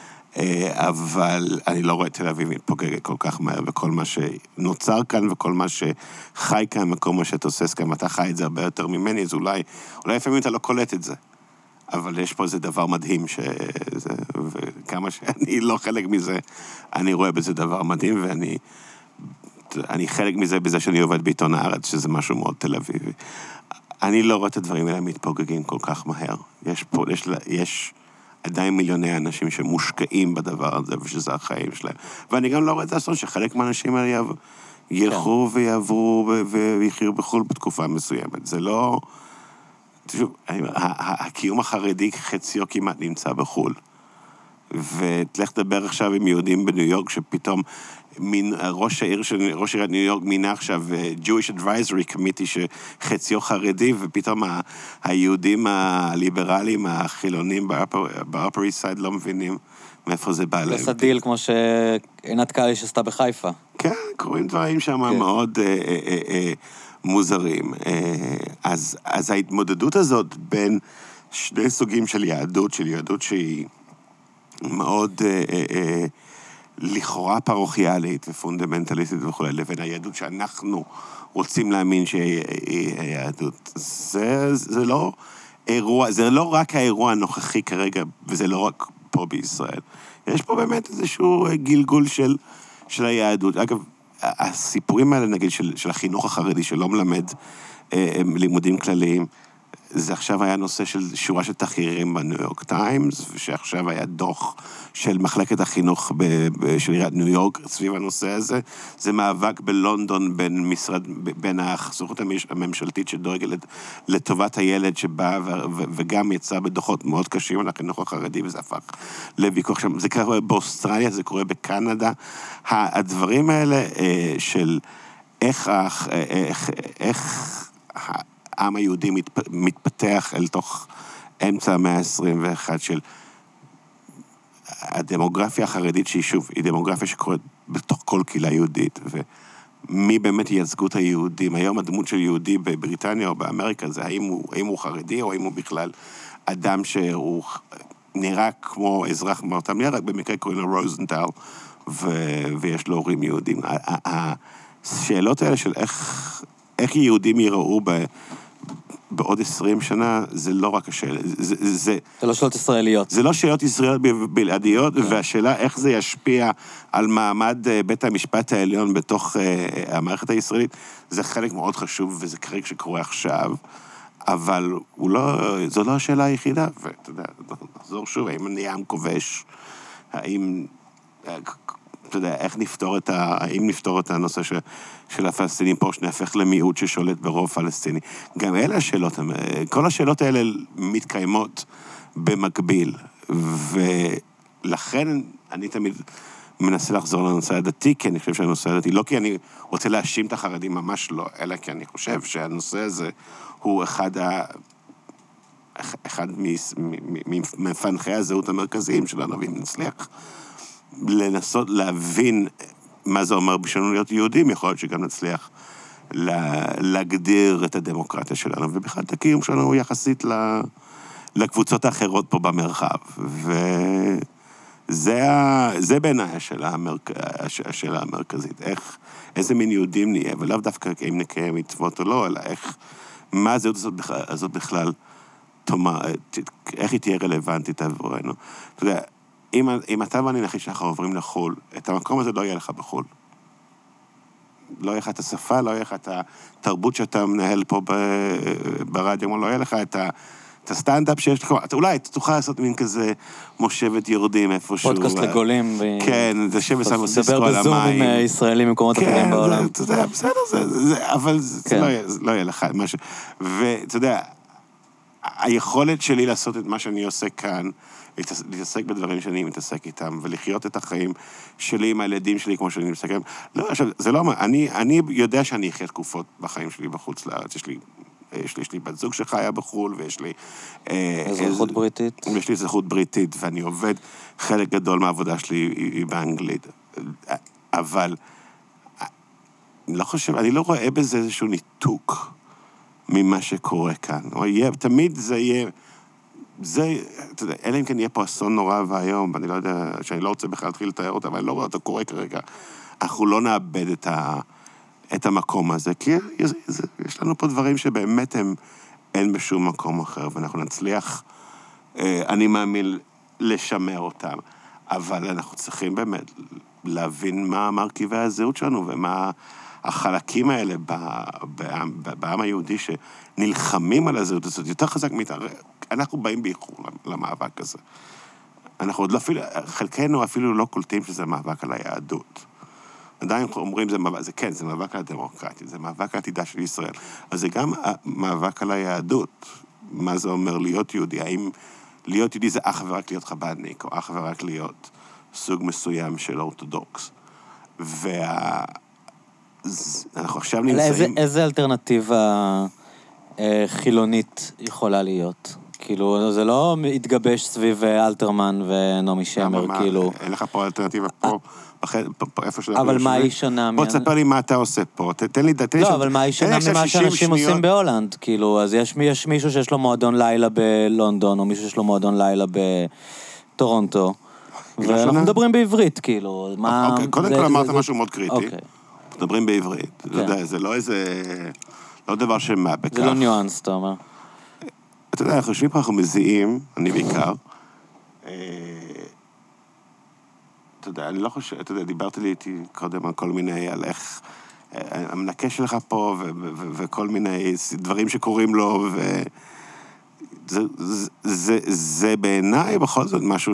אבל אני לא רואה תל אביב מתפוגגת כל כך מהר, וכל מה שנוצר כאן, וכל מה שחי כאן, וכל מה שתוסס כאן, אתה חי את זה הרבה יותר ממני, אז אולי, אולי לפעמים אתה לא קולט את זה, אבל יש פה איזה דבר מדהים, שזה, וכמה שאני לא חלק מזה, אני רואה בזה דבר מדהים, ואני אני חלק מזה בזה שאני עובד בעיתון הארץ, שזה משהו מאוד תל אביבי. אני לא רואה את הדברים האלה מתפוגגים כל כך מהר. יש פה, יש, יש עדיין מיליוני אנשים שמושקעים בדבר הזה, ושזה החיים שלהם. ואני גם לא רואה את הסוד שחלק מהאנשים האלה ילכו ויעברו ויחיו בחול בתקופה מסוימת. זה לא... תשוב, הקיום החרדי חציו כמעט נמצא בחול. ותלך לדבר עכשיו עם יהודים בניו יורק, שפתאום מין, ראש העיר של, ראש עיריית ניו יורק מינה עכשיו Jewish Advisory Committee שחציו חרדי, ופתאום ה, היהודים הליברליים, החילונים ב-Upper East Side לא מבינים מאיפה זה בא להם. לסדיל, כמו שעינת קליש עשתה בחיפה. כן, קוראים דברים שם כן. מאוד אה, אה, אה, מוזרים. אה, אז, אז ההתמודדות הזאת בין שני סוגים של יהדות, של יהדות שהיא מאוד אה, אה, לכאורה פרוחיאלית ופונדמנטליסטית וכו', לבין היהדות שאנחנו רוצים להאמין שהיא היהדות. זה, זה לא אירוע, זה לא רק האירוע הנוכחי כרגע, וזה לא רק פה בישראל. יש פה באמת איזשהו גלגול של, של היהדות. אגב, הסיפורים האלה, נגיד, של, של החינוך החרדי שלא מלמד אה, לימודים כלליים, זה עכשיו היה נושא של שורה של תחקירים בניו יורק טיימס, ושעכשיו היה דוח של מחלקת החינוך של עיריית ניו יורק סביב הנושא הזה. זה מאבק בלונדון בין משרד, בין הסוכנות הממשלתית שדואגת לטובת הילד שבא וגם יצא בדוחות מאוד קשים על החינוך החרדי, וזה הפך לוויכוח שם. זה קורה באוסטרליה, זה קורה בקנדה. הדברים האלה של איך, איך, איך העם היהודי מתפתח אל תוך אמצע המאה ה-עשרים ואחת של הדמוגרפיה החרדית שהיא שוב, היא דמוגרפיה שקורית בתוך כל קהילה יהודית, ומי באמת ייצגו את היהודים. היום הדמות של יהודי בבריטניה או באמריקה זה האם הוא, האם הוא חרדי או האם הוא בכלל אדם שהוא נראה כמו אזרח מאותה מדינה, רק במקרה קוראים לו רוזנטל, ו- ויש לו הורים יהודים. השאלות האלה של איך, איך יהודים יראו ב... בעוד עשרים שנה, זה לא רק השאלה, זה, זה, זה לא שאלות ישראליות. זה לא שאלות ישראליות בלעדיות, yeah. והשאלה איך זה ישפיע על מעמד בית המשפט העליון בתוך uh, המערכת הישראלית, זה חלק מאוד חשוב, וזה כרגע שקורה עכשיו. אבל הוא לא, זו לא השאלה היחידה, ואתה יודע, נחזור שוב, האם נהיה עם כובש, האם, אתה יודע, איך נפתור את ה... האם נפתור את הנושא של, של הפלסטינים פה, שנהפך למיעוט ששולט ברוב פלסטיני. גם אלה השאלות, כל השאלות האלה מתקיימות במקביל, ולכן אני תמיד מנסה לחזור לנושא הדתי, כי אני חושב שהנושא הדתי, לא כי אני רוצה להאשים את החרדים, ממש לא, אלא כי אני חושב שהנושא הזה הוא אחד ה... אחד מפנחי הזהות המרכזיים שלנו, ואם נצליח לנסות להבין מה זה אומר בשביל להיות יהודים, יכול להיות שגם נצליח להגדיר את הדמוקרטיה שלנו, ובכלל את הקיום שלנו יחסית לקבוצות האחרות פה במרחב. וזה בעיניי השאלה, המרכ... השאלה המרכזית, איך, איזה מין יהודים נהיה, ולאו דווקא אם נקיים מצוות או לא, אלא איך, מה הזהות הזאת בכלל, הזאת בכלל תאמר, איך היא תהיה רלוונטית עבורנו. אתה יודע, אם, אם אתה ואני נחליט שאנחנו עוברים לחול, את המקום הזה לא יהיה לך בחול. לא יהיה לך את השפה, לא יהיה לך את התרבות שאתה מנהל פה ברדיו, לא יהיה לך את, ה, את הסטנדאפ שיש לך, אולי תוכל לעשות מין כזה מושבת יורדים איפשהו. פודקאסט לגולים. כן, זה שם בסן פרנסיסקו על המים. דבר בזום עם ישראלים ממקומות אחרים בעולם. כן, אתה יודע, בסדר, זה, אבל זה לא יהיה לך משהו. ואתה יודע, היכולת שלי לעשות את מה שאני עושה כאן, להתעסק בדברים שאני מתעסק איתם, ולחיות את החיים שלי עם הילדים שלי, כמו שאני מתעסק איתם. לא, עכשיו, זה לא, אני, אני יודע שאני אחיה תקופות בחיים שלי בחוץ לארץ. יש לי, יש לי, יש לי בת זוג שחיה בחול, ויש לי... אזרחות בריטית. ויש לי אזרחות בריטית, ואני עובד, חלק גדול מהעבודה שלי היא באנגלית. אבל, אני לא חושב, אני לא רואה בזה איזשהו ניתוק ממה שקורה כאן. תמיד זה יהיה... זה, אתה יודע, אלא אם כן יהיה פה אסון נורא והיום, ואני לא יודע, שאני לא רוצה בכלל להתחיל לתאר אותה, אבל אני לא רואה אותו קורה כרגע. אנחנו לא נאבד את, ה, את המקום הזה, כי יש, יש לנו פה דברים שבאמת הם אין בשום מקום אחר, ואנחנו נצליח, אני מאמין, לשמר אותם. אבל אנחנו צריכים באמת להבין מה מרכיבי הזהות שלנו, ומה החלקים האלה בעם היהודי שנלחמים על הזהות הזאת, יותר חזק מתערב. אנחנו באים באיחור למאבק הזה. אנחנו עוד לא אפילו, חלקנו אפילו לא קולטים שזה מאבק על היהדות. עדיין אומרים, זה מאבק, זה כן, זה מאבק על הדמוקרטיה, זה מאבק על עתידה של ישראל. אז זה גם מאבק על היהדות. מה זה אומר להיות יהודי? האם להיות יהודי זה אך ורק להיות חב"דניק, או אך ורק להיות סוג מסוים של אורתודוקס. וה... אנחנו עכשיו נמצאים... איזה, איזה אלטרנטיבה אה, חילונית יכולה להיות? כאילו, זה לא מתגבש סביב אלתרמן ונעמי שמר, כאילו... אין לך פה אלטרנטיבה פה, איפה שאתה... אבל מה היא שונה? בוא תספר לי מה אתה עושה פה, תן לי... לא, אבל מה היא שונה ממה שאנשים עושים בהולנד? כאילו, אז יש מישהו שיש לו מועדון לילה בלונדון, או מישהו שיש לו מועדון לילה בטורונטו, ואנחנו מדברים בעברית, כאילו, מה... קודם כל אמרת משהו מאוד קריטי. מדברים בעברית. זה לא איזה... לא דבר שמה בכך. זה לא ניואנס, אתה אומר. אתה יודע, אנחנו יושבים פה, אנחנו מזיעים, אני בעיקר. אתה יודע, אני לא חושב, אתה יודע, דיברת לי איתי קודם על כל מיני, על איך המנקה שלך פה, וכל מיני דברים שקורים לו, וזה בעיניי בכל זאת משהו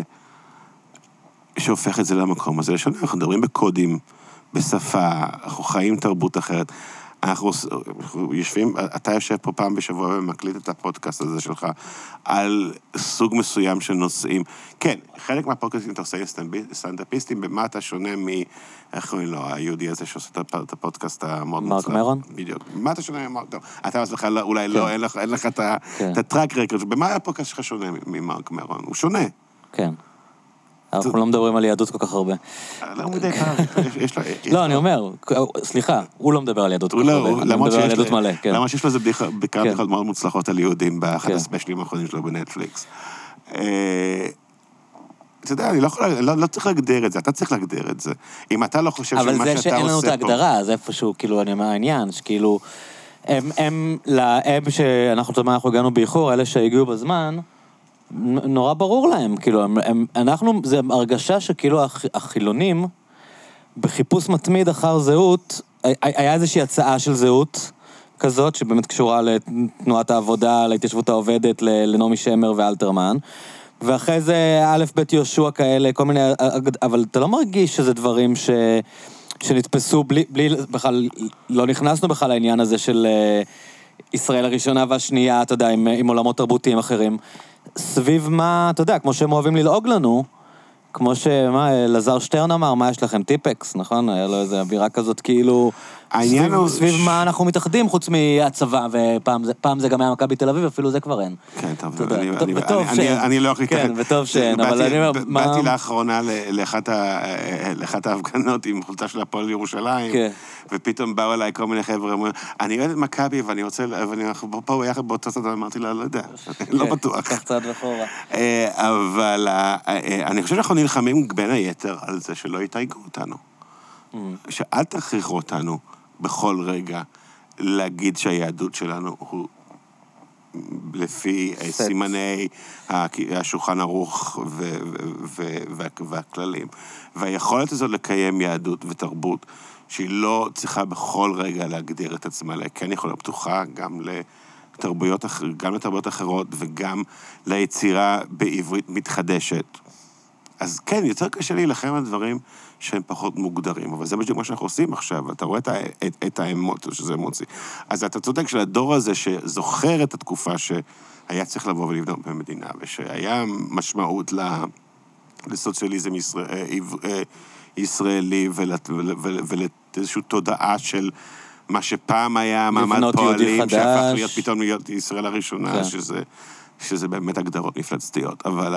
שהופך את זה למקום הזה. אנחנו מדברים בקודים, בשפה, אנחנו חיים תרבות אחרת. אנחנו יושבים, אתה יושב פה פעם בשבוע ומקליט את הפודקאסט הזה שלך על סוג מסוים של נושאים. כן, חלק מהפודקאסטים אתה עושה סטנדאפיסטים, במה אתה שונה מ... איך קוראים לו, היהודי הזה שעושה את הפודקאסט המאוד מוצלח. מרק מרון? בדיוק. במה אתה שונה ממרק? טוב, אתה מסלך אולי לא, אין לך את הטרק רקורד. במה הפודקאסט שלך שונה ממרק מרון? הוא שונה. כן. אנחנו לא מדברים על יהדות כל כך הרבה. לא מדי פעם, יש לו... לא, אני אומר, סליחה, הוא לא מדבר על יהדות כל כך הרבה, הוא מדבר על יהדות מלא, כן. למה שיש לו איזה בדיקה בכלל מאוד מוצלחות על יהודים באחד הספיישלים האחרונים שלו בנטפליקס. אתה יודע, אני לא צריך להגדיר את זה, אתה צריך להגדיר את זה. אם אתה לא חושב שמה שאתה עושה פה... אבל זה שאין לנו את ההגדרה, זה איפשהו, כאילו, אני אומר, העניין, שכאילו, הם, להם שאנחנו הגענו באיחור, אלה שהגיעו בזמן, נורא ברור להם, כאילו, הם, הם, אנחנו, זה הרגשה שכאילו החילונים, בחיפוש מתמיד אחר זהות, היה איזושהי הצעה של זהות, כזאת, שבאמת קשורה לתנועת העבודה, להתיישבות העובדת, לנעמי שמר ואלתרמן. ואחרי זה א' ב' יהושע כאלה, כל מיני, אבל אתה לא מרגיש שזה דברים ש... שנתפסו בלי, בלי, בכלל, לא נכנסנו בכלל לעניין הזה של ישראל הראשונה והשנייה, אתה יודע, עם, עם עולמות תרבותיים אחרים. סביב מה, אתה יודע, כמו שהם אוהבים ללעוג לנו, כמו שמה, לזר שטרן אמר, מה יש לכם? טיפקס, נכון? היה לו איזו אווירה כזאת, כאילו, סביב, הוא... סביב מה אנחנו מתאחדים, חוץ מהצבא, ופעם זה, פעם זה גם היה מכבי תל אביב, אפילו זה כבר אין. כן, טוב, אתה אני, יודע, אני, וטוב אני, שאין. אני, אני לא יכול להתאחד. כן, וטוב שאין, אבל באתי, אני אומר, מה... באתי לאחרונה לאחת, ה, לאחת ההפגנות עם חולצה של הפועל ירושלים, כן. ופתאום באו אליי כל מיני חבר'ה, אמרו, אני אוהד את מכבי, ואני רוצה, ואני פה ביחד באותו צד, אמרתי לה, לא יודע, לא בטוח. קח צעד וחורה. אבל אני חושב שאנחנו נלחמים בין היתר על זה שלא יתייגו אותנו. שאל תכריחו אותנו בכל רגע להגיד שהיהדות שלנו הוא לפי סימני השולחן ערוך והכללים. והיכולת הזאת לקיים יהדות ותרבות שהיא לא צריכה בכל רגע להגדיר את עצמה, אלא כן יכולה פתוחה גם לתרבויות, גם לתרבויות אחרות וגם ליצירה בעברית מתחדשת. אז כן, יותר קשה להילחם על דברים שהם פחות מוגדרים, אבל זה בדיוק מה שאנחנו עושים עכשיו, אתה רואה את, את, את האמוציות שזה מוציא. אז אתה צודק של הדור הזה שזוכר את התקופה שהיה צריך לבוא ולבנות במדינה, ושהיה משמעות לסוציאליזם ישראל, ישראלי ולאיזושהי תודעה של מה שפעם היה מעמד פועלים, שהפך להיות פתאום להיות ישראל הראשונה, שזה, שזה באמת הגדרות מפלצתיות. אבל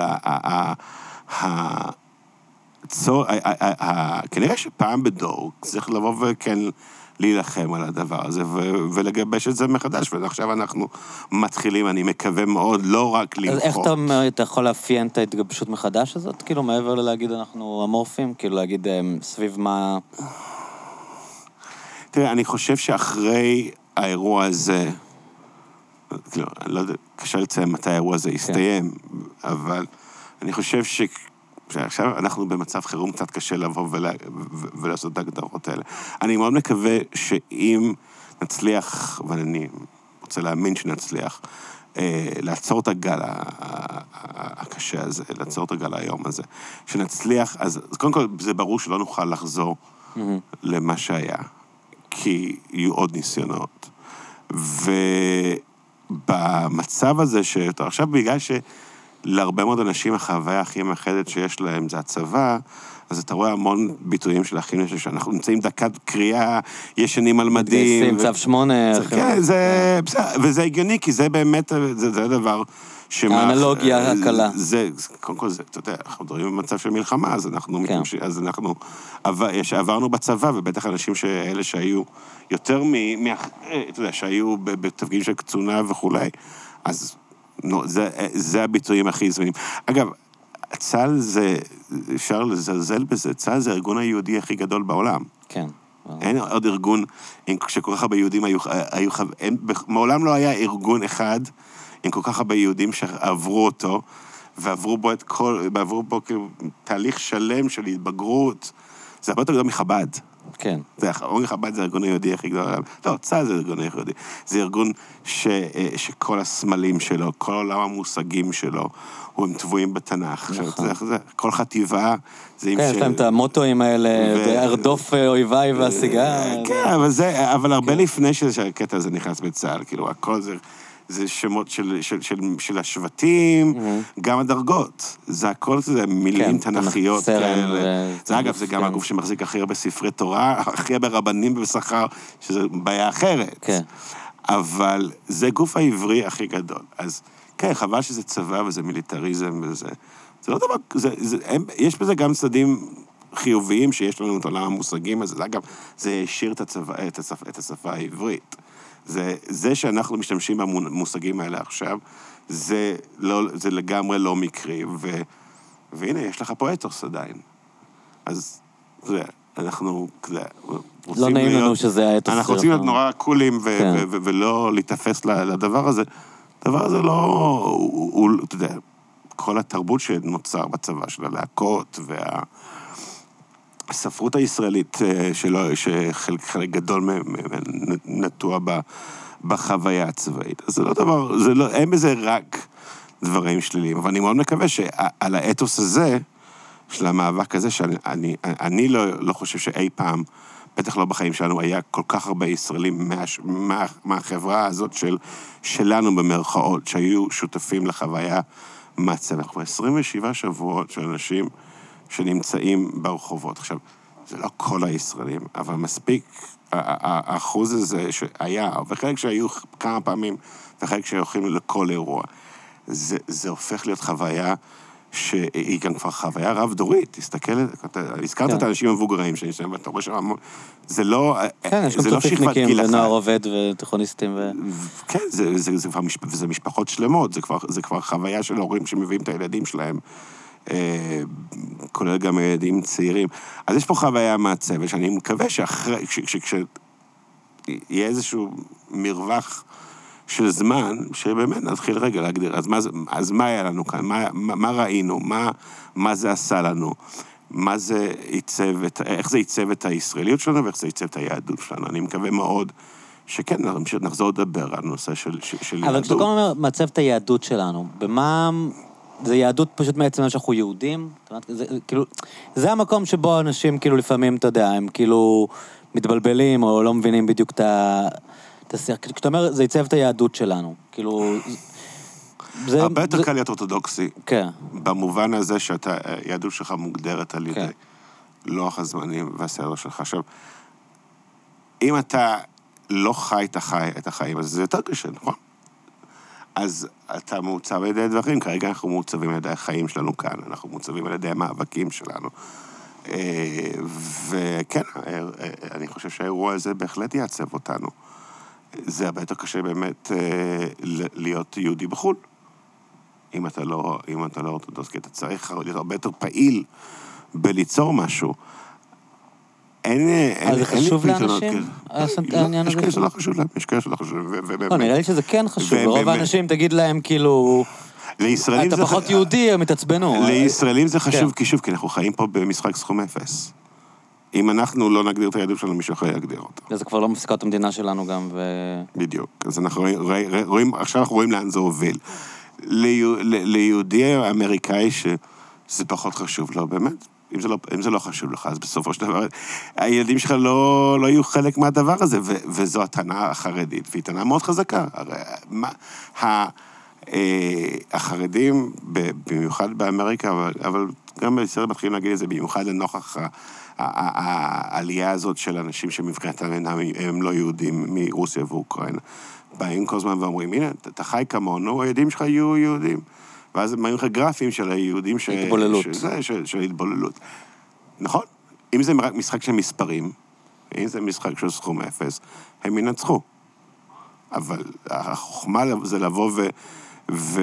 כנראה שפעם בדור צריך לבוא וכן להילחם על הדבר הזה ולגבש את זה מחדש, ועכשיו אנחנו מתחילים, אני מקווה מאוד, לא רק למחוק. אז איך אתה יכול לאפיין את ההתגבשות מחדש הזאת? כאילו מעבר ללהגיד אנחנו אמורפים, כאילו להגיד סביב מה... תראה, אני חושב שאחרי האירוע הזה, כאילו, אני לא יודע, קשה לציין מתי האירוע הזה יסתיים, אבל אני חושב ש... שעכשיו אנחנו במצב חירום קצת קשה לבוא ולה, ולעשות את ההגדרות האלה. אני מאוד מקווה שאם נצליח, ואני רוצה להאמין שנצליח, אה, לעצור את הגל הקשה הזה, לעצור את הגל היום הזה, שנצליח, אז קודם כל זה ברור שלא נוכל לחזור mm-hmm. למה שהיה, כי יהיו עוד ניסיונות. ובמצב הזה שאתה עכשיו בגלל ש... להרבה מאוד אנשים החוויה הכי מאחדת שיש להם זה הצבא, אז אתה רואה המון ביטויים של אחים נשק, שאנחנו נמצאים דקת קריאה, ישנים על מדים. מתגייסים, צו שמונה. כן, זה, וזה הגיוני, כי זה באמת, זה הדבר האנלוגיה הקלה. זה, קודם כל זה, אתה יודע, אנחנו מדברים במצב של מלחמה, אז אנחנו, אז אנחנו, עברנו בצבא, ובטח אנשים שאלה שהיו יותר מ, אתה יודע, שהיו בתפקידים של קצונה וכולי, אז לא, זה, זה הביטויים הכי זמינים. אגב, צה"ל זה, אפשר לזלזל בזה, צה"ל זה הארגון היהודי הכי גדול בעולם. כן. אין עוד ארגון, שכל כך הרבה יהודים היו, היו אין, מעולם לא היה ארגון אחד, עם כל כך הרבה יהודים שעברו אותו, ועברו בו את כל, ועברו בו כאילו תהליך שלם של התבגרות, זה הרבה יותר גדול מחב"ד. כן. זה, ארגון חב"ד זה הארגון היהודי הכי גדול. לא, צה"ל זה ארגון היהודי. זה ארגון ש, שכל הסמלים שלו, כל עולם המושגים שלו, הם טבועים בתנ"ך. נכון. כל חטיבה, זה עם כן, יש להם את המוטואים האלה, בארדוף אויביי והסיגה. כן, אבל זה, אבל הרבה לפני שהקטע הזה נכנס בצה"ל, כאילו, הכל זה... זה שמות של, של, של, של השבטים, mm-hmm. גם הדרגות. זה הכל, זה מילים כן, תנכיות כאלה. ו... זה אגב, זה גם הגוף שמחזיק הכי הרבה ספרי תורה, הכי הרבה רבנים בשכר, שזה בעיה אחרת. כן. אבל זה גוף העברי הכי גדול. אז כן, חבל שזה צבא וזה מיליטריזם וזה. זה לא דבר, זה, זה, הם, יש בזה גם צדדים חיוביים שיש לנו את עולם המושגים הזה. אגב, זה השאיר את, הצבא, את, השפ, את השפה העברית. זה, זה שאנחנו משתמשים במושגים האלה עכשיו, זה, לא, זה לגמרי לא מקרי, ו, והנה, יש לך פה אתוס עדיין. אז, זה, אנחנו, זה, רוצים לא נעים להיות, לנו שזה האתוס. אנחנו רוצים להיות נורא קולים, ו, כן. ו, ו, ולא להתאפס לדבר הזה. הדבר הזה לא, הוא, הוא, אתה יודע, כל התרבות שנוצר בצבא של הלהקות, וה... הספרות הישראלית שלו, שחלק חלק גדול נטוע בחוויה הצבאית. אז זה לא דבר, זה לא, אין בזה רק דברים שליליים, אבל אני מאוד מקווה שעל האתוס הזה, של המאבק הזה, שאני אני, אני לא, לא חושב שאי פעם, בטח לא בחיים שלנו, היה כל כך הרבה ישראלים מה, מה, מהחברה הזאת של, שלנו במרכאות, שהיו שותפים לחוויה מהצבא. אנחנו עשרים ושבעה שבועות של אנשים שנמצאים ברחובות. עכשיו, זה לא כל הישראלים, אבל מספיק האחוז הזה שהיה, וחלק שהיו כמה פעמים, וחלק שהולכים לכל אירוע. זה, זה הופך להיות חוויה שהיא גם כבר חוויה רב-דורית. תסתכל, הזכרת את האנשים המבוגרים שנשארים, ואתה רואה שם, זה לא, כן, יש גם צופיפניקים ונוער עובד ותיכוניסטים. כן, זה משפחות שלמות, זה כבר חוויה של הורים שמביאים את הילדים שלהם, כולל גם ילדים צעירים. אז יש פה חוויה מהצוות, שאני מקווה שאחרי, כשיהיה איזשהו מרווח של זמן, שבאמת נתחיל רגע להגדיר, אז מה, אז מה היה לנו כאן? מה, מה, מה ראינו? מה, מה זה עשה לנו? מה זה ייצב את, איך זה ייצב את הישראליות שלנו, ואיך זה ייצב את היהדות שלנו? אני מקווה מאוד שכן, נחזור לדבר על נושא של, של יהדות. אבל כשאתה כל אומר, מעצב את היהדות שלנו, במה... זה יהדות פשוט מעצם שאנחנו יהודים, זה, כאילו, זה המקום שבו אנשים כאילו לפעמים, אתה יודע, הם כאילו מתבלבלים או לא מבינים בדיוק את ה... כשאתה אומר, זה ייצב את היהדות שלנו, כאילו... זה, הרבה יותר זה... קל להיות אורתודוקסי, כן. במובן הזה שאתה, היהדות שלך מוגדרת על ידי כן. לוח הזמנים והסדר שלך. עכשיו, אם אתה לא חי את, החי, את החיים, אז זה יותר קשה, נכון? אז אתה מעוצב על ידי דברים, כרגע אנחנו מעוצבים על ידי החיים שלנו כאן, אנחנו מעוצבים על ידי המאבקים שלנו. וכן, אני חושב שהאירוע הזה בהחלט יעצב אותנו. זה הרבה יותר קשה באמת להיות יהודי בחו"ל. אם אתה לא, אם אתה לא אורתודוקס, כי אתה צריך להיות הרבה יותר פעיל בליצור משהו. אין, אין, אז זה חשוב לאנשים? יש כאלה שלא חשוב להם, יש כאלה שלא חשוב. לא, נראה לי שזה כן חשוב. רוב האנשים תגיד להם כאילו... אתה פחות יהודי, הם התעצבנו. לישראלים זה חשוב, כי שוב, כי אנחנו חיים פה במשחק סכום אפס. אם אנחנו לא נגדיר את היהדות שלנו, מישהו אחר יגדיר אותה. זה כבר לא מפסיקה את המדינה שלנו גם, ו... בדיוק. אז אנחנו רואים, עכשיו אנחנו רואים לאן זה הוביל. ליהודי האמריקאי שזה פחות חשוב לו, באמת. אם זה לא, אם זה לא חשוב לך, אז בסופו של דבר, הילדים שלך לא, לא יהיו חלק מהדבר הזה, ו, וזו הטענה החרדית, והיא טענה מאוד חזקה. הרי, מה, ה, אה, החרדים, במיוחד באמריקה, אבל, אבל גם בישראל מתחילים להגיד את זה, במיוחד לנוכח ה, העלייה הזאת של אנשים שמבחינתם הם לא יהודים מרוסיה ואוקראינה. באים כל הזמן ואומרים, הנה, אתה חי כמונו, הילדים שלך יהיו יהודים. ואז מראים לך גרפים של היהודים ש... התבוללות. שזה, של, של התבוללות. נכון? אם זה רק משחק של מספרים, אם זה משחק של סכום אפס, הם ינצחו. אבל החוכמה זה לבוא ו... ו...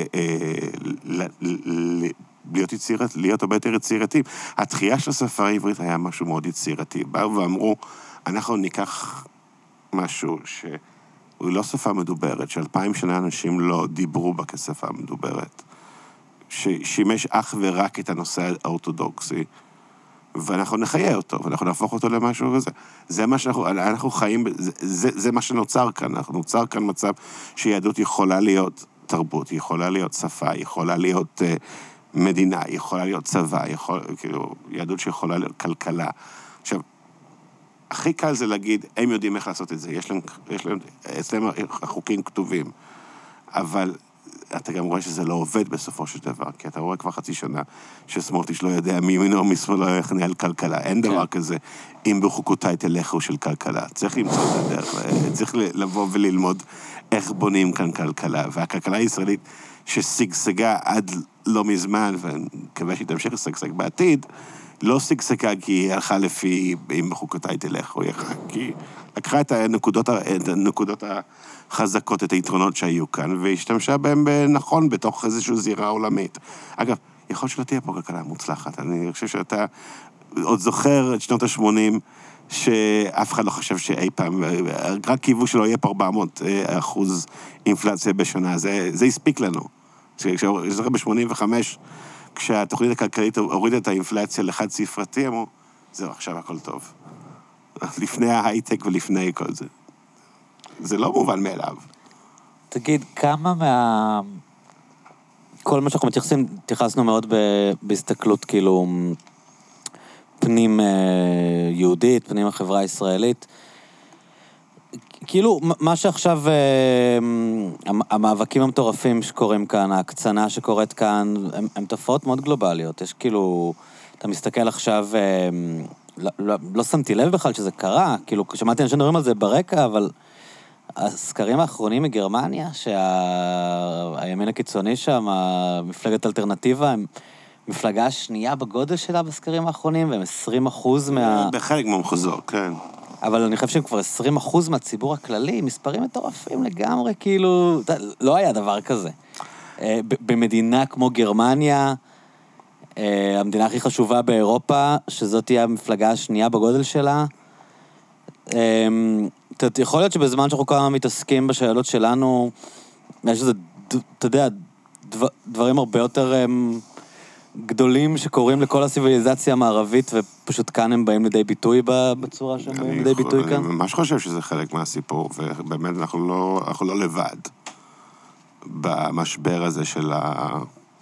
ל... ל... להיות יצירת, להיות הרבה יותר יצירתיים. התחייה של השפה העברית היה משהו מאוד יצירתי. באו ואמרו, אנחנו ניקח משהו ש... הוא לא שפה מדוברת, שאלפיים שנה אנשים לא דיברו בה כשפה מדוברת, ששימש אך ורק את הנושא האורתודוקסי, ואנחנו נחיה אותו, ואנחנו נהפוך אותו למשהו וזה. זה מה שאנחנו, אנחנו חיים, זה, זה, זה מה שנוצר כאן, אנחנו נוצר כאן מצב שיהדות יכולה להיות תרבות, יכולה להיות שפה, יכולה להיות uh, מדינה, יכולה להיות צבא, יכול, כאילו, יהדות שיכולה להיות כלכלה. עכשיו, הכי קל זה להגיד, הם יודעים איך לעשות את זה, יש להם, יש להם, אצלם החוקים כתובים, אבל אתה גם רואה שזה לא עובד בסופו של דבר, כי אתה רואה כבר חצי שנה שסמוטריץ' לא יודע מימינו או משמאלו איך לנהל כלכלה, אין דבר כזה, אם בחוקותיי תלכו של כלכלה, צריך למצוא את הדרך, צריך לבוא וללמוד איך בונים כאן כלכלה, והכלכלה הישראלית ששגשגה עד לא מזמן, ואני מקווה שהיא תמשיך לשגשג בעתיד, לא שגשגה כי היא הלכה לפי, אם בחוקותיי תלך, או יחד, כי לקחה את הנקודות, את הנקודות החזקות, את היתרונות שהיו כאן, והשתמשה בהם נכון בתוך איזושהי זירה עולמית. אגב, יכול שלא תהיה פה כלכלה מוצלחת, אני חושב שאתה עוד זוכר את שנות ה-שמונים, שאף אחד לא חושב שאי פעם, רק קיוו שלא יהיה פה ארבע מאות אחוז אינפלציה בשנה, זה, זה הספיק לנו. כשזוכר ב-שמונים וחמש, כשהתוכנית הכלכלית הורידה את האינפלציה לחד ספרתי, אמרו, זהו, עכשיו הכל טוב. לפני ההייטק ולפני כל זה. זה לא מובן מאליו. תגיד, כמה מה... כל מה שאנחנו מתייחסים, התייחסנו מאוד ב... בהסתכלות כאילו פנים יהודית, פנים החברה הישראלית. כאילו, מה שעכשיו, המאבקים המטורפים שקורים כאן, ההקצנה שקורית כאן, הם, הם תופעות מאוד גלובליות. יש כאילו, אתה מסתכל עכשיו, לא, לא, לא שמתי לב בכלל שזה קרה, כאילו, שמעתי אנשים מדברים על זה ברקע, אבל הסקרים האחרונים מגרמניה, שהימין הקיצוני שם, המפלגת אלטרנטיבה, הם מפלגה השנייה בגודל שלה בסקרים האחרונים, והם עשרים אחוז מה... בחלק מהמחוזות, כן. אבל אני חושב שהם כבר עשרים אחוז מהציבור הכללי, מספרים מטורפים לגמרי, כאילו, לא היה דבר כזה. במדינה כמו גרמניה, המדינה הכי חשובה באירופה, שזאת תהיה המפלגה השנייה בגודל שלה, יכול להיות שבזמן שאנחנו כמה מתעסקים בשאלות שלנו, יש איזה, אתה יודע, דברים הרבה יותר גדולים שקורים לכל הסיביליזציה המערבית, ופשוט כאן הם באים לידי ביטוי בצורה שהם באים לידי ביטוי כאן. אני ממש חושב שזה חלק מהסיפור, ובאמת אנחנו לא, אנחנו לא לבד במשבר הזה של ה...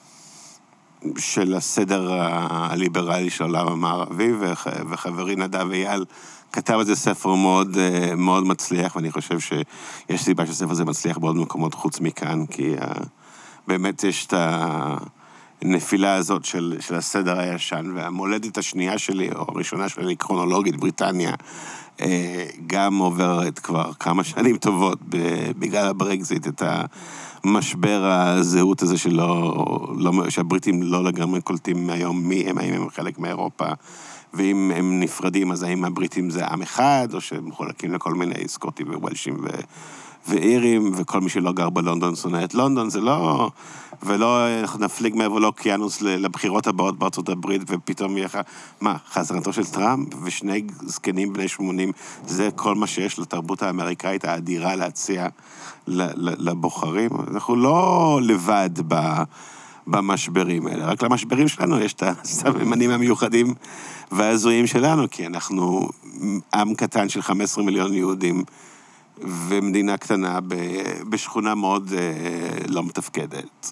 של הסדר הליברלי של העולם המערבי, וחברי נדב אייל כתב על זה ספר מאוד, מאוד מצליח, ואני חושב שיש סיבה שהספר הזה מצליח בעוד מקומות חוץ מכאן, כי באמת יש את הנפילה הזאת של, של הסדר הישן, והמולדת השנייה שלי, או הראשונה שלי, קרונולוגית, בריטניה, גם עוברת כבר כמה שנים טובות בגלל הברקזיט, את המשבר הזהות הזה שלא, לא, שהבריטים לא לגמרי קולטים היום מי הם, האם הם חלק מאירופה, ואם הם נפרדים, אז האם הבריטים זה עם אחד, או שהם מחולקים לכל מיני סקוטים ווולשים ו... ואירים, וכל מי שלא גר בלונדון שונא את לונדון, זה לא... ולא נפליג מעבר לאוקיינוס לבחירות הבאות בארצות הברית, ופתאום יהיה לך... מה, חזרתו של טראמפ ושני זקנים בני שמונים, זה כל מה שיש לתרבות האמריקאית האדירה להציע לבוחרים. אנחנו לא לבד ב... במשברים האלה. רק למשברים שלנו יש את הסממנים המיוחדים והאזויים שלנו, כי אנחנו עם קטן של חמישה עשר מיליון יהודים, ומדינה קטנה בשכונה מאוד לא מתפקדת.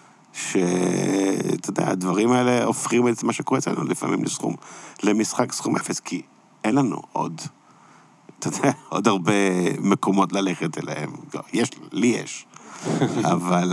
שאתה יודע, הדברים האלה הופכים את מה שקורה אצלנו לפעמים לסכום, למשחק סכום אפס, כי אין לנו עוד, אתה יודע, עוד הרבה מקומות ללכת אליהם. יש, לי יש. אבל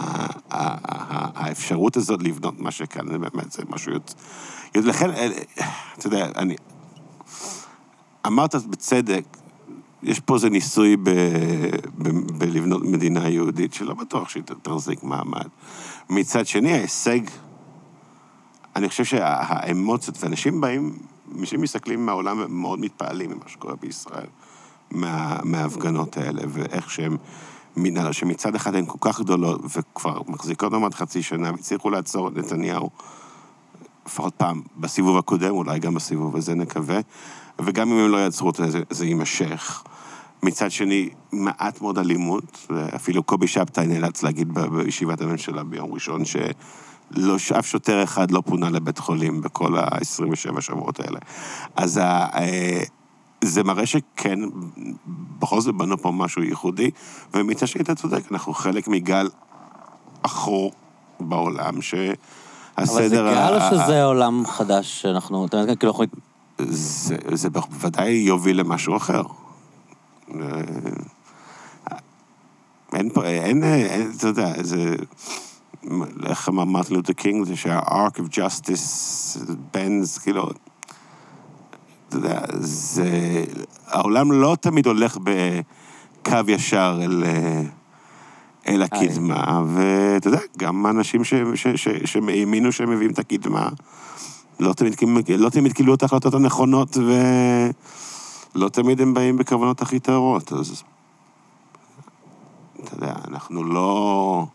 האפשרות הזאת לבנות מה שכאן, זה באמת, זה משהו יותר... לכן, אתה יודע, אני... אמרת בצדק, יש פה איזה ניסוי בלבנות מדינה יהודית, שלא בטוח שהיא תחזיק מעמד. מצד שני, ההישג, אני חושב שהאמוציות, ואנשים באים, אנשים מסתכלים מהעולם מאוד מתפעלים ממה שקורה בישראל, מההפגנות האלה, ואיך שהם... שמצד אחד הן כל כך גדולות, וכבר מחזיקות עד חצי שנה, והצליחו לעצור את נתניהו, לפחות פעם, בסיבוב הקודם, אולי גם בסיבוב הזה נקווה, וגם אם הם לא יעצרו אותו, זה, זה יימשך. מצד שני, מעט מאוד אלימות, אפילו קובי שבתאי נאלץ להגיד בישיבת הממשלה ביום ראשון, שלא, אף שוטר אחד לא פונה לבית חולים בכל ה-עשרים ושבע שבועות האלה. אז ה... זה מראה שכן, בכל זאת בנו פה משהו ייחודי, ומצד שני אתה צודק, אנחנו חלק מגל אחור בעולם, שהסדר... אבל זה גל או שזה עולם חדש שאנחנו... אתה יודעת, כאילו אנחנו... זה, זה בוודאי יוביל למשהו אחר. אין פה, אין, אין, אתה יודע, זה... איך אמר מרטין לותר קינג, זה שה-arc of justice bends, כאילו... אתה יודע, זה... העולם לא תמיד הולך בקו ישר אל, אל הקדמה, ואתה יודע, גם אנשים שהאמינו שהם מביאים את הקדמה, לא תמיד, לא תמיד קיבלו את ההחלטות הנכונות, ולא תמיד הם באים בכוונות הכי טהורות, אז אתה יודע, אנחנו לא...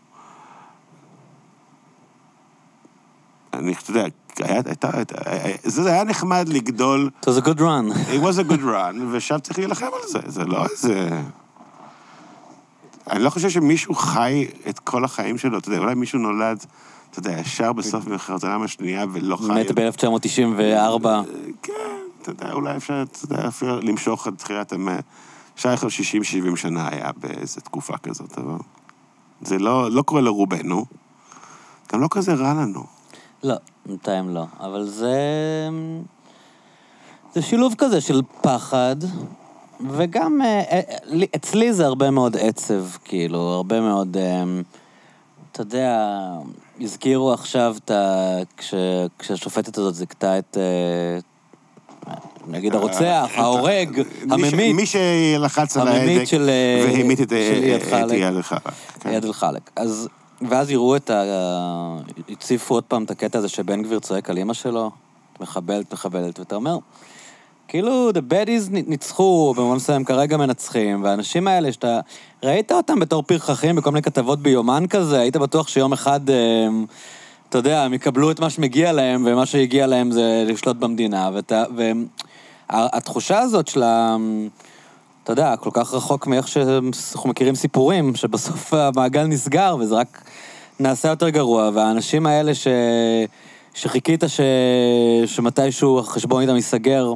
אני, אתה יודע, הייתה, זה היה נחמד לגדול. It was a good run. It was a good run, ושם צריך להילחם על זה. זה לא איזה... אני לא חושב שמישהו חי את כל החיים שלו, אתה יודע, אולי מישהו נולד, אתה יודע, ישר בסוף מלחמת העולם השנייה ולא חי... מת ב-אלף תשע מאות תשעים וארבע. כן, אתה יודע, אולי אפשר, אתה יודע, אפילו למשוך את תחילת המאה. שייך לו שישים שבעים שנה היה באיזו תקופה כזאת, אבל זה לא, לא קורה לרובנו, גם לא כזה רע לנו. לא, בינתיים לא, אבל זה... זה שילוב כזה של פחד, וגם אצלי זה הרבה מאוד עצב, כאילו, הרבה מאוד, אתה יודע, הזכירו עכשיו, כש, כשהשופטת הזאת זיקתה את, נגיד הרוצח, ההורג, הממית, מי שלחץ על ההדק והמית את יד אל-חלק. יד אל-חלק. אז, ואז יראו את ה... הציפו עוד פעם את הקטע הזה שבן גביר צועק על אמא שלו, מחבלת, מחבלת, ואתה אומר, כאילו, the baddies ניצחו, במובן מסוים כרגע מנצחים, והאנשים האלה שאתה... ראית אותם בתור פרחחים בכל מיני כתבות ביומן כזה, היית בטוח שיום אחד, אתה יודע, הם יקבלו את מה שמגיע להם, ומה שהגיע להם זה לשלוט במדינה, והתחושה הזאת של ה... אתה יודע, כל כך רחוק מאיך שאנחנו מכירים סיפורים, שבסוף המעגל נסגר, וזה רק נעשה יותר גרוע, והאנשים האלה ש... שחיכית ש... שמתישהו החשבון איתם ייסגר,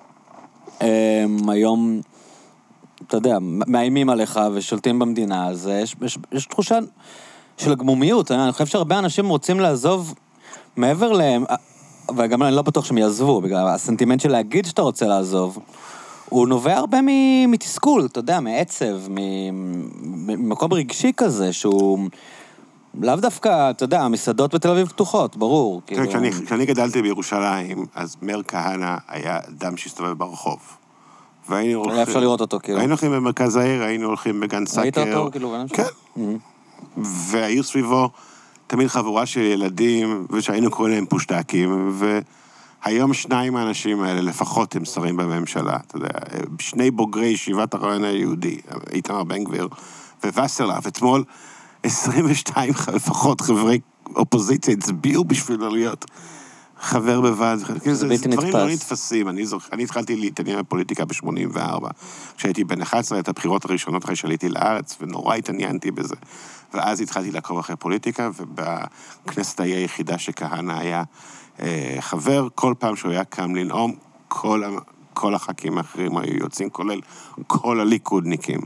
הם היום, אתה יודע, מאיימים עליך ושולטים במדינה, אז יש, יש, יש תחושה של הגמומיות. אני חושב שהרבה אנשים רוצים לעזוב מעבר להם, וגם אני לא בטוח שהם יעזבו, בגלל הסנטימנט של להגיד שאתה רוצה לעזוב, הוא נובע הרבה מתסכול, אתה יודע, מעצב, ממקום רגשי כזה, שהוא לאו דווקא, אתה יודע, המסעדות בתל אביב פתוחות, ברור. כשאני גדלתי בירושלים, אז מאיר כהנא היה אדם שהסתובב ברחוב. היה אפשר לראות אותו, כאילו. היינו הולכים במרכז העיר, היינו הולכים בגן סאקר. ראית אותו, כאילו? כן. והעיר סביבו, תמיד חבורה של ילדים, ושהיינו קוראים להם פושטקים, והיום שניים האנשים האלה, לפחות הם שרים בממשלה, אתה יודע, שני בוגרי ישיבת הרעיון היהודי, איתמר בן גביר, ווסרלאף, אתמול, עשרים ושתיים לפחות חברי אופוזיציה הצביעו בשביל להיות חבר בוועד. זה דברים לא נתפסים. אני התחלתי להתעניין בפוליטיקה ב-שמונים וארבע. כשהייתי בן אחת עשרה, את הבחירות הראשונות אחרי שעליתי לארץ, ונורא התעניינתי בזה. ואז התחלתי לעקוב אחרי פוליטיקה, ובכנסת היה היחידה שכהנא היה חבר. כל פעם שהוא היה קם לנאום, כל הח"כים האחרים היו יוצאים, כולל כל הליכודניקים.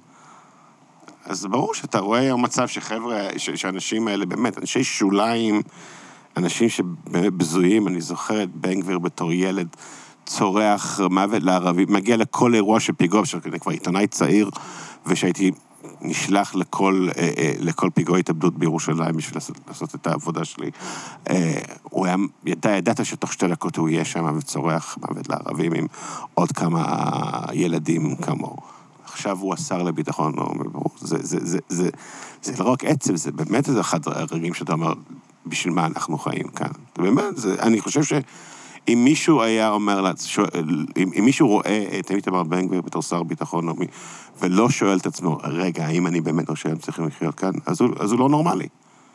אז ברור שאתה רואה מצב שחבר'ה, שאנשים האלה באמת, אנשי שוליים, אנשים שבזויים, אני זוכר את בן גביר בתור ילד, צורח מוות לערבי, מגיע לכל אירוע של פיגוע, שאני כבר עיתונאי צעיר, ושהייתי נשלח לכל, לכל פיגוע התאבדות בירושלים, בשביל לעשות, לעשות את העבודה שלי. הוא היה, ידע, ידעת שתוך שתי דקות הוא יהיה שם, וצורח מוות לערבים עם עוד כמה ילדים כמוהו. עכשיו הוא השר לביטחון, זה, זה, זה, זה, זה לא רק עצב, זה באמת איזה אחד הרגעים שאתה אומר, בשביל מה אנחנו חיים כאן. זה באמת, זה, אני חושב שאם מישהו היה אומר לה, אם, אם מישהו רואה את איתמר בן גביר בתור שר ביטחון, ולא שואל את עצמו, רגע, האם אני באמת חושב שהם צריכים לחיות כאן, אז הוא, אז הוא לא נורמלי.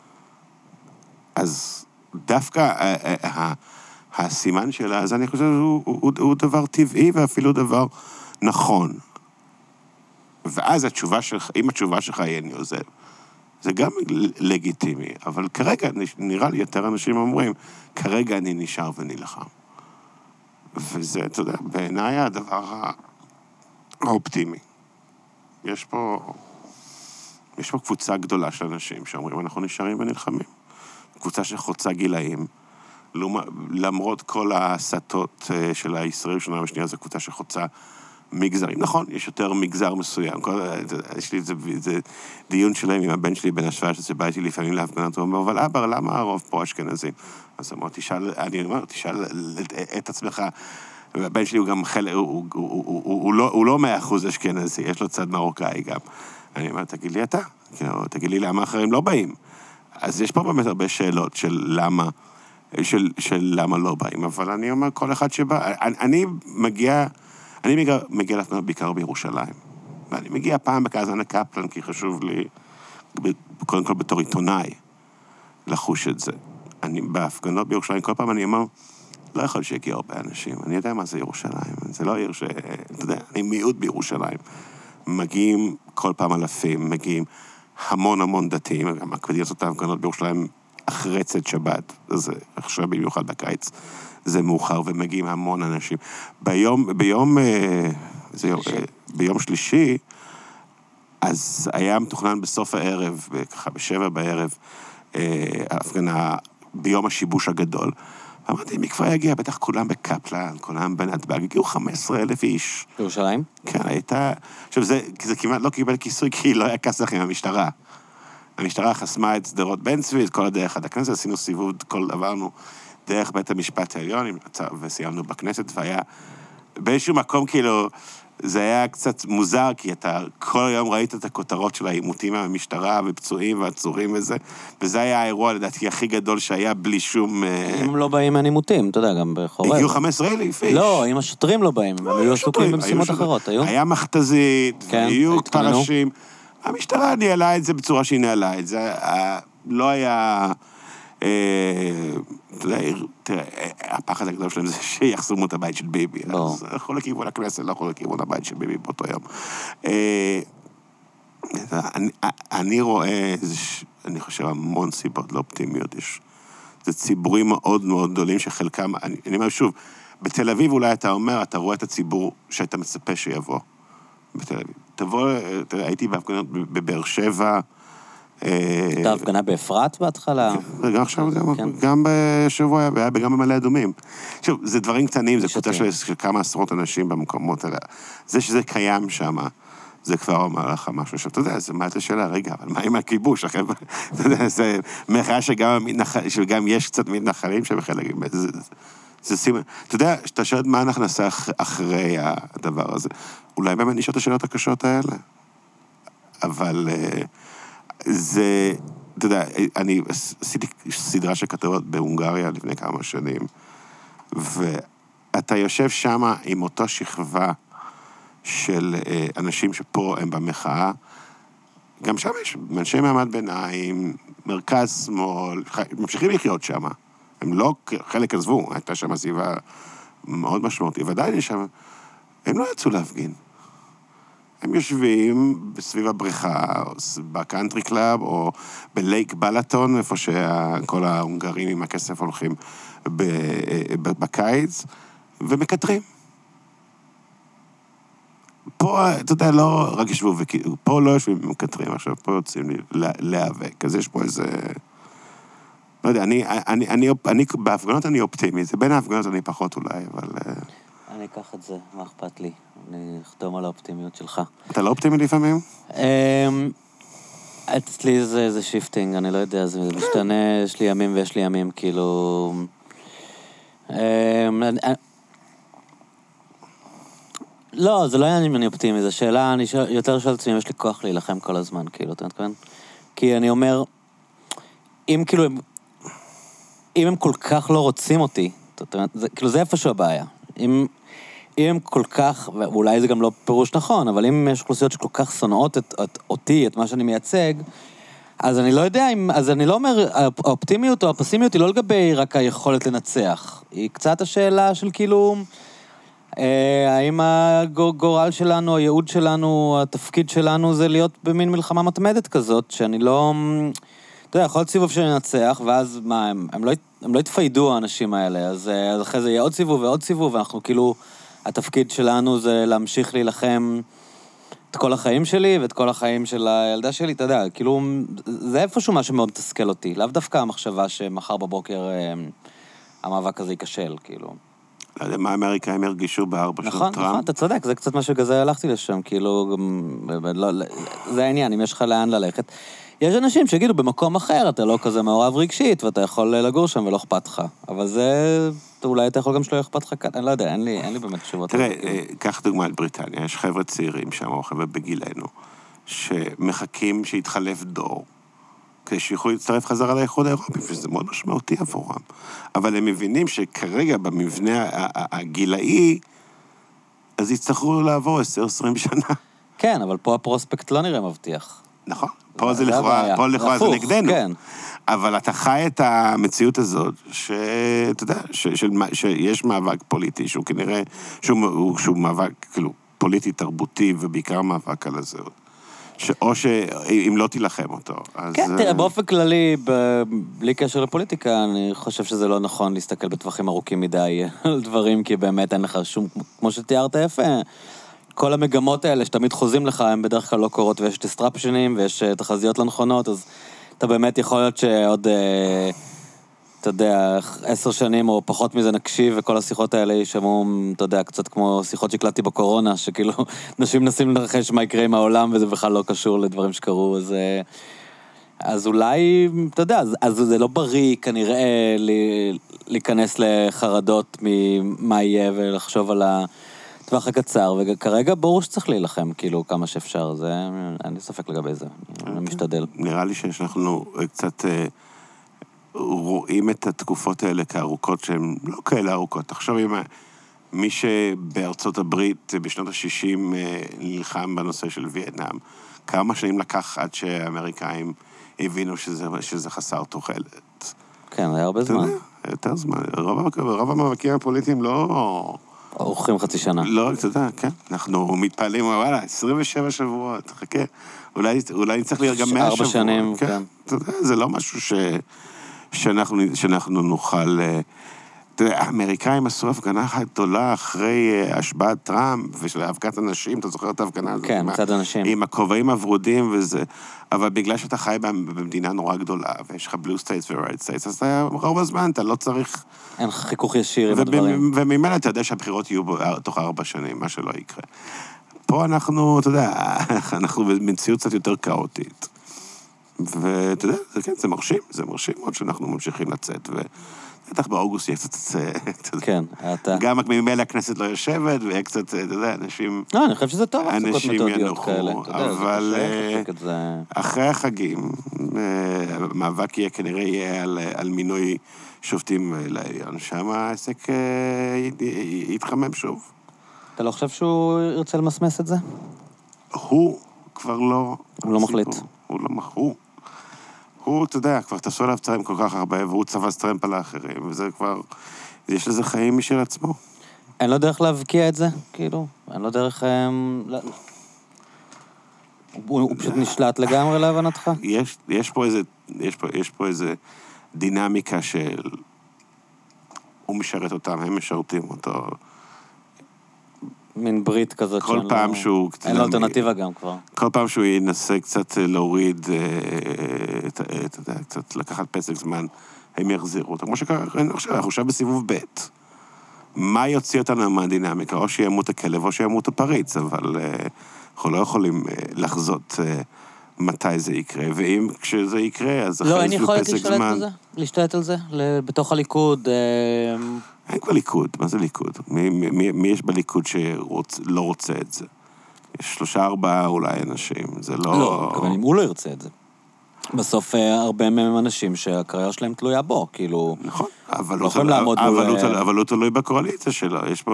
אז דווקא הסימן שלה, אז אני חושב שהוא הוא, הוא דבר טבעי, ואפילו דבר נכון. ואז התשובה שלך, אם התשובה שלך יהיה אני עוזב, זה גם לגיטימי, אבל כרגע נראה לי יותר אנשים אומרים, כרגע אני נשאר ונלחם. וזה, אתה יודע, בעיניי הדבר האופטימי. יש פה, יש פה קבוצה גדולה של אנשים שאומרים, אנחנו נשארים ונלחמים. קבוצה שחוצה גילאים, למרות כל ההסתות של הישראל שונה ושנייה, זו קבוצה שחוצה מגזרים. נכון, יש יותר מגזר מסוים. יש לי איזה דיון שלהם עם הבן שלי בן השוואה, שזה בא איתי לפעמים להפגנות, הוא אומר, אבל אבא, למה הרוב פה אשכנזים? אז אמר, תשאל, אני אומר, תשאל את עצמך, והבן שלי הוא גם חלק, הוא לא מאה אחוז אשכנזי, יש לו צד מרוקאי גם. אני אומר, תגיד לי אתה, תגיד לי למה אחרים לא באים. אז יש פה באמת הרבה שאלות של למה, של, של למה לא באים, אבל אני אומר, כל אחד שבא, אני, אני מגיע, אני מגיע, מגיע להפגנות בעיקר בירושלים, ואני מגיע פעם בכזן קפלן, כי חשוב לי, קודם כל בתור עיתונאי, לחוש את זה. אני בהפגנות בירושלים, כל פעם אני אומר, לא יכול שיגיע הרבה אנשים, אני יודע מה זה ירושלים, זה לא עיר ש... אתה יודע, אני מיעוט בירושלים. מגיעים כל פעם אלפים, מגיעים המון המון דתיים, גם מקפידים לעשות את ההפגנות בירושלים אחרי צאת שבת, אז עכשיו במיוחד בקיץ, זה מאוחר ומגיעים המון אנשים. ביום, ביום, זה יום, ביום שלישי, אז היה מתוכנן בסוף הערב, ככה בשבע בערב, ההפגנה ביום השיבוש הגדול. אמרתי, מי כבר יגיע? בטח כולם בקפלן, כולם בנתב"ג, הגיעו חמישה עשר אלף איש. בירושלים? כן, הייתה... עכשיו, זה, זה כמעט לא קיבל כיסוי, כי לא היה כסח עם המשטרה. המשטרה חסמה את סדרות בן צבי, את כל הדרך עד הכנסת, עשינו סיבוב, כל עברנו דרך בית המשפט העליון, וסיימנו בכנסת, והיה באיזשהו מקום, כאילו, זה היה קצת מוזר, כי אתה כל היום ראית את הכותרות של העימותים מהמשטרה, ופצועים ועצורים וזה, וזה היה האירוע, לדעתי, הכי גדול שהיה בלי שום... אם הם לא באים מהנימותים, אתה יודע, גם בחורף. הגיעו חמישה עשר אלף איש. לא, אם השוטרים לא באים, הם היו עסוקים במשימות אחרות, היו? היה מכתזית, והיו פרשים. המשטרה ניהלה את זה בצורה שהיא ניהלה את זה. לא היה... תראה, הפחד הגדול שלהם זה שיחסמו את הבית של ביבי. אז הלכו לכיוון הכנסת, לא הלכו לכיוון הבית של ביבי באותו יום. אני רואה, אני חושב, המון סיבות לא אופטימיות. זה ציבורים מאוד מאוד גדולים שחלקם, אני אומר שוב, בתל אביב אולי אתה אומר, אתה רואה את הציבור שאתה מצפה שיבוא. בתל אביב. תבוא, הייתי בהפגנות בבאר שבע, הייתה הפגנה באפרת בהתחלה? גם עכשיו, גם בשבוע, היה גם במעלה אדומים. שוב, זה דברים קטנים, זה קבוצה של כמה עשרות אנשים במקומות האלה. זה שזה קיים שם, זה כבר אומר לך משהו. עכשיו, אתה יודע, זה מעט לשאלה, רגע, אבל מה עם הכיבוש? אתה יודע, זה מחאה שגם יש קצת מתנחלים שבחלק... זה סימן. אתה יודע, שאתה שואל מה אנחנו נעשה אחרי הדבר הזה. אולי באמת נשאל את השאלות הקשות האלה. אבל... זה, אתה יודע, אני עשיתי סדרה של כתבות בהונגריה לפני כמה שנים, ואתה יושב שם עם אותו שכבה של אנשים שפה הם במחאה, גם שם יש אנשי מעמד ביניים, מרכז שמאל, ממשיכים לחיות שם, הם לא, חלק עזבו, הייתה שם סביבה מאוד משמעותית, ועדיין יש שם, הם לא יצאו להפגין. הם יושבים בסביב הבריכה, בקאנטרי קלאב, או בלייק בלטון, איפה שכל ההונגרים עם הכסף הולכים בקיץ, ומקטרים. פה, אתה יודע, לא רק ישבו, פה לא יושבים ומקטרים, עכשיו פה יוצאים להיאבק, אז יש פה איזה... לא יודע, אני, אני, אני, אני, בהפגנות אני אופטימי, זה בין ההפגנות אני פחות אולי, אבל... אני אקח את זה, מה אכפת לי? אני אחתום על האופטימיות שלך. אתה לא אופטימי לפעמים? אצלי זה שיפטינג, אני לא יודע, זה משתנה, יש לי ימים ויש לי ימים, כאילו... לא, זה לא היה אני אופטימי, זו שאלה, אני יותר שואל את עצמי, יש לי כוח להילחם כל הזמן, כאילו, אתה מתכוון? כי אני אומר, אם כאילו, אם הם כל כך לא רוצים אותי, כאילו זה איפשהו הבעיה. אם... אם הם כל כך, ואולי זה גם לא פירוש נכון, אבל אם יש אוכלוסיות שכל כך שונאות את, את אותי, את מה שאני מייצג, אז אני לא יודע, אם, אז אני לא אומר, האופטימיות או הפסימיות היא לא לגבי רק היכולת לנצח. היא קצת השאלה של כאילו, אה, האם הגורל שלנו, הייעוד שלנו, התפקיד שלנו זה להיות במין מלחמה מתמדת כזאת, שאני לא... אתה יודע, יכול להיות סיבוב שננצח, ואז מה, הם, הם, לא, הם לא יתפיידו האנשים האלה, אז, אז אחרי זה יהיה עוד סיבוב ועוד סיבוב, ואנחנו כאילו... התפקיד שלנו זה להמשיך להילחם את כל החיים שלי ואת כל החיים של הילדה שלי, אתה יודע, כאילו, זה איפשהו מה שמאוד מתסכל אותי, לאו דווקא המחשבה שמחר בבוקר המאבק הזה ייכשל, כאילו. לא יודע, מה האמריקאים הרגישו בארבע של טראמפ? נכון, נכון, אתה צודק, זה קצת משהו כזה, הלכתי לשם, כאילו, זה העניין, אם יש לך לאן ללכת. יש אנשים שיגידו, במקום אחר, אתה לא כזה מעורב רגשית, ואתה יכול לגור שם ולא אכפת לך. אבל זה, אולי אתה יכול גם שלא אכפת לך כאן, אני לא יודע, אין לי, אין לי באמת תשובות. תראה, קח דוגמה על בריטניה, יש חבר'ה צעירים שם, או חבר'ה בגילנו, שמחכים שיתחלף דור, כדי שיוכלו להצטרף חזרה לאיחוד האירופי, וזה מאוד משמעותי עבורם. אבל הם מבינים שכרגע במבנה הגילאי, אז יצטרכו לעבור עשר עשרים שנה. כן, אבל פה הפרוספקט לא נראה מבטיח. נכון, פה זה לכאורה, פה לכאורה זה נגדנו. כן. אבל אתה חי את המציאות הזאת, שאתה יודע, שיש מאבק פוליטי, שהוא כנראה, שהוא מאבק, כאילו, פוליטי, תרבותי, ובעיקר מאבק על הזהות. או שאם לא תילחם אותו. כן, תראה, באופן כללי, בלי קשר לפוליטיקה, אני חושב שזה לא נכון להסתכל בטווחים ארוכים מדי על דברים, כי באמת אין לך שום, כמו שתיארת יפה, כל המגמות האלה שתמיד חוזים לך, הן בדרך כלל לא קורות, ויש דיסטרפשנים, ויש תחזיות לא נכונות, אז אתה באמת יכול להיות שעוד, אתה יודע, עשר שנים או פחות מזה נקשיב, וכל השיחות האלה יישמעו, אתה יודע, קצת כמו שיחות שקלטתי בקורונה, שכאילו נשים מנסים לנחש מה יקרה עם העולם, וזה בכלל לא קשור לדברים שקרו, אז, אז אולי, אתה יודע, אז, אז זה לא בריא כנראה להיכנס לחרדות ממה יהיה, ולחשוב על הטווח הקצר, וכרגע ברור שצריך להילחם, כאילו, כמה שאפשר, זה, אין לי ספק לגבי זה, אני משתדל. נראה לי שאנחנו קצת רואים את התקופות האלה כארוכות שהן לא כאלה ארוכות. תחשוב אם מי שבארצות הברית בשנות ה-שישים נלחם בנושא של וייטנאם, כמה שנים לקח עד שהאמריקאים הבינו שזה, שזה חסר תוחלת. כן, היה הרבה זמן. יותר זמן. רוב, רוב המאבקים הפוליטיים לא... אורחים חצי שנה. לא, אתה יודע, כן. אנחנו מתפעלים, וואלה, עשרים ושבע שבועות, חכה. אולי, אולי נצטרך להיות גם מאה שבועות. ארבע שנים, כן. אתה יודע, זה לא משהו ש... שאנחנו, שאנחנו נוכל... אתה יודע, האמריקאים עשו הפגנה אחת גדולה אחרי השבעת טראמפ, ושל הפגנת אנשים, אתה זוכר את ההפגנה הזאת? כן, מצד אנשים. עם הכובעים הוורודים וזה, אבל בגלל שאתה חי במדינה נורא גדולה, ויש לך בלו סטייטס ורייט סטייטס, אז אתה רוב הזמן, אתה לא צריך... אין חיכוך ישיר עם הדברים. וממילא אתה יודע שהבחירות יהיו תוך ארבע שנים, מה שלא יקרה. פה אנחנו, אתה יודע, אנחנו במציאות קצת יותר כאוטית. ואתה יודע, זה כן, זה מרשים, זה מרשים מאוד שאנחנו ממשיכים לצאת, ובטח באוגוסט יהיה קצת... כן, אתה... גם ממילא הכנסת לא יושבת, ויהיה קצת, אתה יודע, אנשים... לא, אני חושב שזה טוב, אנשים ינוחו, אבל אחרי החגים, המאבק יהיה, כנראה יהיה על מינוי שופטים לעליון, שם העסק יתחמם שוב. אתה לא חושב שהוא ירצה למסמס את זה? הוא כבר לא... הוא לא מחליט. הוא לא מחליט. הוא, אתה יודע, כבר תעשו עליו צרם כל כך הרבה, והוא צבס טרמפ על האחרים, וזה כבר... יש לזה חיים משל עצמו. אין לו דרך להבקיע את זה, כאילו? אין לו דרך... הוא פשוט נשלט לגמרי להבנתך? יש, יש פה איזה... יש פה, יש פה איזה דינמיקה של... הוא משרת אותם, הם משרתים אותו... מין ברית כזאת כל פעם לא... שהוא... אין לו אלטרנטיבה גם כבר. כל פעם שהוא ינסה קצת להוריד, את, את, את, קצת לקחת פסק זמן, הם יחזירו אותו. כמו שקרה, אנחנו עכשיו בסיבוב ב'. מה יוציא אותנו מהדינמיקה? או שימות הכלב או שימות הפריץ, אבל אנחנו לא יכולים לחזות מתי זה יקרה. ואם כשזה יקרה, אז אחרי איזשהו פסק זמן... לא, אין יכולת להשתלט על זה? בתוך הליכוד... אין כבר ליכוד, מה זה ליכוד? מי, מי, מי יש בליכוד שלא רוצה את זה? יש שלושה, ארבעה אולי אנשים, זה לא... לא, אבל אם הוא לא ירצה את זה. בסוף הרבה מהם אנשים שהקריירה שלהם תלויה בו, כאילו... נכון, אבל לא יכולים לעמוד מול... אבל הוא תלוי בקואליציה שלו, יש פה...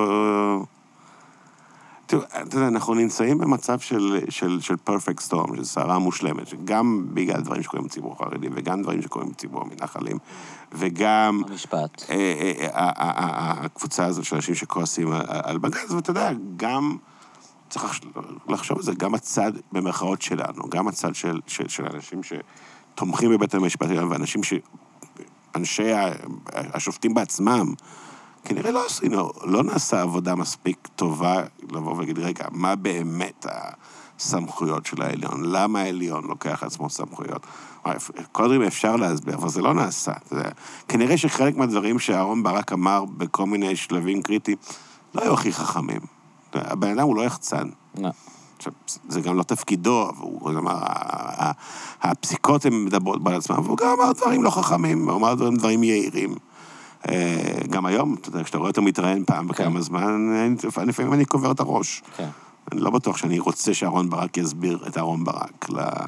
תראו, אתה יודע, אנחנו נמצאים במצב של, של, של perfect storm, של סערה מושלמת, שגם בגלל דברים שקוראים בציבור חרדי, וגם דברים שקוראים בציבור מתנחלים, וגם... המשפט. הקבוצה הזאת של אנשים שכועסים על בג"ץ, ואתה יודע, גם... צריך לחשוב על זה, גם הצד במרכאות שלנו, גם הצד של, של, של אנשים שתומכים בבית המשפט, ואנשים ש... אנשי השופטים בעצמם, כנראה לא עשינו, לא נעשה עבודה מספיק טובה לבוא ולהגיד, רגע, מה באמת הסמכויות של העליון? למה העליון לוקח לעצמו סמכויות? כל דברים אפשר להסביר, אבל זה לא נעשה. כנראה שחלק מהדברים שאהרון ברק אמר בכל מיני שלבים קריטיים, לא היו הכי חכמים. הבן אדם הוא לא יחצן. לא. עכשיו, זה גם לא תפקידו, והוא אמר, הפסיקות הן מדברות בעל עצמם, והוא גם אמר דברים לא חכמים, הוא אמר דברים יעירים. גם היום, אתה יודע, כשאתה רואה אותו מתראיין פעם בכמה זמן, לפעמים אני קובר את הראש. אני לא בטוח שאני רוצה שאהרון ברק יסביר את אהרון ברק.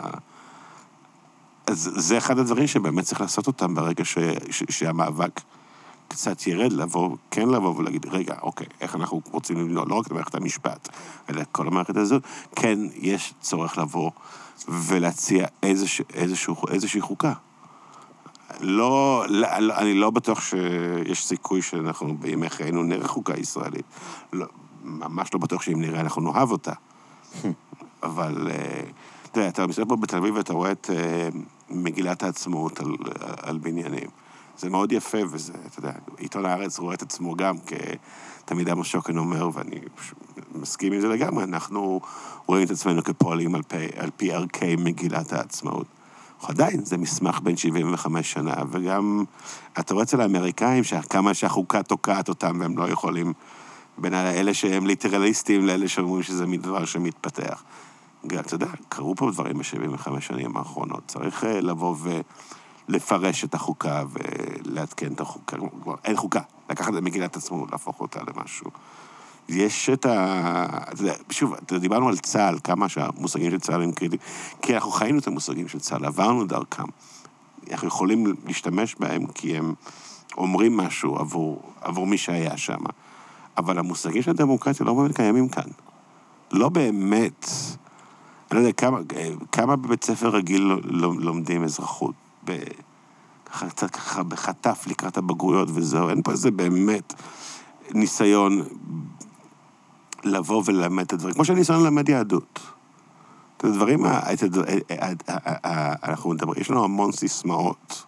אז זה אחד הדברים שבאמת צריך לעשות אותם ברגע שהמאבק קצת ירד, לבוא, כן לבוא ולהגיד, רגע, אוקיי, איך אנחנו רוצים לבנות, לא רק את מערכת המשפט, אלא כל המערכת הזו, כן, יש צורך לבוא ולהציע איזוש, איזשהו, איזושהי חוקה. לא, לא, אני לא בטוח שיש סיכוי שאנחנו בימי חיינו נראה חוקה ישראלית. לא, ממש לא בטוח שאם נראה אנחנו נאהב אותה. אבל אתה יודע, אתה מסתכל פה בתל אביב ואתה רואה את מגילת העצמאות על, על בניינים. זה מאוד יפה, וזה, אתה יודע, עיתון הארץ רואה את עצמו גם, כתמיד עמוס שוקן אומר, ואני מסכים עם זה לגמרי, אנחנו רואים את עצמנו כפועלים על פי, על פי ערכי מגילת העצמאות. עדיין, זה מסמך בין שבעים וחמש שנה, וגם, אתה רואה אצל האמריקאים, כמה שהחוקה תוקעת אותם, והם לא יכולים, בין אלה שהם ליטרליסטים, לאלה שאומרים שזה דבר שמתפתח. אתה יודע, קרו פה דברים ב-שבעים וחמש שנים האחרונות, צריך לבוא ולפרש את החוקה, ולעדכן את החוקה, אין חוקה, לקחת את מגילת עצמאות, להפוך אותה למשהו. יש את ה... אתה יודע, שוב, דיברנו על צה"ל, כמה שהמושגים של צה"ל הם קריטיים, כי אנחנו חיינו את המושגים של צה"ל, עברנו דרכם. אנחנו יכולים להשתמש בהם, כי הם אומרים משהו עבור, עבור מי שהיה שם. אבל המושגים של הדמוקרטיה לא באמת קיימים כאן. לא באמת... אני לא יודע, כמה, כמה בבית ספר רגיל לומדים אזרחות? קצת ככה בחטף לקראת הבגרויות וזהו. אין פה איזה באמת ניסיון לבוא וללמד את הדברים. כמו שהניסיון ללמד יהדות. את הדברים, אנחנו מדברים, יש לנו המון סיסמאות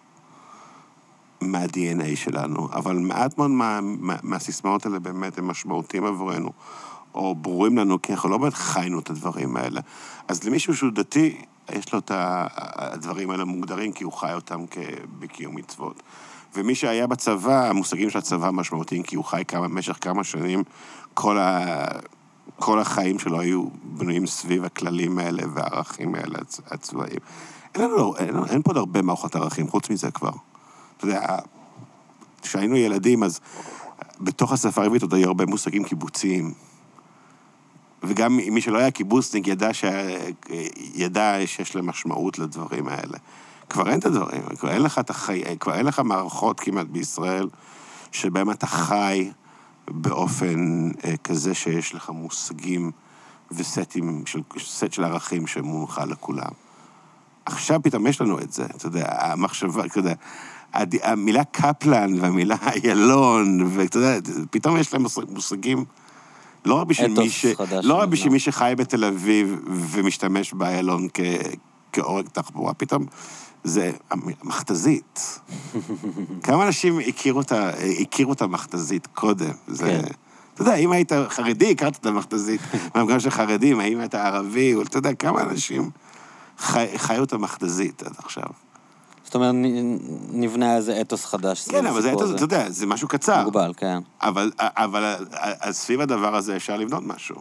מה-די אן איי שלנו, אבל מעט מאוד מהסיסמאות האלה באמת הם משמעותיים עבורנו. או ברורים לנו, כי אנחנו לא באמת חיינו את הדברים האלה. אז למישהו שהוא דתי, יש לו את הדברים האלה מוגדרים, כי הוא חי אותם בקיום מצוות. ומי שהיה בצבא, המושגים של הצבא משמעותיים, כי הוא חי כמה, במשך כמה שנים, כל, ה, כל החיים שלו היו בנויים סביב הכללים האלה והערכים האלה הצבאיים. אין, לנו, אין, אין פה עוד הרבה מערכות ערכים, חוץ מזה כבר. אתה יודע, כשהיינו ילדים, אז בתוך השפה העברית עוד היו הרבה מושגים קיבוציים. וגם מי שלא היה קיבוצניק ידע, ש... ידע שיש להם משמעות לדברים האלה. כבר אין את הדברים, כבר אין לך, החי... כבר אין לך מערכות כמעט בישראל, שבהם אתה חי באופן כזה שיש לך מושגים וסטים, של... סט של ערכים שמונחה לכולם. עכשיו פתאום יש לנו את זה, אתה יודע, המחשבה, אתה יודע, המילה קפלן והמילה איילון, ואתה יודע, פתאום יש להם מושגים, לא רק בשביל מי ש... לא רק בשביל מי שחי בתל אביב ומשתמש באיילון כעורק תחבורה, פתאום זה מכתזית. כמה אנשים הכירו אותה, הכירו אותה מכתזית קודם. זה, אתה יודע, אם היית חרדי, הכרת את המכתזית, מהמקום של חרדים, האם היית ערבי, אתה יודע, כמה אנשים חיו את המכתזית עד עכשיו. זאת אומרת, נבנה איזה אתוס חדש. כן, אבל זה אתוס, אתה יודע, זה משהו קצר. מוגבל, כן. אבל, אבל, אז סביב הדבר הזה אפשר לבנות משהו.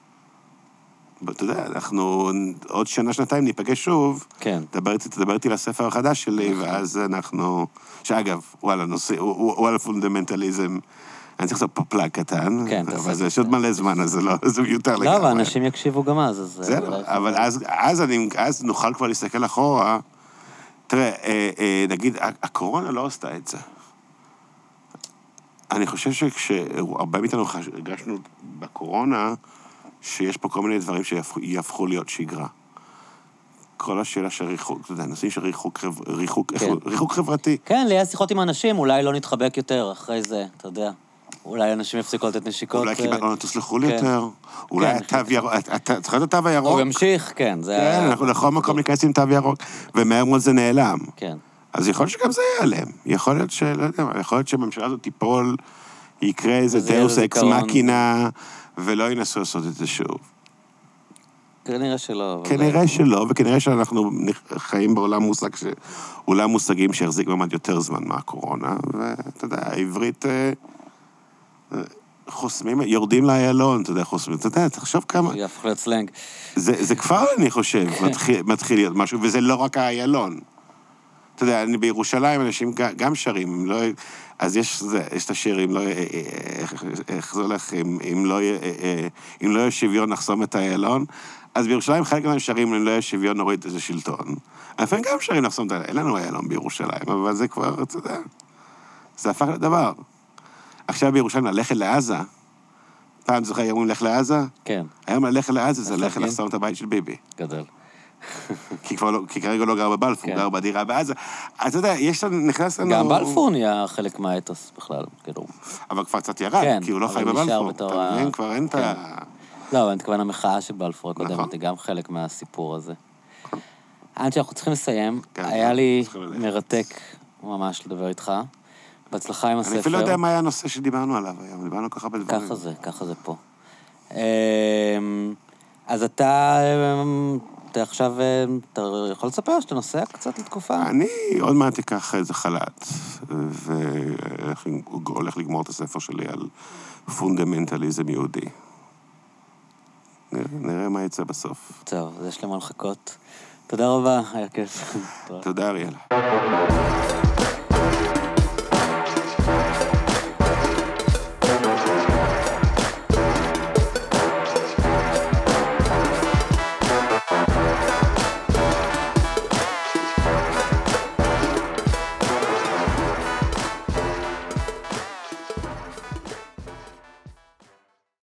אתה יודע, אנחנו עוד שנה, שנתיים ניפגש שוב. כן. תדבר איתי לספר החדש שלי, ואז אנחנו... שאגב, וואלה, נושא, וואלה פונדמנטליזם, אני צריך לעשות פה פלאג קטן, כן, אבל זה יש עוד מלא זמן, אז זה מיותר לגמרי. לא, אבל אנשים יקשיבו גם אז, אז... בסדר, אבל אז נוכל כבר להסתכל אחורה. תראה, נגיד, הקורונה לא עשתה את זה. אני חושב שכשהרבה מאיתנו הרגשנו בקורונה, שיש פה כל מיני דברים שיהפכו להיות שגרה. כל השאלה של ריחוק, אתה יודע, נושאים של ריחוק, ריחוק, ריחוק חברתי. כן, ליד שיחות עם אנשים, אולי לא נתחבק יותר אחרי זה, אתה יודע. אולי אנשים יפסיקו לתת נשיקות. אולי כמעט לא נטוס לחול יותר. אולי התו ירוק, אתה צריך את התו הירוק. הוא ימשיך, כן. כן, אנחנו לכל מקום ניכנס עם תו ירוק, ומהר מאוד זה נעלם. כן. אז יכול להיות שגם זה ייעלם. יכול להיות שלא יודע, יכול להיות שהממשלה הזאת תיפול, יקרה איזה דאוס אקס מאקינה, ולא ינסו לעשות את זה שוב. כנראה שלא. כנראה שלא, וכנראה שאנחנו חיים בעולם מושג, עולם מושגים שיחזיק ממד יותר זמן מהקורונה, ואתה יודע, העברית חוסמים, יורדים לאיילון, אתה יודע, חוסמים, אתה יודע, תחשוב כמה... יהפך להיות סלנג. זה כבר, אני חושב, מתחיל להיות משהו, וזה לא רק האיילון. אתה יודע, אני בירושלים, אנשים גם שרים, לא... אז יש, זה, יש את השיר, אם לא, איך זה הולך, אם, אם לא, אם לא יהיה שוויון, נחסום את האיילון, אז בירושלים חלק מהם שרים, אם לא יהיה שוויון, נוריד איזה שלטון. לפעמים גם שרים נחסום את האיילון, אין לנו איילון בירושלים, אבל זה כבר, אתה יודע, זה הפך לדבר. עכשיו בירושלים, ללכת לעזה, פעם זוכר, יאמרים לך לעזה? כן. היום ללכת לעזה, זה ללכת לחסום את הבית של ביבי. גדל. כי כבר לא, כי כרגע לא גר בבלפור, גר בדירה בעזה. אז אתה יודע, יש לנו, נכנס לנו... גם בלפור נהיה חלק מהאתוס בכלל, כאילו. אבל כבר קצת ירד, כי הוא לא חי בבלפור. אתה מבין, כבר אין את ה... לא, אבל אני מתכוון המחאה של בלפור הקודמת, היא גם חלק מהסיפור הזה. עד שאנחנו צריכים לסיים, כן, היה לי צריכים ללכת. מרתק ממש לדבר איתך. בהצלחה עם הספר. אני אפילו לא יודע מה היה הנושא שדיברנו עליו היום, דיברנו ככה בדברים. ככה זה, ככה זה פה. אז אתה, אתה עכשיו, אתה יכול לספר שאתה נוסע קצת לתקופה? אני עוד מעט אקח איזה חל"ת, והולך לגמור את הספר שלי על פונדמנטליזם יהודי. נראה מה יצא בסוף. טוב, אז יש למה לחכות. תודה רבה, היה כיף. תודה, אריאל.